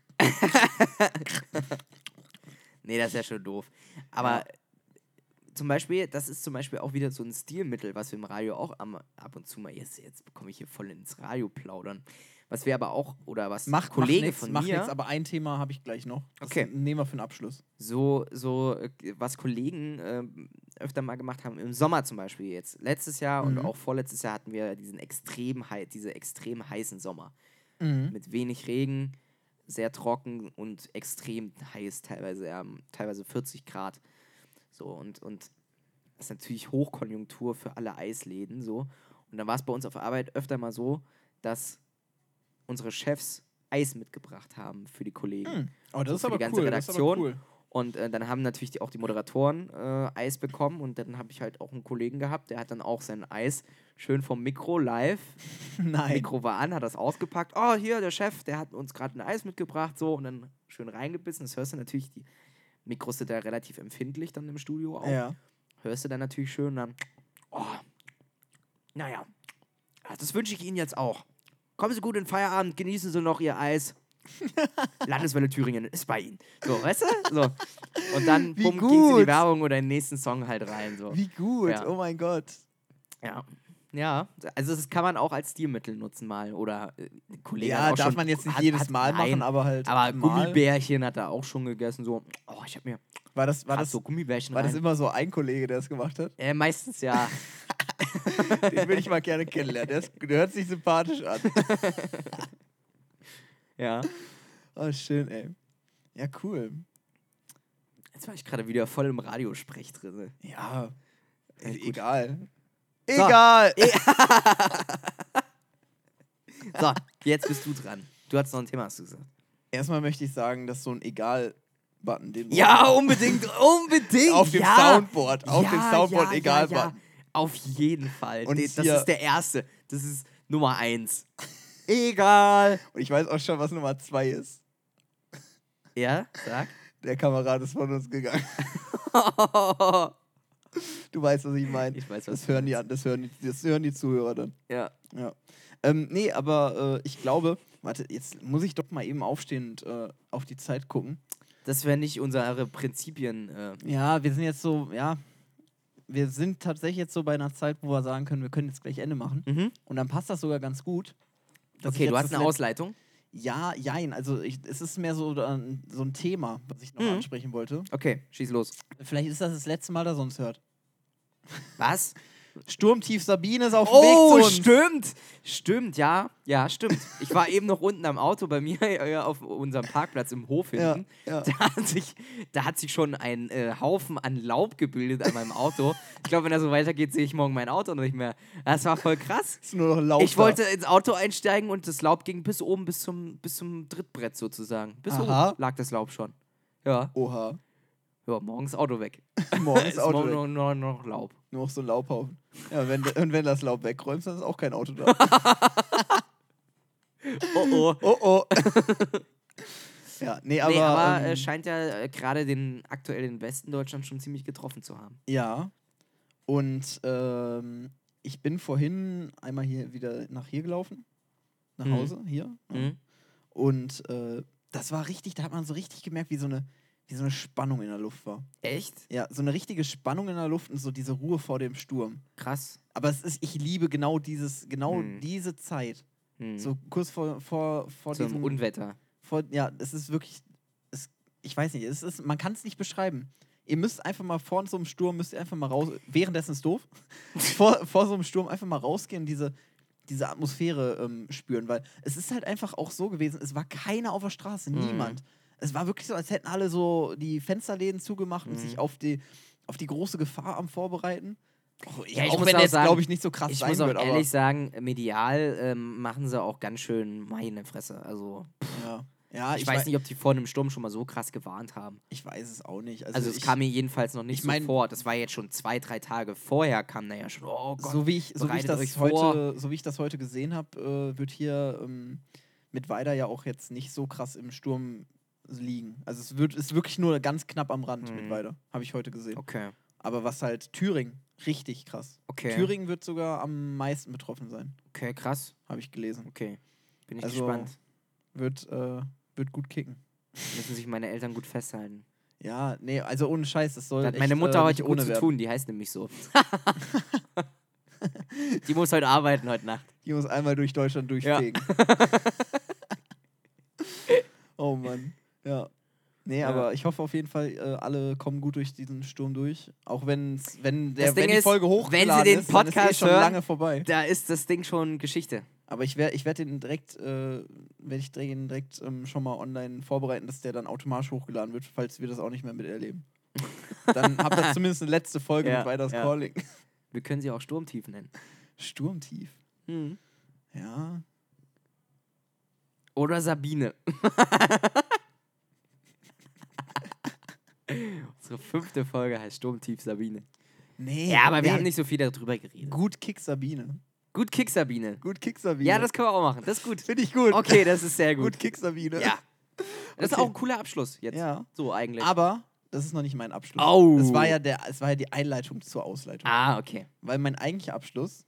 Speaker 2: Nee, das ist ja schon doof. Aber
Speaker 1: Ja.
Speaker 2: zum Beispiel, das ist zum Beispiel auch wieder so ein Stilmittel, was wir im Radio auch am, ab und zu mal, jetzt, jetzt bekomme ich hier voll ins Radio plaudern. Was wir aber auch, oder was
Speaker 1: mach,
Speaker 2: Kollege
Speaker 1: mach nix,
Speaker 2: von
Speaker 1: mach
Speaker 2: mir,
Speaker 1: nix, aber ein Thema habe ich gleich noch. Das
Speaker 2: Okay.
Speaker 1: nehmen wir für den Abschluss.
Speaker 2: so, so äh, was Kollegen ähm, öfter mal gemacht haben, im Sommer zum Beispiel jetzt. Letztes Jahr und
Speaker 1: Mhm.
Speaker 2: auch vorletztes Jahr hatten wir diesen extrem hei- diese extrem heißen Sommer.
Speaker 1: Mhm.
Speaker 2: Mit wenig Regen, sehr trocken und extrem heiß, teilweise, ähm, teilweise vierzig Grad. So, und, und das ist natürlich Hochkonjunktur für alle Eisläden. So. Und dann war es bei uns auf Arbeit öfter mal so, dass unsere Chefs Eis mitgebracht haben für die Kollegen.
Speaker 1: Mhm. Oh, das
Speaker 2: So
Speaker 1: ist
Speaker 2: für
Speaker 1: aber
Speaker 2: die ganze
Speaker 1: cool. Das ist aber
Speaker 2: Redaktion.
Speaker 1: cool.
Speaker 2: Und äh, dann haben natürlich die, auch die Moderatoren äh, Eis bekommen. Und dann habe ich halt auch einen Kollegen gehabt, der hat dann auch sein Eis schön vom Mikro live.
Speaker 1: Nein.
Speaker 2: Mikro war an, hat das ausgepackt. Oh, hier, der Chef, der hat uns gerade ein Eis mitgebracht. So, und dann schön reingebissen. Das hörst du natürlich, die Mikros sind da relativ empfindlich dann im Studio auch.
Speaker 1: Ja.
Speaker 2: Hörst du dann natürlich schön dann, oh, naja, ja, das wünsche ich Ihnen jetzt auch. Kommen Sie gut in den Feierabend, genießen Sie noch Ihr Eis. Landeswelle Thüringen ist bei Ihnen. So, weißt du? So. Und dann
Speaker 1: Wie
Speaker 2: bumm, ging's in die
Speaker 1: gut.
Speaker 2: Werbung oder in den nächsten Song halt rein. So.
Speaker 1: Wie gut,
Speaker 2: Ja.
Speaker 1: oh mein Gott.
Speaker 2: Ja. Ja, also das kann man auch als Stilmittel nutzen mal. Oder äh, ein Kollege hat
Speaker 1: Ja,
Speaker 2: auch
Speaker 1: darf
Speaker 2: schon,
Speaker 1: man jetzt nicht
Speaker 2: hat,
Speaker 1: jedes
Speaker 2: hat,
Speaker 1: Mal
Speaker 2: nein,
Speaker 1: machen, aber halt
Speaker 2: aber
Speaker 1: mal.
Speaker 2: Gummibärchen hat er auch schon gegessen. So, oh, ich habe mir
Speaker 1: War das, war
Speaker 2: grad
Speaker 1: das,
Speaker 2: so Gummibärchen
Speaker 1: war das
Speaker 2: rein.
Speaker 1: immer so ein Kollege, der das gemacht hat?
Speaker 2: Äh, meistens ja.
Speaker 1: Den würde ich mal gerne kennenlernen. Der, ist, der hört sich sympathisch an.
Speaker 2: Ja.
Speaker 1: Oh, schön, ey. Ja, cool.
Speaker 2: Jetzt war ich gerade wieder voll im Radiosprech drin.
Speaker 1: Ja,
Speaker 2: Ja,
Speaker 1: e-
Speaker 2: gut.
Speaker 1: egal.
Speaker 2: So.
Speaker 1: Egal.
Speaker 2: So, jetzt bist du dran. Du hattest noch ein Thema, hast du gesagt.
Speaker 1: Erstmal möchte ich sagen, dass so ein Egal-Button, den
Speaker 2: Ja, unbedingt, unbedingt.
Speaker 1: auf dem
Speaker 2: ja.
Speaker 1: Soundboard, auf
Speaker 2: ja,
Speaker 1: dem Soundboard
Speaker 2: ja,
Speaker 1: Egal-Button.
Speaker 2: ja, ja. Auf jeden Fall.
Speaker 1: Und
Speaker 2: De- das
Speaker 1: hier-
Speaker 2: ist der erste. Das ist Nummer eins. Egal.
Speaker 1: Und ich weiß auch schon, was Nummer zwei ist.
Speaker 2: Ja, sag.
Speaker 1: Der Kamerad ist von uns gegangen. Du weißt, was ich meine.
Speaker 2: Ich weiß, was
Speaker 1: Das
Speaker 2: du
Speaker 1: hören die
Speaker 2: meinst.
Speaker 1: an, das hören die, das hören die Zuhörer dann.
Speaker 2: Ja.
Speaker 1: Ja. Ähm, nee, aber äh, ich glaube, warte, jetzt muss ich doch mal eben aufstehen und äh, auf die Zeit gucken.
Speaker 2: Das wäre nicht unsere Prinzipien. Äh.
Speaker 1: Ja, wir sind jetzt so, ja, wir sind tatsächlich jetzt so bei einer Zeit, wo wir sagen können, wir können jetzt gleich Ende machen.
Speaker 2: Mhm.
Speaker 1: Und dann passt das sogar ganz gut. dass ich
Speaker 2: Okay,
Speaker 1: jetzt
Speaker 2: du hast
Speaker 1: das
Speaker 2: eine
Speaker 1: Let-
Speaker 2: Ausleitung.
Speaker 1: Ja, jein. Also ich, es ist mehr so, äh, so ein Thema, was ich noch
Speaker 2: Mhm.
Speaker 1: ansprechen wollte.
Speaker 2: Okay, schieß los.
Speaker 1: Vielleicht ist das das letzte Mal, dass er uns hört.
Speaker 2: Was?
Speaker 1: Sturmtief Sabine ist auf dem
Speaker 2: Oh,
Speaker 1: Weg zu uns.
Speaker 2: stimmt. Stimmt, ja. Ja, stimmt. Ich war eben noch unten am Auto bei mir äh, auf unserem Parkplatz im Hof
Speaker 1: Ja,
Speaker 2: hinten.
Speaker 1: ja.
Speaker 2: Da, hat sich, da hat sich schon ein äh, Haufen an Laub gebildet an meinem Auto. Ich glaube, wenn das so weitergeht, sehe ich morgen mein Auto noch nicht mehr. Das war voll krass.
Speaker 1: Ist nur noch laut.
Speaker 2: Ich wollte ins Auto einsteigen und das Laub ging bis oben, bis zum, bis zum Trittbrett sozusagen. Bis
Speaker 1: Aha.
Speaker 2: oben lag das Laub schon. Ja,
Speaker 1: Oha.
Speaker 2: ja, morgens Auto weg.
Speaker 1: Morgen
Speaker 2: Ist
Speaker 1: ist Auto
Speaker 2: morgen
Speaker 1: weg.
Speaker 2: nur, nur, nur noch Laub.
Speaker 1: Nur noch so ein Laubhaufen. Ja, wenn, und wenn das Laub wegräumst, dann ist auch kein Auto da.
Speaker 2: Oh oh.
Speaker 1: Oh oh. Ja, nee, aber.
Speaker 2: nee, aber
Speaker 1: ähm,
Speaker 2: äh, scheint ja äh, gerade den aktuellen Westen Deutschlands schon ziemlich getroffen zu haben.
Speaker 1: ja. Und ähm, ich bin vorhin einmal hier wieder nach hier gelaufen. Nach
Speaker 2: Mhm.
Speaker 1: Hause, hier. Ja.
Speaker 2: Mhm.
Speaker 1: Und äh, das war richtig, da hat man so richtig gemerkt, wie so eine, wie so eine Spannung in der Luft war.
Speaker 2: Echt?
Speaker 1: Ja, so eine richtige Spannung in der Luft und so diese Ruhe vor dem Sturm.
Speaker 2: Krass.
Speaker 1: Aber es ist, ich liebe genau dieses, genau
Speaker 2: Hm.
Speaker 1: diese Zeit.
Speaker 2: Hm.
Speaker 1: So kurz vor, vor, vor
Speaker 2: Zum
Speaker 1: diesem
Speaker 2: Unwetter.
Speaker 1: vor, ja, es ist wirklich, es, ich weiß nicht, es ist, man kann es nicht beschreiben. Ihr müsst einfach mal vor so einem Sturm, müsst ihr einfach mal raus, währenddessen ist doof, vor, vor so einem Sturm einfach mal rausgehen und diese, diese Atmosphäre ähm, spüren, weil es ist halt einfach auch so gewesen, es war keiner auf der Straße,
Speaker 2: Mhm.
Speaker 1: niemand. Es war wirklich so, als hätten alle so die Fensterläden zugemacht und
Speaker 2: Mhm.
Speaker 1: sich auf die, auf die große Gefahr am Vorbereiten. Oh,
Speaker 2: Ja, ich
Speaker 1: auch
Speaker 2: muss
Speaker 1: wenn
Speaker 2: auch
Speaker 1: jetzt,
Speaker 2: sagen,
Speaker 1: glaube ich, nicht so krass
Speaker 2: Ich
Speaker 1: sein
Speaker 2: muss auch
Speaker 1: wird,
Speaker 2: ehrlich sagen, medial ähm, machen sie auch ganz schön meine Fresse. Also,
Speaker 1: aber ja. Ja,
Speaker 2: ich,
Speaker 1: ich,
Speaker 2: weiß
Speaker 1: wei-
Speaker 2: nicht, ob die vor einem Sturm schon mal so krass gewarnt haben.
Speaker 1: ich weiß es auch nicht. Also,
Speaker 2: Also, es
Speaker 1: ich,
Speaker 2: kam mir jedenfalls noch nicht
Speaker 1: ich mein-
Speaker 2: so vor. Das war jetzt schon zwei, drei Tage vorher, kam da ja schon, oh Gott.
Speaker 1: so wie ich, so wie ich
Speaker 2: bereitet
Speaker 1: das
Speaker 2: euch
Speaker 1: heute,
Speaker 2: vor.
Speaker 1: so wie ich das heute gesehen habe, äh, wird hier ähm, mit Weider ja auch jetzt nicht so krass im Sturm liegen. Also es wird ist wirklich nur ganz knapp am Rand
Speaker 2: Mhm.
Speaker 1: mit Weider, habe ich heute gesehen.
Speaker 2: Okay,
Speaker 1: Aber was halt Thüringen richtig krass.
Speaker 2: okay.
Speaker 1: Thüringen wird sogar am meisten betroffen sein,
Speaker 2: Okay, krass.
Speaker 1: habe ich gelesen.
Speaker 2: Okay. Bin ich
Speaker 1: Also,
Speaker 2: gespannt.
Speaker 1: Wird äh, wird gut kicken.
Speaker 2: Müssen sich meine Eltern gut festhalten.
Speaker 1: Ja, nee, also ohne Scheiß, das soll
Speaker 2: Da hat
Speaker 1: echt,
Speaker 2: meine Mutter
Speaker 1: äh,
Speaker 2: heute
Speaker 1: nicht
Speaker 2: gut
Speaker 1: ohne
Speaker 2: zu
Speaker 1: werden.
Speaker 2: tun, die heißt nämlich so. Die muss heute arbeiten heute Nacht.
Speaker 1: Die muss einmal durch Deutschland
Speaker 2: Ja.
Speaker 1: durchfegen. Oh Mann. Ja. Nee,
Speaker 2: Ja.
Speaker 1: aber ich hoffe auf jeden Fall, äh, alle kommen gut durch diesen Sturm durch. Auch wenn's, wenn, der,
Speaker 2: Das Ding
Speaker 1: wenn die
Speaker 2: ist,
Speaker 1: Folge
Speaker 2: wenn Sie
Speaker 1: hochgeladen
Speaker 2: den
Speaker 1: ist, dann ist eh
Speaker 2: Podcast
Speaker 1: schon
Speaker 2: hören,
Speaker 1: lange vorbei.
Speaker 2: Da ist das Ding schon Geschichte.
Speaker 1: Aber ich werde ich werd den direkt, äh, werde ich den direkt ähm, schon mal online vorbereiten, dass der dann automatisch hochgeladen wird, falls wir das auch nicht mehr miterleben. Dann habt ihr zumindest eine letzte Folge
Speaker 2: Ja,
Speaker 1: mit Weiters
Speaker 2: ja.
Speaker 1: Calling.
Speaker 2: Wir können sie auch Sturmtief nennen.
Speaker 1: Sturmtief.
Speaker 2: Mhm.
Speaker 1: Ja.
Speaker 2: Oder Sabine. Unsere fünfte Folge heißt Sturmtief Sabine.
Speaker 1: Nee.
Speaker 2: Ja, aber wir
Speaker 1: nee.
Speaker 2: haben nicht so viel darüber geredet.
Speaker 1: Gut Kick Sabine.
Speaker 2: Gut Kick Sabine.
Speaker 1: Gut Kick Sabine.
Speaker 2: Ja, das können wir auch machen. Das ist gut.
Speaker 1: finde ich gut.
Speaker 2: Okay, das ist sehr gut.
Speaker 1: Gut Kick Sabine.
Speaker 2: Ja. Das ist
Speaker 1: Okay.
Speaker 2: auch ein cooler Abschluss jetzt.
Speaker 1: Ja.
Speaker 2: So eigentlich.
Speaker 1: Aber das ist noch nicht mein Abschluss.
Speaker 2: Au.
Speaker 1: Das war ja der, es war ja die Einleitung zur Ausleitung.
Speaker 2: Ah, okay.
Speaker 1: Weil mein eigentlicher Abschluss,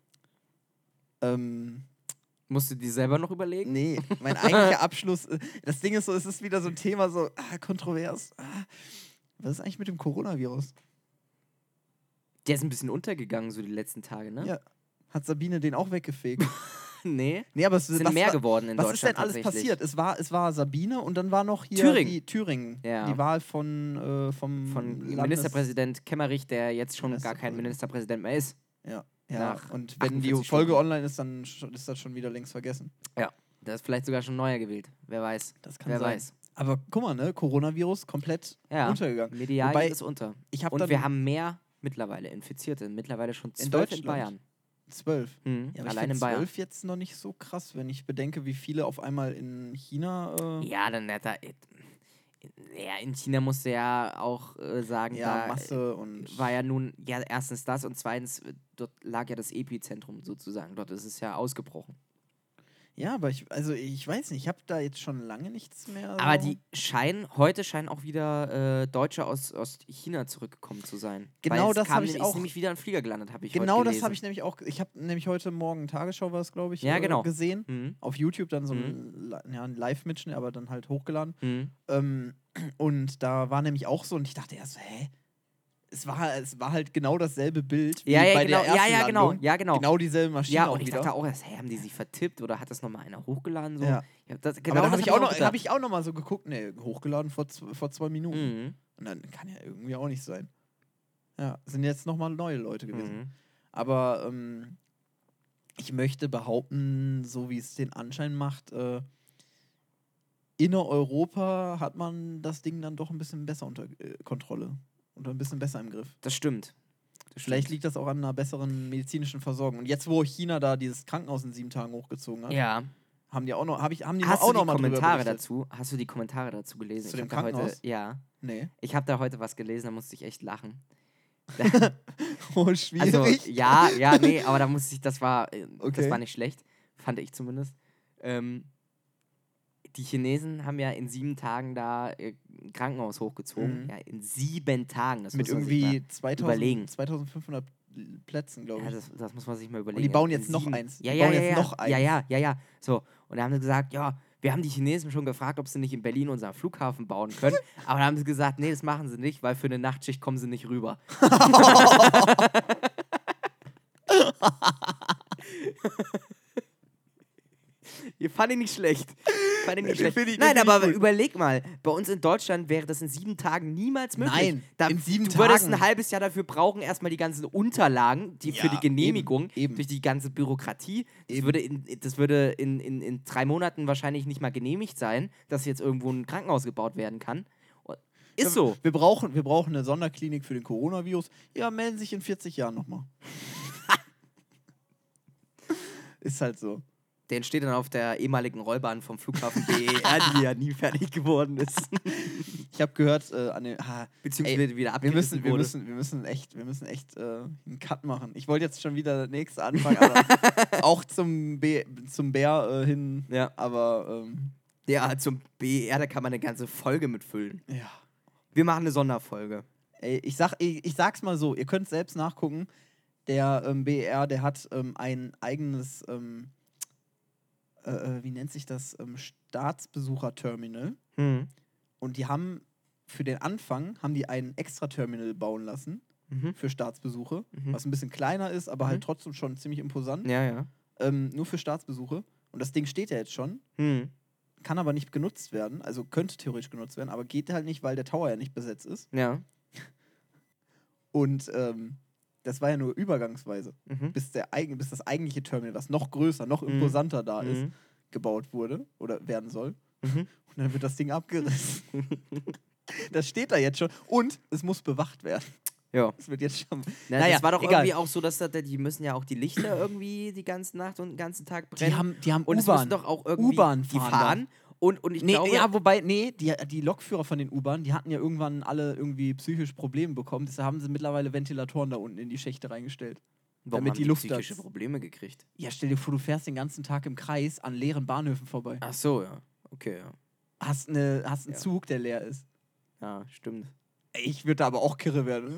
Speaker 1: ähm,
Speaker 2: Musst du dir selber noch überlegen?
Speaker 1: nee, mein eigentlicher Abschluss, äh, das Ding ist so, es ist wieder so ein Thema so ah, kontrovers. Ah, was ist eigentlich mit dem Coronavirus?
Speaker 2: Der ist ein bisschen untergegangen so die letzten Tage, ne?
Speaker 1: Ja. Hat Sabine den auch weggefegt?
Speaker 2: Nee.
Speaker 1: Nee, aber es
Speaker 2: Es sind
Speaker 1: was
Speaker 2: mehr
Speaker 1: war,
Speaker 2: geworden in
Speaker 1: Was
Speaker 2: Deutschland
Speaker 1: ist denn alles
Speaker 2: tatsächlich.
Speaker 1: passiert? Es war, es war Sabine und dann war noch hier
Speaker 2: Thüringen.
Speaker 1: die Thüringen.
Speaker 2: Ja.
Speaker 1: Die Wahl von, äh, vom
Speaker 2: Von
Speaker 1: Landes-
Speaker 2: Ministerpräsident Kemmerich, der jetzt schon gar kein
Speaker 1: Ministerpräsident.
Speaker 2: Ministerpräsident mehr ist.
Speaker 1: Ja, ja.
Speaker 2: Nach
Speaker 1: Und wenn die
Speaker 2: achtundvierzig
Speaker 1: Folge
Speaker 2: Stunden.
Speaker 1: online ist, dann sch- ist das schon wieder längst vergessen.
Speaker 2: Ja. Der ist vielleicht sogar schon neuer gewählt. Wer weiß.
Speaker 1: Das kann
Speaker 2: Wer
Speaker 1: sein.
Speaker 2: weiß.
Speaker 1: Aber guck mal, ne? Coronavirus komplett
Speaker 2: Ja.
Speaker 1: untergegangen.
Speaker 2: Medial
Speaker 1: Wobei,
Speaker 2: geht es unter.
Speaker 1: Ich habe
Speaker 2: Und
Speaker 1: dann
Speaker 2: wir haben mehr mittlerweile Infizierte. Mittlerweile schon zwölf in,
Speaker 1: Deutschland?
Speaker 2: Bayern.
Speaker 1: zwölf.
Speaker 2: Mhm.
Speaker 1: Ja, aber
Speaker 2: Allein
Speaker 1: ich
Speaker 2: in
Speaker 1: find
Speaker 2: Bayern.
Speaker 1: zwölf jetzt noch nicht so krass, wenn ich bedenke, wie viele auf einmal in China. Äh,
Speaker 2: Ja, dann hat er. Ja, in China musste ja auch äh, sagen,
Speaker 1: Ja,
Speaker 2: da
Speaker 1: Masse und.
Speaker 2: war ja nun, ja, erstens das und zweitens, äh, dort lag ja das Epizentrum sozusagen. Dort ist es ja ausgebrochen.
Speaker 1: Ja, aber ich, also ich weiß nicht, ich habe da jetzt schon lange nichts mehr. So.
Speaker 2: Aber die scheinen, heute scheinen auch wieder äh, Deutsche aus, aus China zurückgekommen zu sein.
Speaker 1: Genau
Speaker 2: Weil es
Speaker 1: das
Speaker 2: kam
Speaker 1: habe ich
Speaker 2: nämlich-
Speaker 1: auch-
Speaker 2: ist nämlich wieder ein Flieger gelandet, habe ich
Speaker 1: Genau
Speaker 2: heute
Speaker 1: das
Speaker 2: gelesen.
Speaker 1: habe ich nämlich auch. Ich habe nämlich heute Morgen Tagesschau war es, glaube ich,
Speaker 2: Ja,
Speaker 1: äh,
Speaker 2: genau.
Speaker 1: gesehen.
Speaker 2: Mhm.
Speaker 1: Auf YouTube dann so ein, Li- ja, ein Live-Mitschnitt, aber dann halt hochgeladen.
Speaker 2: Mhm.
Speaker 1: Ähm, und da war nämlich auch so, und ich dachte erst so, hä? Es war, es war halt genau dasselbe Bild wie
Speaker 2: Ja, ja,
Speaker 1: bei
Speaker 2: genau.
Speaker 1: der ersten
Speaker 2: Ja, ja, genau.
Speaker 1: Landung.
Speaker 2: Ja, genau.
Speaker 1: Genau dieselbe Maschine
Speaker 2: Ja,
Speaker 1: auch
Speaker 2: und ich
Speaker 1: wieder.
Speaker 2: dachte auch erst, hey, haben die sich vertippt oder hat das nochmal einer hochgeladen? So?
Speaker 1: Ja.
Speaker 2: Ja, das,
Speaker 1: Aber
Speaker 2: genau
Speaker 1: da
Speaker 2: das
Speaker 1: habe ich,
Speaker 2: hab
Speaker 1: auch noch-
Speaker 2: gedacht.
Speaker 1: hab ich auch noch mal so geguckt, ne, hochgeladen vor, z- vor zwei Minuten.
Speaker 2: Mhm.
Speaker 1: Und dann kann ja irgendwie auch nicht sein. Ja, sind jetzt nochmal neue Leute gewesen.
Speaker 2: Mhm.
Speaker 1: Aber ähm, ich möchte behaupten, so wie es den Anschein macht, äh, innereuropa hat man das Ding dann doch ein bisschen besser unter äh, Kontrolle. Und ein bisschen besser im Griff.
Speaker 2: Das stimmt. Das
Speaker 1: Vielleicht
Speaker 2: stimmt.
Speaker 1: liegt das auch an einer besseren medizinischen Versorgung. Und jetzt, wo China da dieses Krankenhaus in sieben Tagen hochgezogen hat,
Speaker 2: Ja.
Speaker 1: haben die auch noch, hab ich, haben die
Speaker 2: Hast
Speaker 1: auch
Speaker 2: du
Speaker 1: noch
Speaker 2: die
Speaker 1: mal drüber
Speaker 2: Kommentare
Speaker 1: berichtet.
Speaker 2: dazu? Hast du die Kommentare dazu gelesen?
Speaker 1: Zu
Speaker 2: Ich
Speaker 1: dem
Speaker 2: hab da heute,
Speaker 1: Krankenhaus?
Speaker 2: ja.
Speaker 1: Nee.
Speaker 2: Ich habe da heute was gelesen, da musste ich echt lachen.
Speaker 1: Oh, schwierig.
Speaker 2: Also, ja, ja, nee, aber da musste ich, das war, äh, das
Speaker 1: Okay.
Speaker 2: war nicht schlecht, fand ich zumindest. Ähm, die Chinesen haben ja in sieben Tagen da äh, ein Krankenhaus hochgezogen.
Speaker 1: Mhm.
Speaker 2: Ja, in sieben Tagen. Das
Speaker 1: Mit
Speaker 2: muss man sich
Speaker 1: irgendwie
Speaker 2: mal,
Speaker 1: zweitausend,
Speaker 2: überlegen.
Speaker 1: zweitausendfünfhundert Plätzen, glaube ich.
Speaker 2: Ja, das, das muss man sich mal überlegen.
Speaker 1: Und die bauen
Speaker 2: In
Speaker 1: jetzt noch
Speaker 2: sieben-
Speaker 1: eins.
Speaker 2: Ja,
Speaker 1: Die
Speaker 2: ja,
Speaker 1: bauen
Speaker 2: ja,
Speaker 1: jetzt
Speaker 2: ja.
Speaker 1: noch
Speaker 2: Ja,
Speaker 1: eins.
Speaker 2: ja, ja, ja. So, und da haben sie gesagt, ja, wir haben die Chinesen schon gefragt, ob sie nicht in Berlin unseren Flughafen bauen können. Aber da haben sie gesagt, nee, das machen sie nicht, weil für eine Nachtschicht kommen sie nicht rüber. Ihr fand ich nicht schlecht. Fand ich nicht
Speaker 1: Den
Speaker 2: schlecht.
Speaker 1: find ich- den
Speaker 2: Nein,
Speaker 1: find ich
Speaker 2: aber
Speaker 1: gut.
Speaker 2: überleg mal, bei uns in Deutschland wäre das in sieben Tagen niemals möglich.
Speaker 1: Nein,
Speaker 2: da,
Speaker 1: in sieben
Speaker 2: du würdest
Speaker 1: Tagen.
Speaker 2: ein halbes Jahr dafür brauchen, erstmal die ganzen Unterlagen die für
Speaker 1: Ja,
Speaker 2: die Genehmigung,
Speaker 1: eben, eben.
Speaker 2: durch die ganze Bürokratie. Das
Speaker 1: Eben.
Speaker 2: würde, in, das würde in, in, in drei Monaten wahrscheinlich nicht mal genehmigt sein, dass jetzt irgendwo ein Krankenhaus gebaut werden kann. Ist so.
Speaker 1: Wir brauchen, wir brauchen eine Sonderklinik für den Coronavirus. Ja, melden sich in vierzig Jahren nochmal. Ist halt so.
Speaker 2: Der entsteht dann auf der ehemaligen Rollbahn vom Flughafen B E R, die ja nie fertig geworden ist.
Speaker 1: Ich habe gehört, äh, an den, ah,
Speaker 2: Beziehungsweise
Speaker 1: ey,
Speaker 2: wieder
Speaker 1: wir
Speaker 2: abgerissen
Speaker 1: müssen, wir
Speaker 2: wurde.
Speaker 1: müssen, wir müssen echt, wir müssen echt äh, einen Cut machen. Ich wollte jetzt schon wieder das nächste anfangen, aber auch zum, B, zum Bär äh, hin.
Speaker 2: Ja.
Speaker 1: Aber ähm,
Speaker 2: Ja, zum B E R, da kann man eine ganze Folge mitfüllen.
Speaker 1: ja.
Speaker 2: Wir machen eine Sonderfolge.
Speaker 1: Ey, ich, sag, ich, ich sag's mal so, ihr könnt selbst nachgucken. Der ähm, B E R, der hat ähm, ein eigenes, ähm, äh, äh, wie nennt sich das, ähm, Staatsbesucherterminal.
Speaker 2: Mhm.
Speaker 1: Und die haben für den Anfang haben die ein Extra-Terminal bauen lassen
Speaker 2: Mhm.
Speaker 1: für Staatsbesuche,
Speaker 2: Mhm.
Speaker 1: was ein bisschen kleiner ist, aber
Speaker 2: Mhm.
Speaker 1: halt trotzdem schon ziemlich imposant.
Speaker 2: Ja, ja.
Speaker 1: Ähm, nur für Staatsbesuche. Und das Ding steht ja jetzt schon,
Speaker 2: Mhm.
Speaker 1: kann aber nicht genutzt werden. Also könnte theoretisch genutzt werden, aber geht halt nicht, weil der Tower ja nicht besetzt ist.
Speaker 2: Ja.
Speaker 1: Und ähm, das war ja nur übergangsweise,
Speaker 2: Mhm.
Speaker 1: bis, der, eigen- bis das eigentliche Terminal, was noch größer, noch
Speaker 2: Mhm.
Speaker 1: imposanter da ist,
Speaker 2: Mhm.
Speaker 1: gebaut wurde oder werden soll.
Speaker 2: Mhm.
Speaker 1: Und dann wird das Ding abgerissen. Das steht da jetzt schon. Und es muss bewacht werden.
Speaker 2: Ja.
Speaker 1: Es wird jetzt schon.
Speaker 2: Na,
Speaker 1: Naja,
Speaker 2: das war doch
Speaker 1: egal.
Speaker 2: irgendwie auch so, dass da, die müssen ja auch die Lichter irgendwie die ganze Nacht und den ganzen Tag brennen.
Speaker 1: Die haben, die haben
Speaker 2: und es müssen
Speaker 1: U-Bahn.
Speaker 2: doch auch irgendwie
Speaker 1: U-Bahn
Speaker 2: die
Speaker 1: fahren
Speaker 2: fahren. Und, und ich
Speaker 1: Nee,
Speaker 2: glaube,
Speaker 1: ja, wobei, nee, die, die Lokführer von den U-Bahn, die hatten ja irgendwann alle irgendwie psychisch Probleme bekommen. Deshalb haben sie mittlerweile Ventilatoren da unten in die Schächte reingestellt.
Speaker 2: warum
Speaker 1: damit
Speaker 2: haben
Speaker 1: die
Speaker 2: die
Speaker 1: Luft
Speaker 2: psychische
Speaker 1: das-
Speaker 2: Probleme gekriegt?
Speaker 1: Ja, stell dir vor, du fährst den ganzen Tag im Kreis an leeren Bahnhöfen vorbei.
Speaker 2: Ach so, ja. Okay, ja.
Speaker 1: Hast, ne, hast einen
Speaker 2: Ja.
Speaker 1: Zug, der leer ist.
Speaker 2: Ja, stimmt.
Speaker 1: Ey, ich würde da aber auch kirre werden.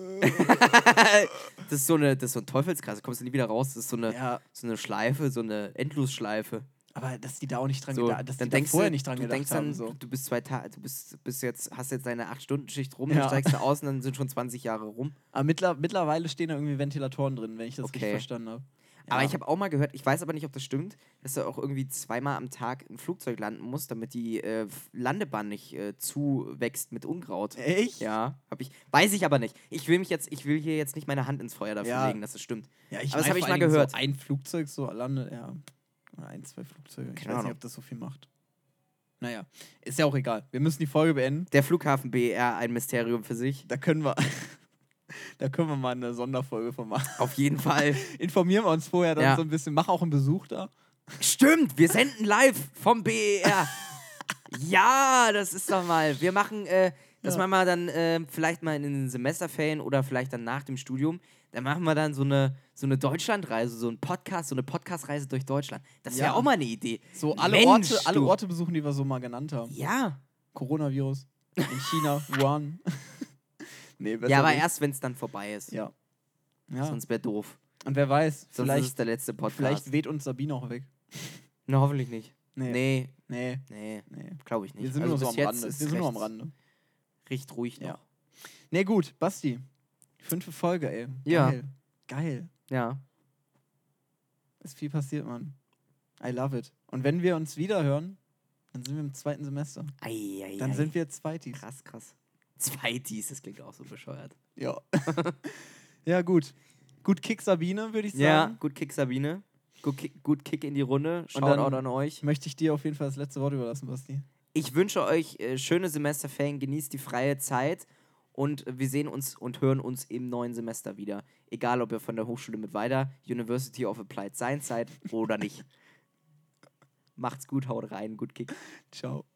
Speaker 2: Das ist so eine, das ist so ein Teufelskreis, da kommst du nie wieder raus. Das ist so eine,
Speaker 1: Ja,
Speaker 2: so eine Schleife, so eine Endlosschleife.
Speaker 1: aber dass die da auch nicht dran
Speaker 2: So,
Speaker 1: gedacht, dass
Speaker 2: dann
Speaker 1: die da
Speaker 2: denkst
Speaker 1: vorher
Speaker 2: du,
Speaker 1: nicht dran
Speaker 2: du
Speaker 1: gedacht
Speaker 2: denkst
Speaker 1: haben.
Speaker 2: dann,
Speaker 1: So.
Speaker 2: du bist zwei Tage, du bist, bist jetzt, hast jetzt deine acht Stunden Schicht rum,
Speaker 1: Ja.
Speaker 2: dann steigst du aus und dann sind schon zwanzig Jahre rum.
Speaker 1: Aber mittler, mittlerweile stehen da irgendwie Ventilatoren drin, wenn ich das
Speaker 2: Okay.
Speaker 1: richtig verstanden habe.
Speaker 2: Aber ich habe auch mal gehört, ich weiß aber nicht, ob das stimmt, dass da auch irgendwie zweimal am Tag ein Flugzeug landen muss, damit die äh, F- Landebahn nicht äh, zuwächst mit Unkraut.
Speaker 1: Echt?
Speaker 2: Ja, hab ich. Weiß ich aber nicht. Ich will mich jetzt, ich will hier jetzt nicht meine Hand ins Feuer dafür
Speaker 1: Ja.
Speaker 2: legen, dass das stimmt.
Speaker 1: Ja, ich
Speaker 2: Aber das
Speaker 1: mein,
Speaker 2: hab ich
Speaker 1: vor
Speaker 2: mal
Speaker 1: allen Dingen
Speaker 2: gehört.
Speaker 1: So ein Flugzeug so landet, ja. Oder ein, zwei Flugzeuge. Ich
Speaker 2: Keine
Speaker 1: weiß
Speaker 2: Ahnung.
Speaker 1: nicht, ob das so viel macht. Naja, ist ja auch egal. Wir müssen die Folge beenden.
Speaker 2: Der Flughafen B E R, ein Mysterium für sich.
Speaker 1: Da können wir, da können wir mal eine Sonderfolge von machen.
Speaker 2: Auf jeden Fall.
Speaker 1: Informieren wir uns vorher dann
Speaker 2: Ja.
Speaker 1: so ein bisschen. Mach auch einen Besuch da.
Speaker 2: Stimmt, wir senden live vom B E R. Ja, das ist doch mal. Wir machen, äh, das
Speaker 1: Ja.
Speaker 2: machen wir dann äh, vielleicht mal in den Semesterferien oder vielleicht dann nach dem Studium. Dann machen wir dann so eine, so eine Deutschlandreise, so ein Podcast, so eine Podcastreise durch Deutschland. Das wäre
Speaker 1: Ja.
Speaker 2: auch mal eine Idee.
Speaker 1: So alle,
Speaker 2: Mensch,
Speaker 1: Orte, alle
Speaker 2: du.
Speaker 1: Orte besuchen, die wir so mal genannt haben.
Speaker 2: Ja.
Speaker 1: Coronavirus in China, Wuhan. nee, besser
Speaker 2: Ja, aber
Speaker 1: nicht.
Speaker 2: erst, wenn es dann vorbei ist.
Speaker 1: Ja. ja.
Speaker 2: Sonst wäre doof.
Speaker 1: Und wer weiß,
Speaker 2: Sonst ist es
Speaker 1: vielleicht,
Speaker 2: der letzte Podcast.
Speaker 1: vielleicht weht uns Sabine auch weg.
Speaker 2: Na, hoffentlich nicht.
Speaker 1: Nee.
Speaker 2: Nee,
Speaker 1: Nee.
Speaker 2: nee,
Speaker 1: nee.
Speaker 2: glaube ich nicht.
Speaker 1: Wir sind
Speaker 2: Also
Speaker 1: nur so
Speaker 2: bis
Speaker 1: am
Speaker 2: jetzt
Speaker 1: Rande. Wir
Speaker 2: ist
Speaker 1: sind nur am
Speaker 2: recht-
Speaker 1: Rande.
Speaker 2: Recht ruhig noch.
Speaker 1: Ja. Nee, gut, Basti. Fünfte Folge, ey.
Speaker 2: Ja.
Speaker 1: Geil. Geil.
Speaker 2: Ja.
Speaker 1: Ist viel passiert, Mann. I love it. Und wenn wir uns wieder hören, dann sind wir im zweiten Semester.
Speaker 2: Ei, ei,
Speaker 1: Dann
Speaker 2: ei.
Speaker 1: sind wir Zweitis.
Speaker 2: Krass, krass. Zweitis, das klingt auch so bescheuert.
Speaker 1: Ja. ja, gut. Gut Kick Sabine, würde ich sagen.
Speaker 2: Ja, gut Kick Sabine. Gut Kick, gut Kick in die Runde.
Speaker 1: Und dann-
Speaker 2: Shoutout an euch.
Speaker 1: Möchte ich dir auf jeden Fall das letzte Wort überlassen, Basti.
Speaker 2: Ich wünsche euch äh, schöne Semesterferien, genießt die freie Zeit und wir sehen uns und hören uns im neuen Semester wieder. Egal, ob ihr von der Hochschule mit weiter, University of Applied Science seid oder nicht. Macht's gut, haut rein, gut Kick.
Speaker 1: Ciao.